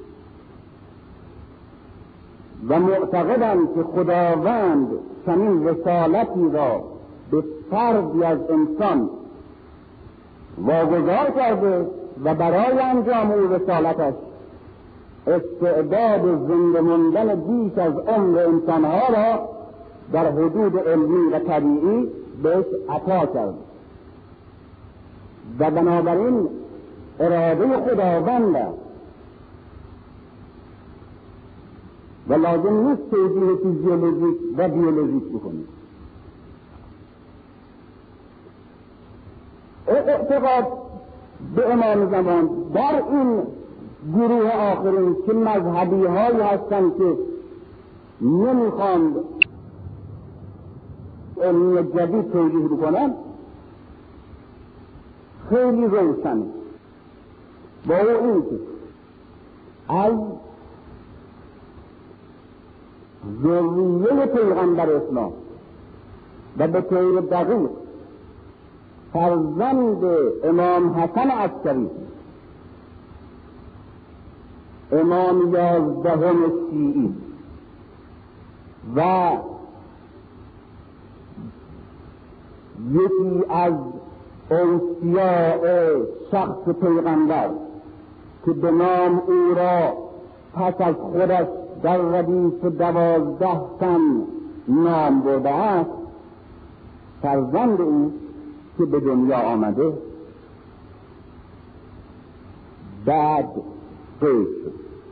و معتقدند که خداوند چنین رسالتی را به فردی از انسان واگذار کرده و برای انجام او رسالتش استعداد زنده ماندن بیش از عمر انسانها را در حدود علمی و طبیعی بهش عطا کرد و بنابراین اراده خداوند و لازم نیست توجیه فیزیولوژیک و بیولوژیک بکنید. اعتقاد به امام زمان در این گروه آخرین که مذهبی هایی هستند که نمیخواند علمی جدید توجیه بکنم خیلی روشن با این که از ذریه پیغمبر اسلام و به طور دقیق فرزند امام حسن عسکری امام 11 شیعی و یکی از اوصیاء شخص پیغمبر که به نام او را پس از خودش در ردیف 12 تن نام برده است، فرزند او که به دنیا آمده بعد قید شد،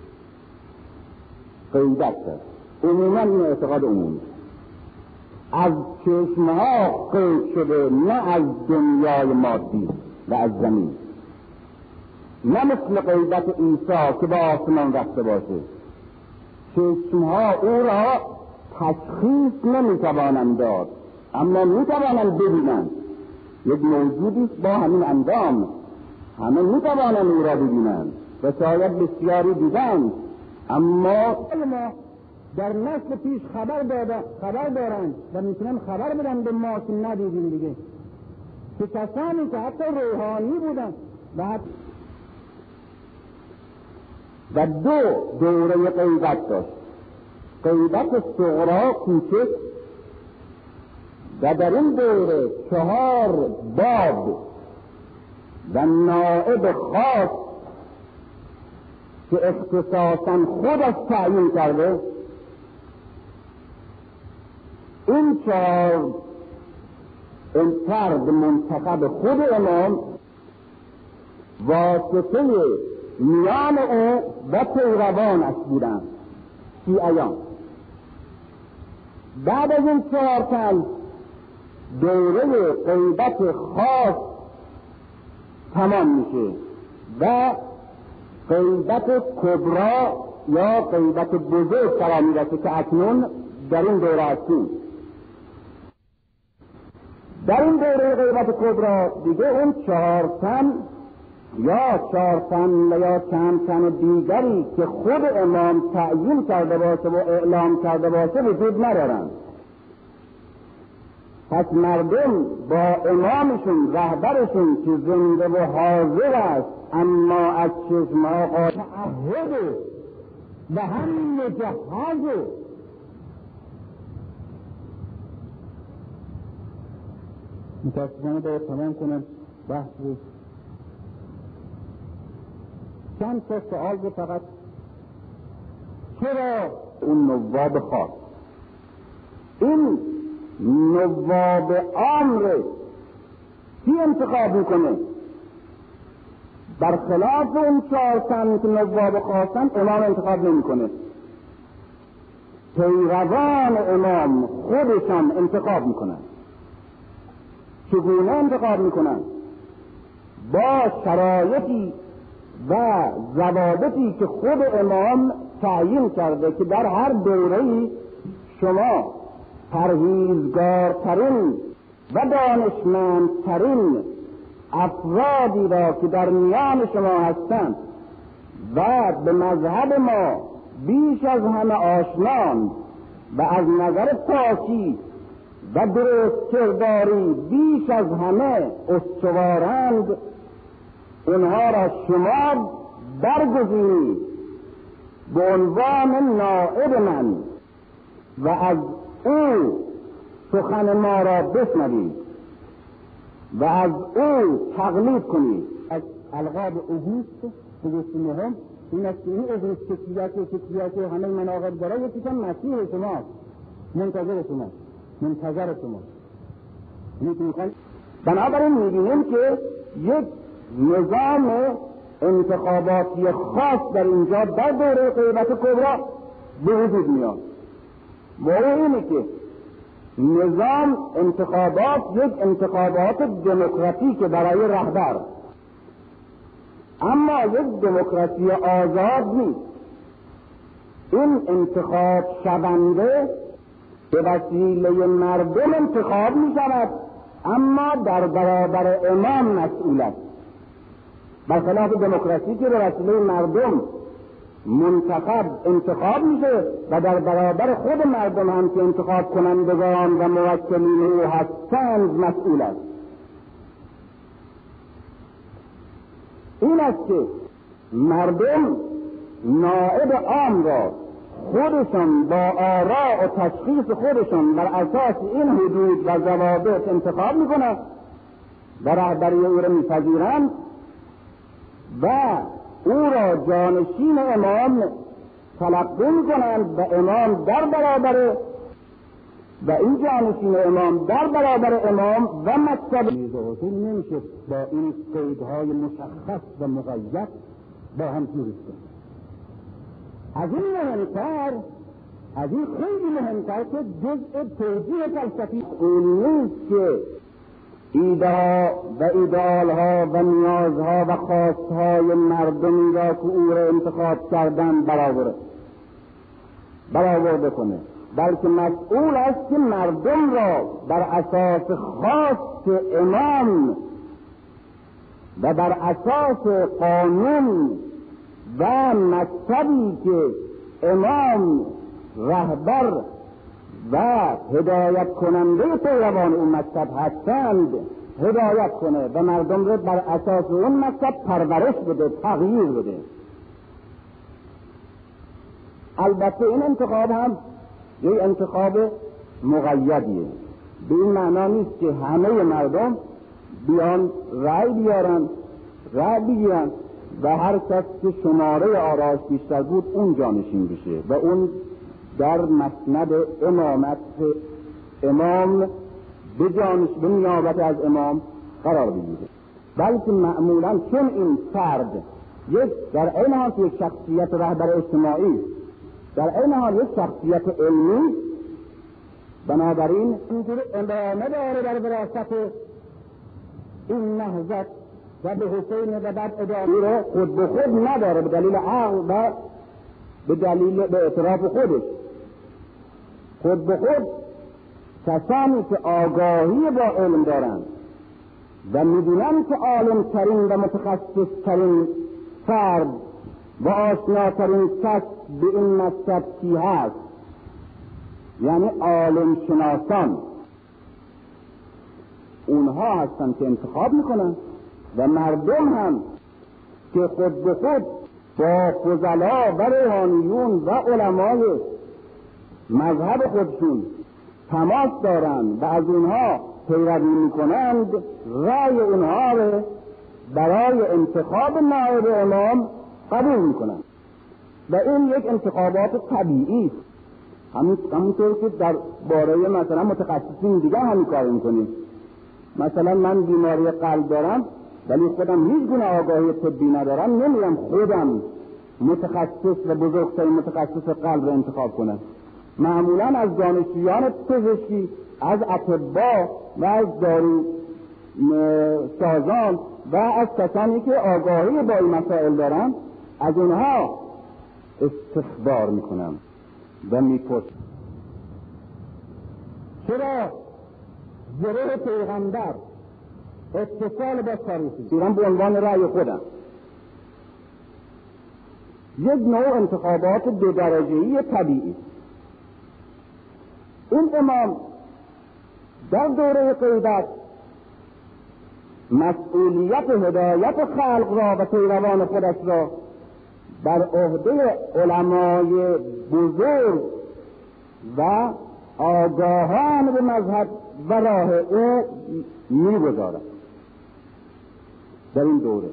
قیدت شد. عموما این اعتقاد عمومی از چشمها قید شده، نه از دنیای مادی و از زمین، نه مثل قیدت عیسی که به آسمان رفته باشه. چشمها او را تشخیص نمیتوانند داد، اما میتوانند ببینند. یک موجودی با همین اندام همه میتوانند او را ببینند و شاید بسیاری دیدند، اما در نسل پیش خبر دارند و میتونن خبر بدن به ما که ندیدیم دیگه، که کسانی که حتی روحانی بودن و دو دوره قیدت داشت. قیدت صغرا کوچک و در این دوره 4 باب و نائب خاص که اختصاصا خودش تعیین کرده. این 4 فرد منتخب خود امام واسطه میان او و پیروانش بودند، شیعیان. بعد از این 4 تن دوره قیدت خاص تمام میشه و قیدت کبرا یا قیدت بزرگ فرا میرسه که اکنون در این دوره هستیم. در این دوره قیدت کبرا دیگه اون 4 تن یا 4 تن یا چند تن دیگری که خود امام تعیین کرده باشه و اعلام کرده باشه وجود ندارند. پس مردم با امامشون، رهبرشون که زنده و حاضر است اما از چشمها تعهد و همین مجهز متاسفانه باید تمام کنم بحث رو. چند تا سوال رو فقط. چرا اون نواب خاص این نواب عام رو کی انتخاب میکنه؟ برخلاف اون 4 تن که نواب خاصن امام انتخاب نمیکنه، پیروان امام خودشان انتخاب میکنن. چگونه انتخاب میکنن؟ با شرایطی و ضوابطی که خود امام تعیین کرده که در هر دوره‌ای شما پرهیزگارترین و دانشمندترین افرادی را که در میان شما هستند و به مذهب ما بیش از همه آشنان و از نظر پاکی و درست کرداری بیش از همه استوارند، اونها را شما برگزینید به عنوان نائب من و از او سخن ما را بشنوید و از او تقلید کنید. از القاب اوگوست مهم این است که این اگوستیت همه مناقب داره، یکیشان مسیح شماست، منتظر شما. بنابراین می‌بینیم که یک نظام انتخاباتی خاص در اینجا در دوره قیدت کبرا به وجود میاد و اینه که نظام انتخابات یک انتخابات دموکراتیک برای رهبر، اما یک دموکراسی آزاد نیست. این انتخاب شونده به وسیله مردم انتخاب می شود، اما در برابر امام مسئول است. برخلاف دموکراسی که به وسیله مردم انتخاب میشه و در برابر خود مردم هم که انتخاب کنندگان و موکلین او هستند مسئول است. این است که مردم نائب عام را خودشان با آراء و تشخیص خودشان بر اساس این حدود و ضوابط انتخاب میکنند و رهبری او را میپذیرند و او را جانشین امام تلقی میکنند و امام در برابر و این جانشین امام در برابر امام و مکتب حسین نمیشه با این قیدهای مشخص و مقید با هم جوریست. از این مهمتر، از این خیلی مهمتر که جزء توجیه فلسفی اون نیست که ایده ها و ایدئال ها و نیازها و خواستهای مردمی را که او را انتخاب کردن برآورده کنه، بلکه مسئول است که مردم را بر اساس خواست امام و بر اساس قانون و مکتبی که امام رهبر و هدایت کننده پیروان اون مکتب هستند هدایت کنه و مردم رو بر اساس اون مکتب پرورش بده، تغییر بده. البته این انتخاب هم یک انتخاب مقیدیه. به این معنا نیست که همه مردم بیان رأی بگیرن و هر کس که شماره آراش بیشتر بود اون جانشین بشه و اون در مسند امامت امام به نیابت از امام قرار بگیره، بلکه معمولا چون این فرد در عین حال یک شخصیت رهبر اجتماعی، در عین حال یک شخصیت علمی، بنابراین اینجور امامه داره در وراثت این نهضت و به حسین و بعد اداره رو خود به خود نداره به دلیل عقل و به دلیل به اعتراف خودش. خود به خود کسانی که آگاهی با علم دارند و میدونن که عالم ترین و متخصص ترین فرد و آشناترین کس به این مکتب کی هست، یعنی عالم شناسان، اونها هستن که انتخاب میکنن و مردم هم که خود به خود با فضلا و روحانیون و علمای مذهب خودشون تماس دارند و از اونها پیروی میکنند، رأی اونها رو برای انتخاب نائب امام قبول میکنند و این یک انتخابات طبیعی است. همونطور که در باره مثلا متخصصین دیگه همین کار میکنیم. مثلا من بیماری قلب دارم ولی خودم هیچ گونه آگاهی طبی ندارم، نمیرم خودم متخصص و بزرگترین متخصص قلب رو انتخاب کنم. معمولا از دانشجویان پزشکی، از اطباء و از دارو سازان و از کسانی که آگاهی با این مسائل دارن از اونها استخبار میکنم و میپرسم چرا گروه پیغمبر اتصال با تاریخی دیرم به عنوان رأی خودم یک نوع انتخابات دو درجه‌ای طبیعی. این امام در دوره غیبت مسئولیت هدایت خلق را و پیروان خودش را بر عهده علمای بزرگ و آگاهان به مذهب و راه او می‌گذارد. در این دوره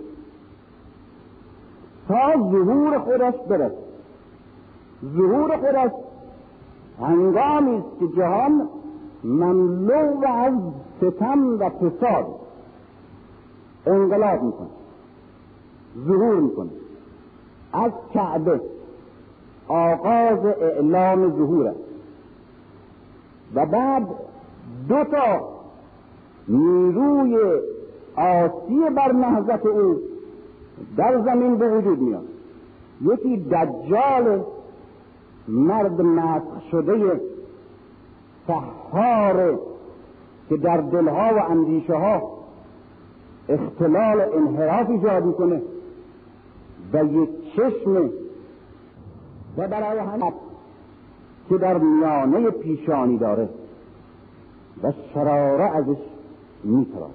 تا ظهور خودش برسد. ظهور خودش هنگامی است که جهان مملو از ستم و فساد انقلاب میکنه، ظهور میکنه. از کعبه آغاز اعلام ظهور است و بعد دو تا نیروی آسی بر نهضت او در زمین به وجود میاد. یکی دجال مرد مسخ شده سحاره که در دلها و اندیشه ها اختلال و انحراف ایجاد میکنه و یک چشم و برای همه که در میانه پیشانی داره و شراره ازش میتراد.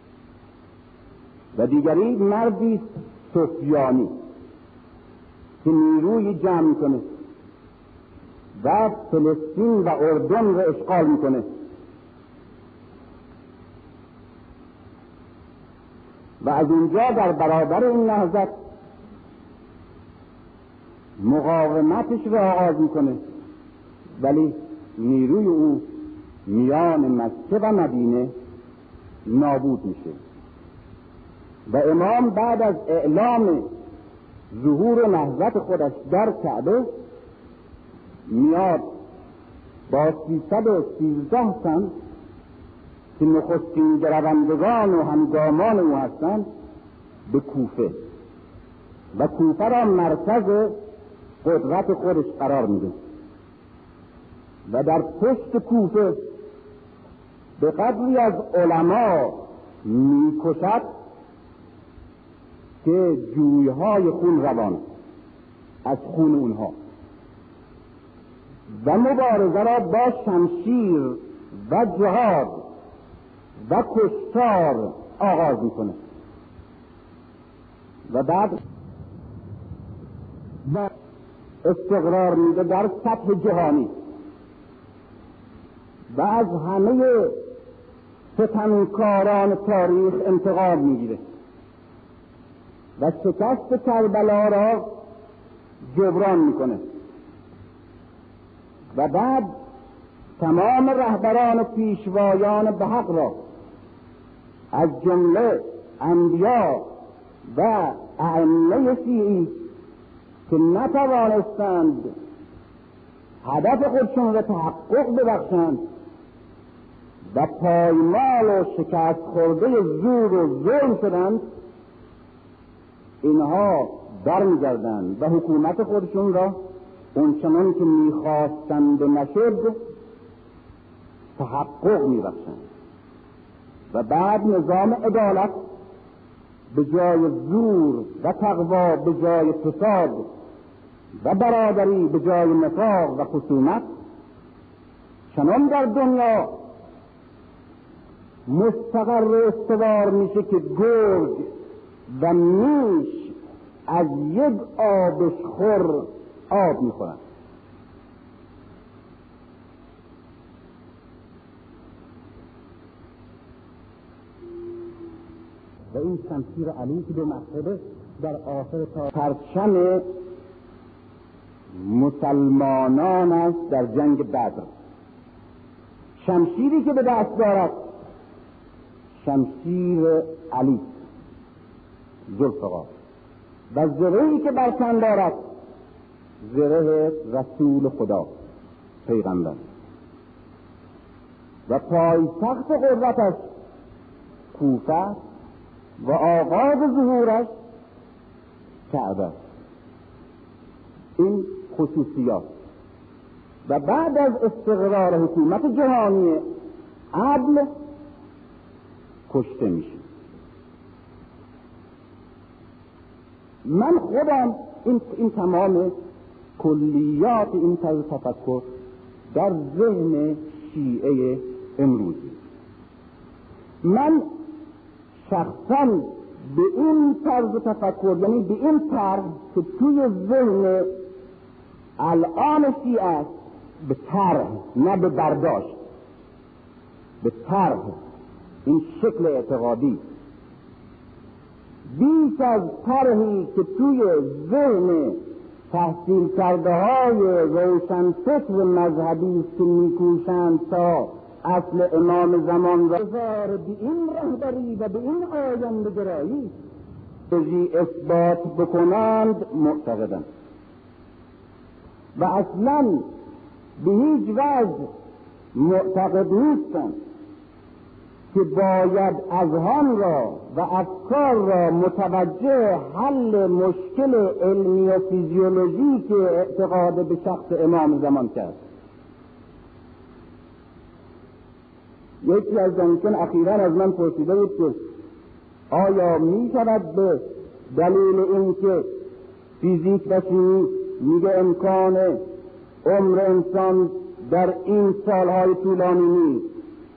و دیگری مردی سفیانی که نیروی جمع میکنه و فلسطین و اردن رو اشغال میکنه و از اونجا در برابر این نهضت مقاومتش رو آغاز میکنه، ولی نیروی او میان مکه و مدینه نابود میشه و امام بعد از اعلام ظهور نهضت خودش در کعبه میاد با 313 تن که نخستین گروندگان و همگامان او هستند به کوفه و کوفه را مرکز قدرت خودش قرار میده و در پشت کوفه به قدری از علما میکشد که جویهای خون روان از خون اونها و مبارزه را با شمشیر و جهاد و کشتار آغاز میکنه و بعد استقرار میده در سطح جهانی و از همه ستمکاران تاریخ انتقام میگیره و شکست کربلا را جبران میکنه و بعد تمام رهبران و پیشوایان به حق را از جمله انبیا و ائمه شیعی که نتوانستند هدف خودشون را تحقق ببخشند و پایمال و شکست خورده زور و ظلم شدند، اینها برمیگردند و حکومت خودشون را اونچنان که میخواستند و نشد تحقق میبخشند و بعد نظام عدالت به جای زور و تقوا به جای فساد و برادری به جای نفاق و خصومت چنان در دنیا مستقر و استوار میشه که گرگ و میش از یک آبشخور آب میخورن. و این شمشیر علی که دو مقصده در آخر پرچم مسلمانان است در جنگ بدر. شمشیری که به دست دارد شمشیر علی ذوالفقار و زرهی که بر تن دارد زره رسول خدا پیغمبر و پایتخت قدرتش کوفه و آغاز ظهورش کعبه. این خصوصیات و بعد از استقرار حکومت جهانی عدل کشته میشه. من خودم این تمام کلیات این طرز تفکر در ذهن شیعه امروزی، من شخصا به این طرز تفکر، یعنی به این طرز که توی ذهن الان شیعه است، به طرح نه به برداشت، به طرح این شکل اعتقادی بیش از طرحی که توی ذهن تحصیل کرده های روشنفکر مذهبی که میکوشند تا اصل امام زمان را به این رهبری و به این آینده گرایی اثبات بکنند معتقدند و اصلا به هیچ وجه معتقد نیستند که باید اذهان را و افکار را متوجه حل مشکل علمی و فیزیولوژی که اعتقاد به شخص امام زمان کرد. یکی از دانشجویان اخیراً از من پرسیده بود که آیا می شود به دلیل اینکه فیزیک و شیمی میگه امکان عمر انسان در این سالهای طولانی نیست،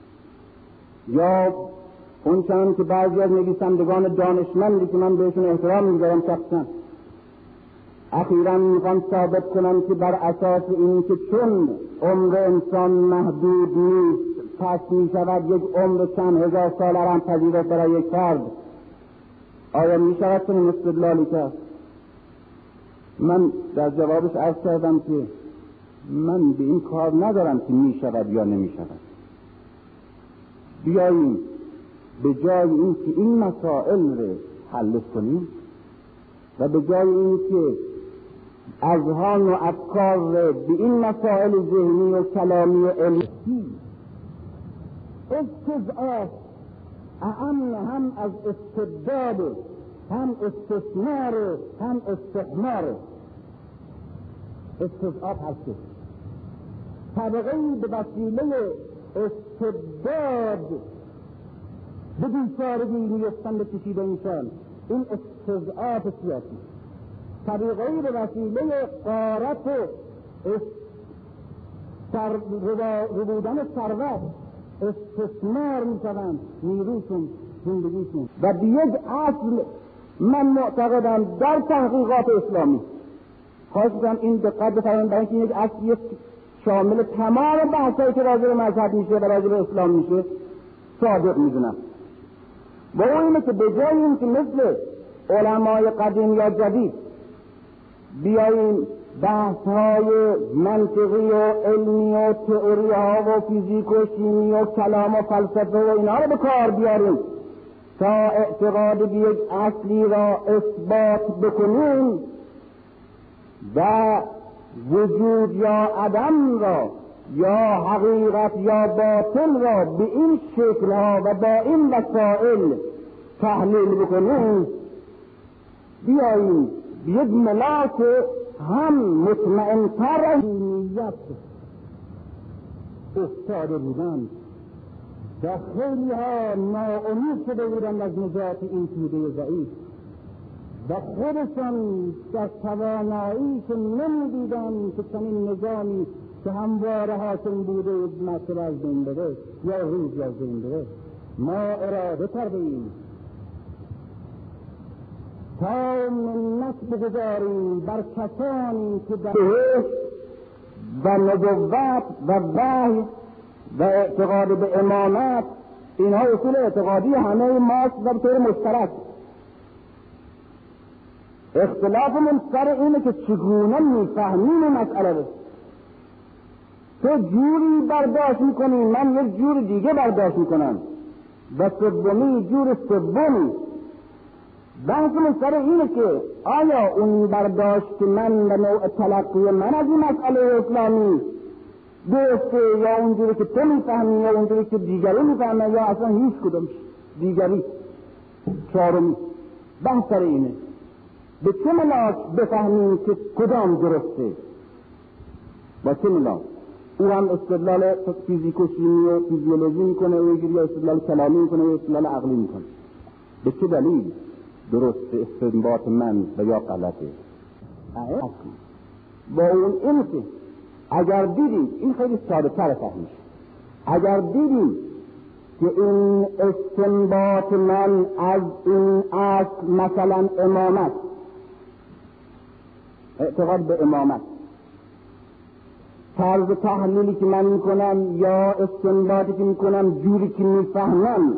یا اون چند که بعضی از نویسندگان دانشمندی که من بهشون احترام میذارم شخصا اخیراً میخوان ثابت کنم که بر اساس این که چون عمر انسان محدود نیست پس میشود یک عمر چند هزار ساله هم پذیرفت برای یک فرد. آیا میشود چنین استدلالی کرد؟ من در جوابش عرض کردم که من به این کار ندارم که میشود یا نمیشود. بیاییم به جای این که این مسائل رو حل کنیم و به جای این که اذهان و افکار رو به این مسائل ذهنی و کلامی و علمی استضعاف اعم هم از استبداد، هم استثمار، هم استحمار. استضعاف هستی طبقه‌ای به وسیله استبداد به بیچارگی میفتن به کشیده انسان، این استضعاف سیاسی. طبقه‌ای به وسیله غارت و ربودن ثروت استثمار میشوند نیروشون، زندگیشون. و به یک اصل من معتقدم در تحقیقات اسلامی، خواهش می‌کنم این دقت بفرمایید، برای اینکه یک اصلی شامل تمام بحثایی که راجع به مذهب میشه و راجع به اسلام میشه صادق میدونم. با اون اینه که به جای این که مثل علمای قدیم یا جدید بیاییم بحث‌های منطقی و علمی و تئوری‌ها و فیزیک و شیمی و کلام و فلسفه و اینا رو به کار بیاریم تا اعتقاد به یک اصلی را اثبات بکنیم و وجود یا عدم را یا حقیقت یا باطل را به این شکل‌ها و با این وسائل تحلیل بکنیم، بیاییم به یک ملاک هم مطمئن‌تر از دینیت افتاده بودند و خیلی ها ناامید شده بودند از نجات این توده ضعیف و خودشان در توانایی که نمی‌دیدند که چنین نظامی که همواره حاکم بوده مسئله از بین بره یا روز از بین بره. ما اراده کرده ایم تا منت بگذاریم بر کسانی که در و نبوت و وحی و اعتقاد به امامت، اینها اصول اعتقادی همه ماست و به طور مشترک. اختلافمون سر اینه که چگونه میفهمیم مسئله رو. تو جوری برداشت میکنی، من یک جور دیگه برداشت میکنم و سومی جور سومی. بحثمون سر اینه که آیا اون برداشت من و نوع تلقی من از این مسئله اسلامی درسته یا اونجوری که تو میفهمی یا اونجوری که دیگری میفهمه یا اصلا هیچ کدوم دیگری چهارمی. بحث سر اینه به چه ملاک بفهمیم که کدام درسته، با چه ملاک. او هم استدلال فیزیک و شیمی و فیزیولوژی میکنه، او یا استدلال کلامی میکنه و استدلال عقلی میکنه. به چه دلیل درست استنباط من و یا غلطه؟ با اون این که اگر دیدیم، این خیلی ساده تر فهمیش، اگر دیدیم که این استنباط من از این اصل مثلا امامت، اعتقاد به امامت، طرز تحلیلی که من میکنم یا استنباطی که میکنم جوری که میفهمم،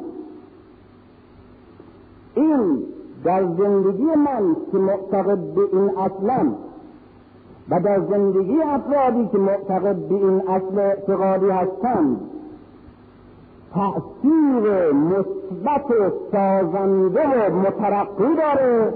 این در زندگی من که معتقد به این اصلم و در زندگی افرادی که معتقد به این اصل اعتقادی هستند تأثیر مثبت و سازنده و مترقی داره،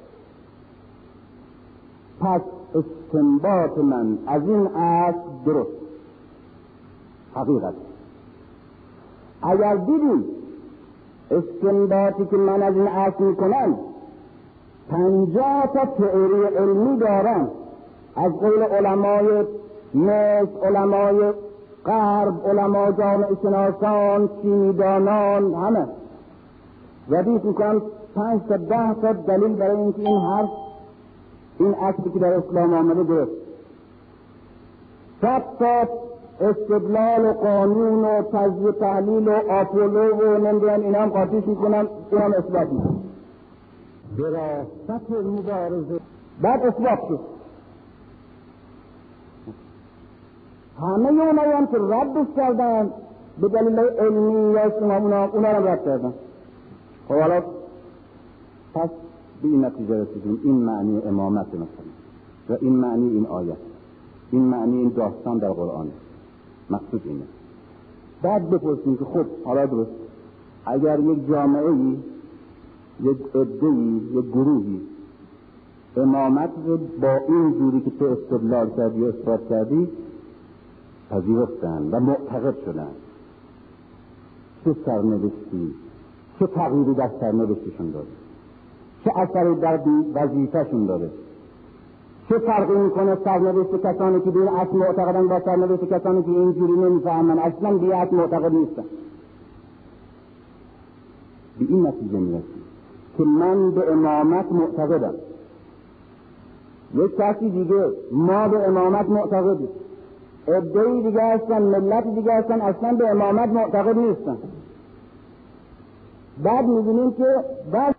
پس استنباط من از این اصل درست حقیقت. اگر دیدیم استنباطی که من از این اصل میکنم 50 تا تئوری علمی دارم، از قول علمای مثل علمای غرب، علما، جامعه شناسان، چینیدانان، همه ردیف میکنن 5 تا 10 تا دلیل برای اینکه این حرف، این عکسی که در اسلام آمده درست. 100 تا استدلال و قانون و تجزیه تحلیل و آپولو و نمیدونم اینا هم قاطیش میکنن، اینا هم اثبات میکنن. دراست مبارزه بعد اثبات شد. همه اونایی هم که ردش کردن به دلیل علمی یا اجتماعی اونا رو رد کردن. خب حالا پس به این نتیجه رسیدیم این معنی امامت مثلا و این معنی این آیت، این معنی این داستان در قرآن، مقصود اینه. بعد بپرسیم که خب حالا درست، اگر یک جامعه‌ای، یک عده‌ای، یک گروهی امامت رو با این جوری که تو استدلال کردی و اثبات کردی پذیرفتن و معتقد شدن، چه سرنوشتی، چه تغییری در سرنوشتشون داره، چه اثری در وظیفه‌شون داره، چه فرقی میکنه سرنوشت کسانی که به این اصل معتقدن با سرنوشت کسانی که اینجوری نمیفهمن، اصلا به این اصل معتقد نیستن. به این نتیجه میرسیم که من به امامت معتقدم، یک کسی دیگه ما به امامت معتقدیم، عده‌ای دیگه هستن، ملت دیگه هستن اصلا به امامت معتقد نیستن. بعد می‌بینیم که